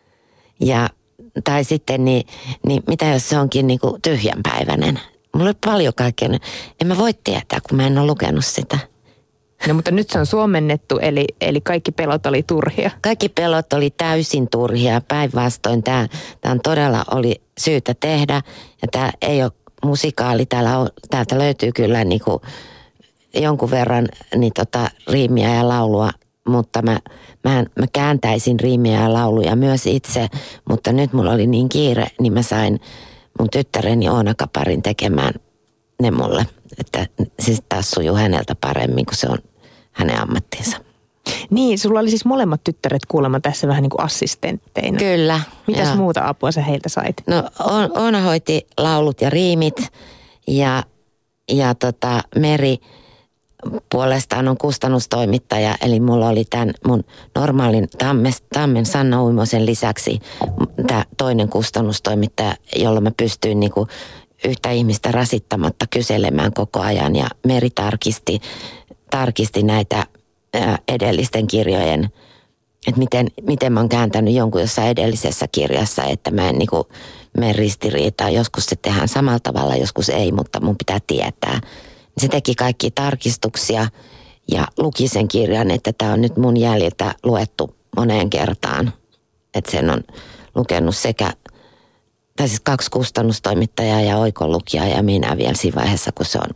Ja, tai sitten niin, niin mitä jos se onkin niin kuin tyhjänpäiväinen. Mulla oli paljon kaikkea. En mä voi tietää, kun mä en ole lukenut sitä. No mutta nyt se on suomennettu, eli, eli kaikki pelot oli turhia. Kaikki pelot oli täysin turhia. Päinvastoin tämä, tämä on todella oli syytä tehdä. Ja tämä ei ole musikaali. Täällä on, täältä löytyy kyllä niin kuin jonkun verran niin tota, riimiä ja laulua. Mutta mä, mä, mä kääntäisin riimiä ja lauluja myös itse. Mutta nyt mulla oli niin kiire, niin mä sain mun tyttäreni Oona Kaparin tekemään ne mulle. Että se taas sujuu häneltä paremmin, kun se on hänen ammattinsa. Niin, sulla oli siis molemmat tyttäret kuulemma tässä vähän niin kuin assistentteina. Kyllä. Mitäs joo. muuta apua sä heiltä sait? No Oona hoiti laulut ja riimit ja, ja tota, Meri puolestaan on kustannustoimittaja. Eli mulla oli tämän mun normaalin Tammes, Tammen Sanna Uimosen lisäksi tämä toinen kustannustoimittaja, jolla mä pystyin niinku yhtä ihmistä rasittamatta kyselemään koko ajan ja Meri tarkisti, tarkisti näitä ää, edellisten kirjojen, että miten, miten mä oon kääntänyt jonkun jossain edellisessä kirjassa, että mä en niinku mene ristiriitaan. Joskus se tehdään samalla tavalla, joskus ei, mutta mun pitää tietää. Se teki kaikki tarkistuksia ja luki sen kirjan, että tämä on nyt mun jäljiltä luettu moneen kertaan. Että sen on lukenut sekä, tai siis kaksi kustannustoimittajaa ja oikonlukijaa ja minä vielä siinä vaiheessa, kun se on,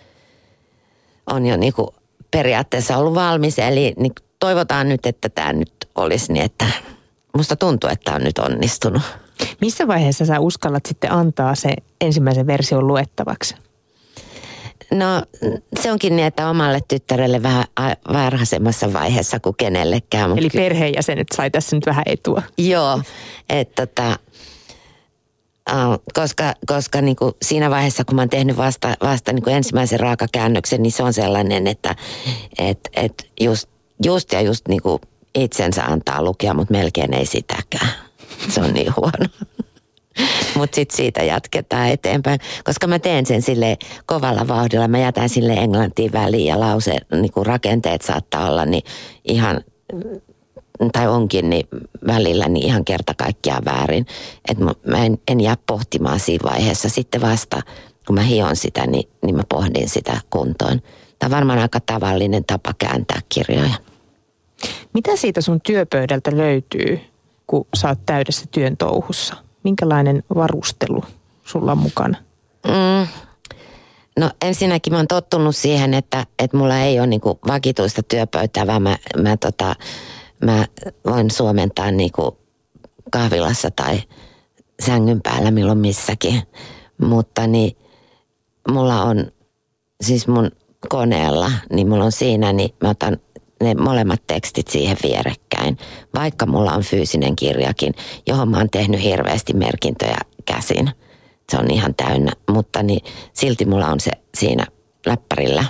on jo niin kuin periaatteessa ollut valmis. Eli niin toivotaan nyt, että tämä nyt olisi niin, että musta tuntuu, että tämä on nyt onnistunut. Missä vaiheessa sä uskallat sitten antaa se ensimmäisen version luettavaksi? No se onkin niin, että omalle tyttärelle vähän varhaisemmassa vaiheessa kuin kenellekään. Eli perheenjäsenet sai tässä nyt vähän etua. Joo, että tota, uh, koska, koska niin kuin siinä vaiheessa, kun mä oon tehnyt vasta, vasta niin kuin ensimmäisen raakakäännöksen, niin se on sellainen, että et, et just, just ja just niin kuin itsensä antaa lukea, mutta melkein ei sitäkään. Se on niin huono. Mutta sitten siitä jatketaan eteenpäin, koska mä teen sen sille kovalla vauhdilla. Mä jätän sille englantiin väliin ja lause, niin kuin rakenteet saattaa olla niin ihan, tai onkin niin välillä niin ihan kerta kaikkiaan väärin. Että mä en, en jää pohtimaan siinä vaiheessa. Sitten vasta, kun mä hion sitä, niin, niin mä pohdin sitä kuntoon. Tämä on varmaan aika tavallinen tapa kääntää kirjoja. Mitä siitä sun työpöydältä löytyy, kun sä oot täydessä työn touhussa? Minkälainen varustelu sulla on mukana? Mm. No ensinnäkin mä oon tottunut siihen, että, että mulla ei ole niinku vakituista työpöytää, vaan mä, mä, tota, mä voin suomentaa niinku kahvilassa tai sängyn päällä milloin missäkin. Mutta niin mulla on siis mun koneella, niin mulla on siinä, niin mä otan ne molemmat tekstit siihen vierekkäin, vaikka mulla on fyysinen kirjakin, johon mä oon tehnyt hirveästi merkintöjä käsin. Se on ihan täynnä, mutta niin silti mulla on se siinä läppärillä.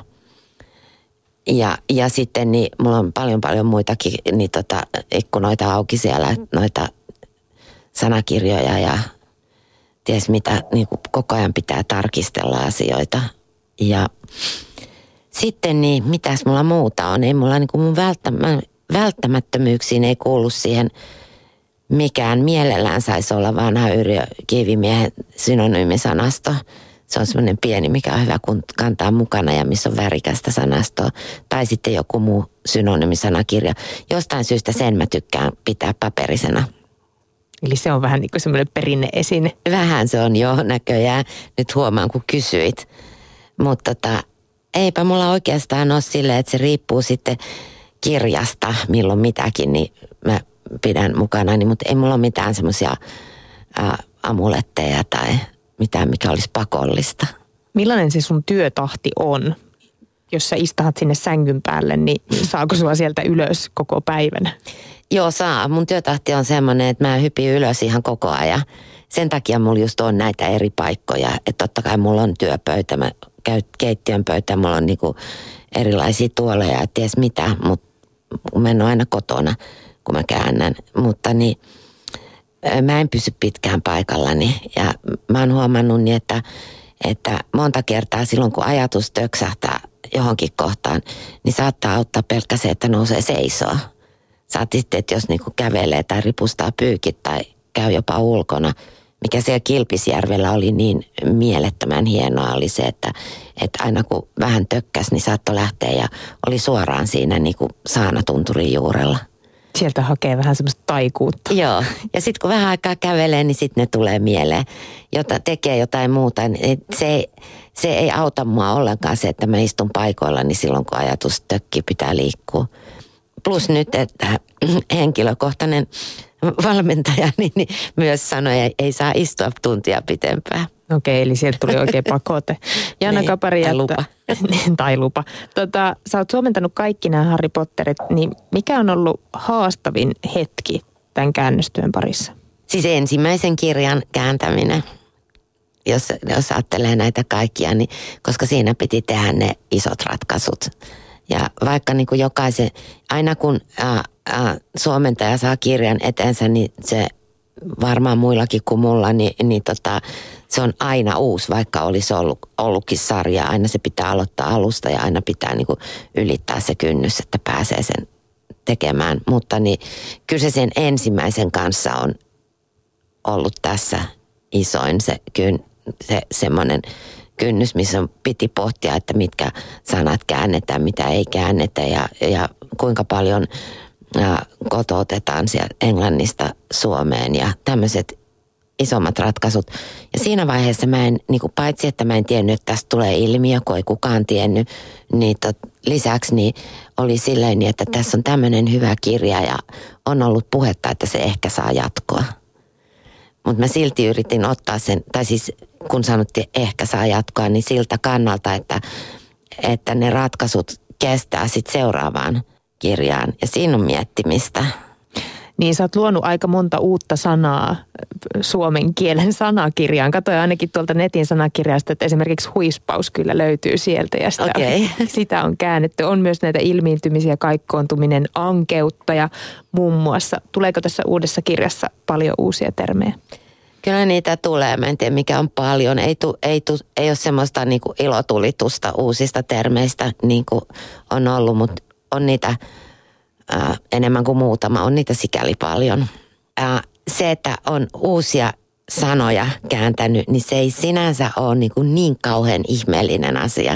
Ja, ja sitten niin mulla on paljon paljon muitakin niin tota, ikkunoita auki siellä, noita sanakirjoja ja ties mitä, niin kuin koko ajan pitää tarkistella asioita. Ja sitten niin, mitäs mulla muuta on? Ei mulla niin kuin mun välttämättömyyksiin ei kuulu siihen mikään. Mielellään saisi olla vanha Yrjö Kivimiehen synonyymisanasto. Se on semmoinen pieni, mikä on hyvä kun kantaa mukana ja missä on värikästä sanastoa. Tai sitten joku muu synonyymisanakirja. Jostain syystä sen mä tykkään pitää paperisena. Eli se on vähän niin kuin semmoinen perinneesine. Vähän se on jo näköjään. Nyt huomaan, kun kysyit. Mutta tota, eipä mulla oikeastaan ole silleen, että se riippuu sitten kirjasta, milloin mitäkin, niin mä pidän mukana. Niin, mutta ei mulla ole mitään semmoisia amuletteja tai mitään, mikä olisi pakollista. Millainen se sun työtahti on? Jos sä istahat sinne sängyn päälle, niin saako sua sieltä ylös koko päivänä? Joo, saa. Mun työtahti on semmoinen, että mä hypin ylös ihan koko ajan. Sen takia mulla just on näitä eri paikkoja. Että totta kai mulla on työpöytä, mä käyn keittiön pöytä, mulla on niinku erilaisia tuoleja ja ties mitä, mutta mä en ole aina kotona, kun mä käännän. Mutta niin, mä en pysy pitkään paikallani ja mä oon huomannut niin, että, että monta kertaa silloin, kun ajatus töksähtää johonkin kohtaan, niin saattaa auttaa pelkkä se, että nousee seisoo. Saat sitten, että jos niinku kävelee tai ripustaa pyykit tai käy jopa ulkona, mikä siellä Kilpisjärvellä oli niin mielettömän hienoa, oli se, että, että aina kun vähän tökkäs, niin saattoi lähteä ja oli suoraan siinä niin kuin saanatunturin juurella. Sieltä hakee vähän semmoista taikuutta. Joo, ja sitten kun vähän aikaa kävelee, niin sitten ne tulee mieleen, jota tekee jotain muuta. Se ei, se ei auta mua ollenkaan se, että mä istun paikoilla, niin silloin kun ajatus tökki pitää liikkua. Plus nyt, että henkilökohtainen valmentaja niin, niin myös sanoi, että ei saa istua tuntia pitempään. Okei, eli sieltä tuli oikein pakote. Jaana niin, Kapari, tai lupa. tai lupa. Tota, sä oot suomentanut kaikki nämä Harry Potterit, niin mikä on ollut haastavin hetki tämän käännöstyön parissa? Siis ensimmäisen kirjan kääntäminen, jos, jos ajattelee näitä kaikkia, niin koska siinä piti tehdä ne isot ratkaisut. Ja vaikka niin kuin jokaisen, aina kun ää, ää, suomentaja saa kirjan eteensä, niin se varmaan muillakin kuin mulla, niin, niin tota, se on aina uusi, vaikka olisi ollut, ollutkin sarja. Aina se pitää aloittaa alusta ja aina pitää niin kuin ylittää se kynnys, että pääsee sen tekemään. Mutta niin, kyllä se sen ensimmäisen kanssa on ollut tässä isoin se, kyn, se semmoinen kynnys, missä piti pohtia, että mitkä sanat käännetään, mitä ei käännetä ja, ja kuinka paljon ja kotoutetaan sieltä Englannista Suomeen ja tämmöiset isommat ratkaisut. Ja siinä vaiheessa mä en, niin kuin paitsi että mä en tiennyt, että tästä tulee ilmiö, kun ei kukaan tiennyt, niin tot, lisäksi niin oli silleen, niin, että tässä on tämmöinen hyvä kirja ja on ollut puhetta, että se ehkä saa jatkoa. Mutta mä silti yritin ottaa sen, tai siis kun sanottiin ehkä saa jatkoa, niin siltä kannalta, että, että ne ratkaisut kestää sitten seuraavaan kirjaan. Ja siinä on miettimistä. Niin sä oot luonut aika monta uutta sanaa suomen kielen sanakirjaan. Katsoin ainakin tuolta netin sanakirjasta, että esimerkiksi huispaus kyllä löytyy sieltä ja sitä, okay. on, sitä on käännetty. On myös näitä ilmiintymisiä, kaikkoontuminen, ankeuttaja muun muassa. Tuleeko tässä uudessa kirjassa paljon uusia termejä? Kyllä niitä tulee. Mä en tiedä mikä on paljon. Ei, tu, ei, tu, ei ole semmoista niin kuin ilotulitusta uusista termeistä niin kuin on ollut, mutta on niitä ää, enemmän kuin muutama. On niitä sikäli paljon. Ää, se, että on uusia sanoja kääntänyt, niin se ei sinänsä ole niin, kuin niin kauhean ihmeellinen asia,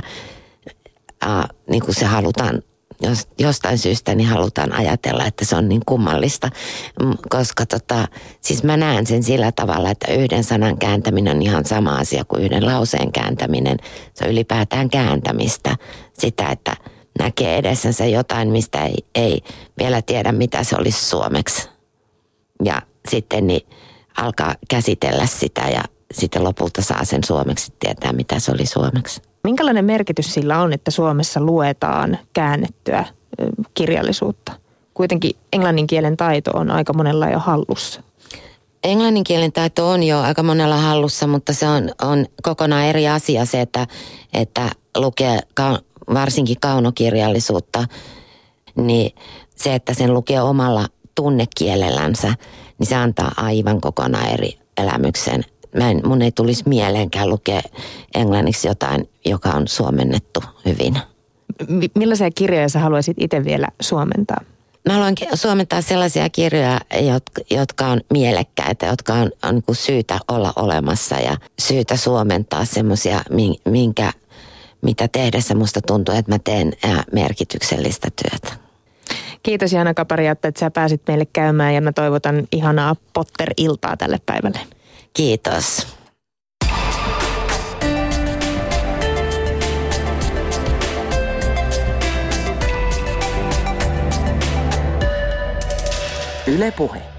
ää, niin kuin se halutaan. Jos, jostain syystä niin halutaan ajatella, että se on niin kummallista, koska tota, siis mä näen sen sillä tavalla, että yhden sanan kääntäminen on ihan sama asia kuin yhden lauseen kääntäminen. Se on ylipäätään kääntämistä, sitä, että näkee edessänsä jotain, mistä ei, ei vielä tiedä, mitä se olisi suomeksi. Ja sitten niin alkaa käsitellä sitä ja sitten lopulta saa sen suomeksi tietää, mitä se oli suomeksi. Minkälainen merkitys sillä on, että Suomessa luetaan käännettyä kirjallisuutta? Kuitenkin englannin kielen taito on aika monella jo hallussa. Englannin kielen taito on jo aika monella hallussa, mutta se on, on kokonaan eri asia se, että, että lukee ka, varsinkin kaunokirjallisuutta, niin se, että sen lukee omalla tunnekielellänsä, niin se antaa aivan kokonaan eri elämyksen. Mä en, mun ei tulisi mieleenkään lukea englanniksi jotain, joka on suomennettu hyvin. M- millaisia kirjoja sä haluaisit itse vielä suomentaa? Mä haluan suomentaa sellaisia kirjoja, jotka, jotka on mielekkäitä, jotka on, on niin kuin syytä olla olemassa ja syytä suomentaa semmoisia, minkä, mitä tehdessä musta tuntuu, että mä teen merkityksellistä työtä. Kiitos Jaana Kapariatta, että sä pääsit meille käymään ja mä toivotan ihanaa Potter-iltaa tälle päivälle. Kiitos. Yle Puhe.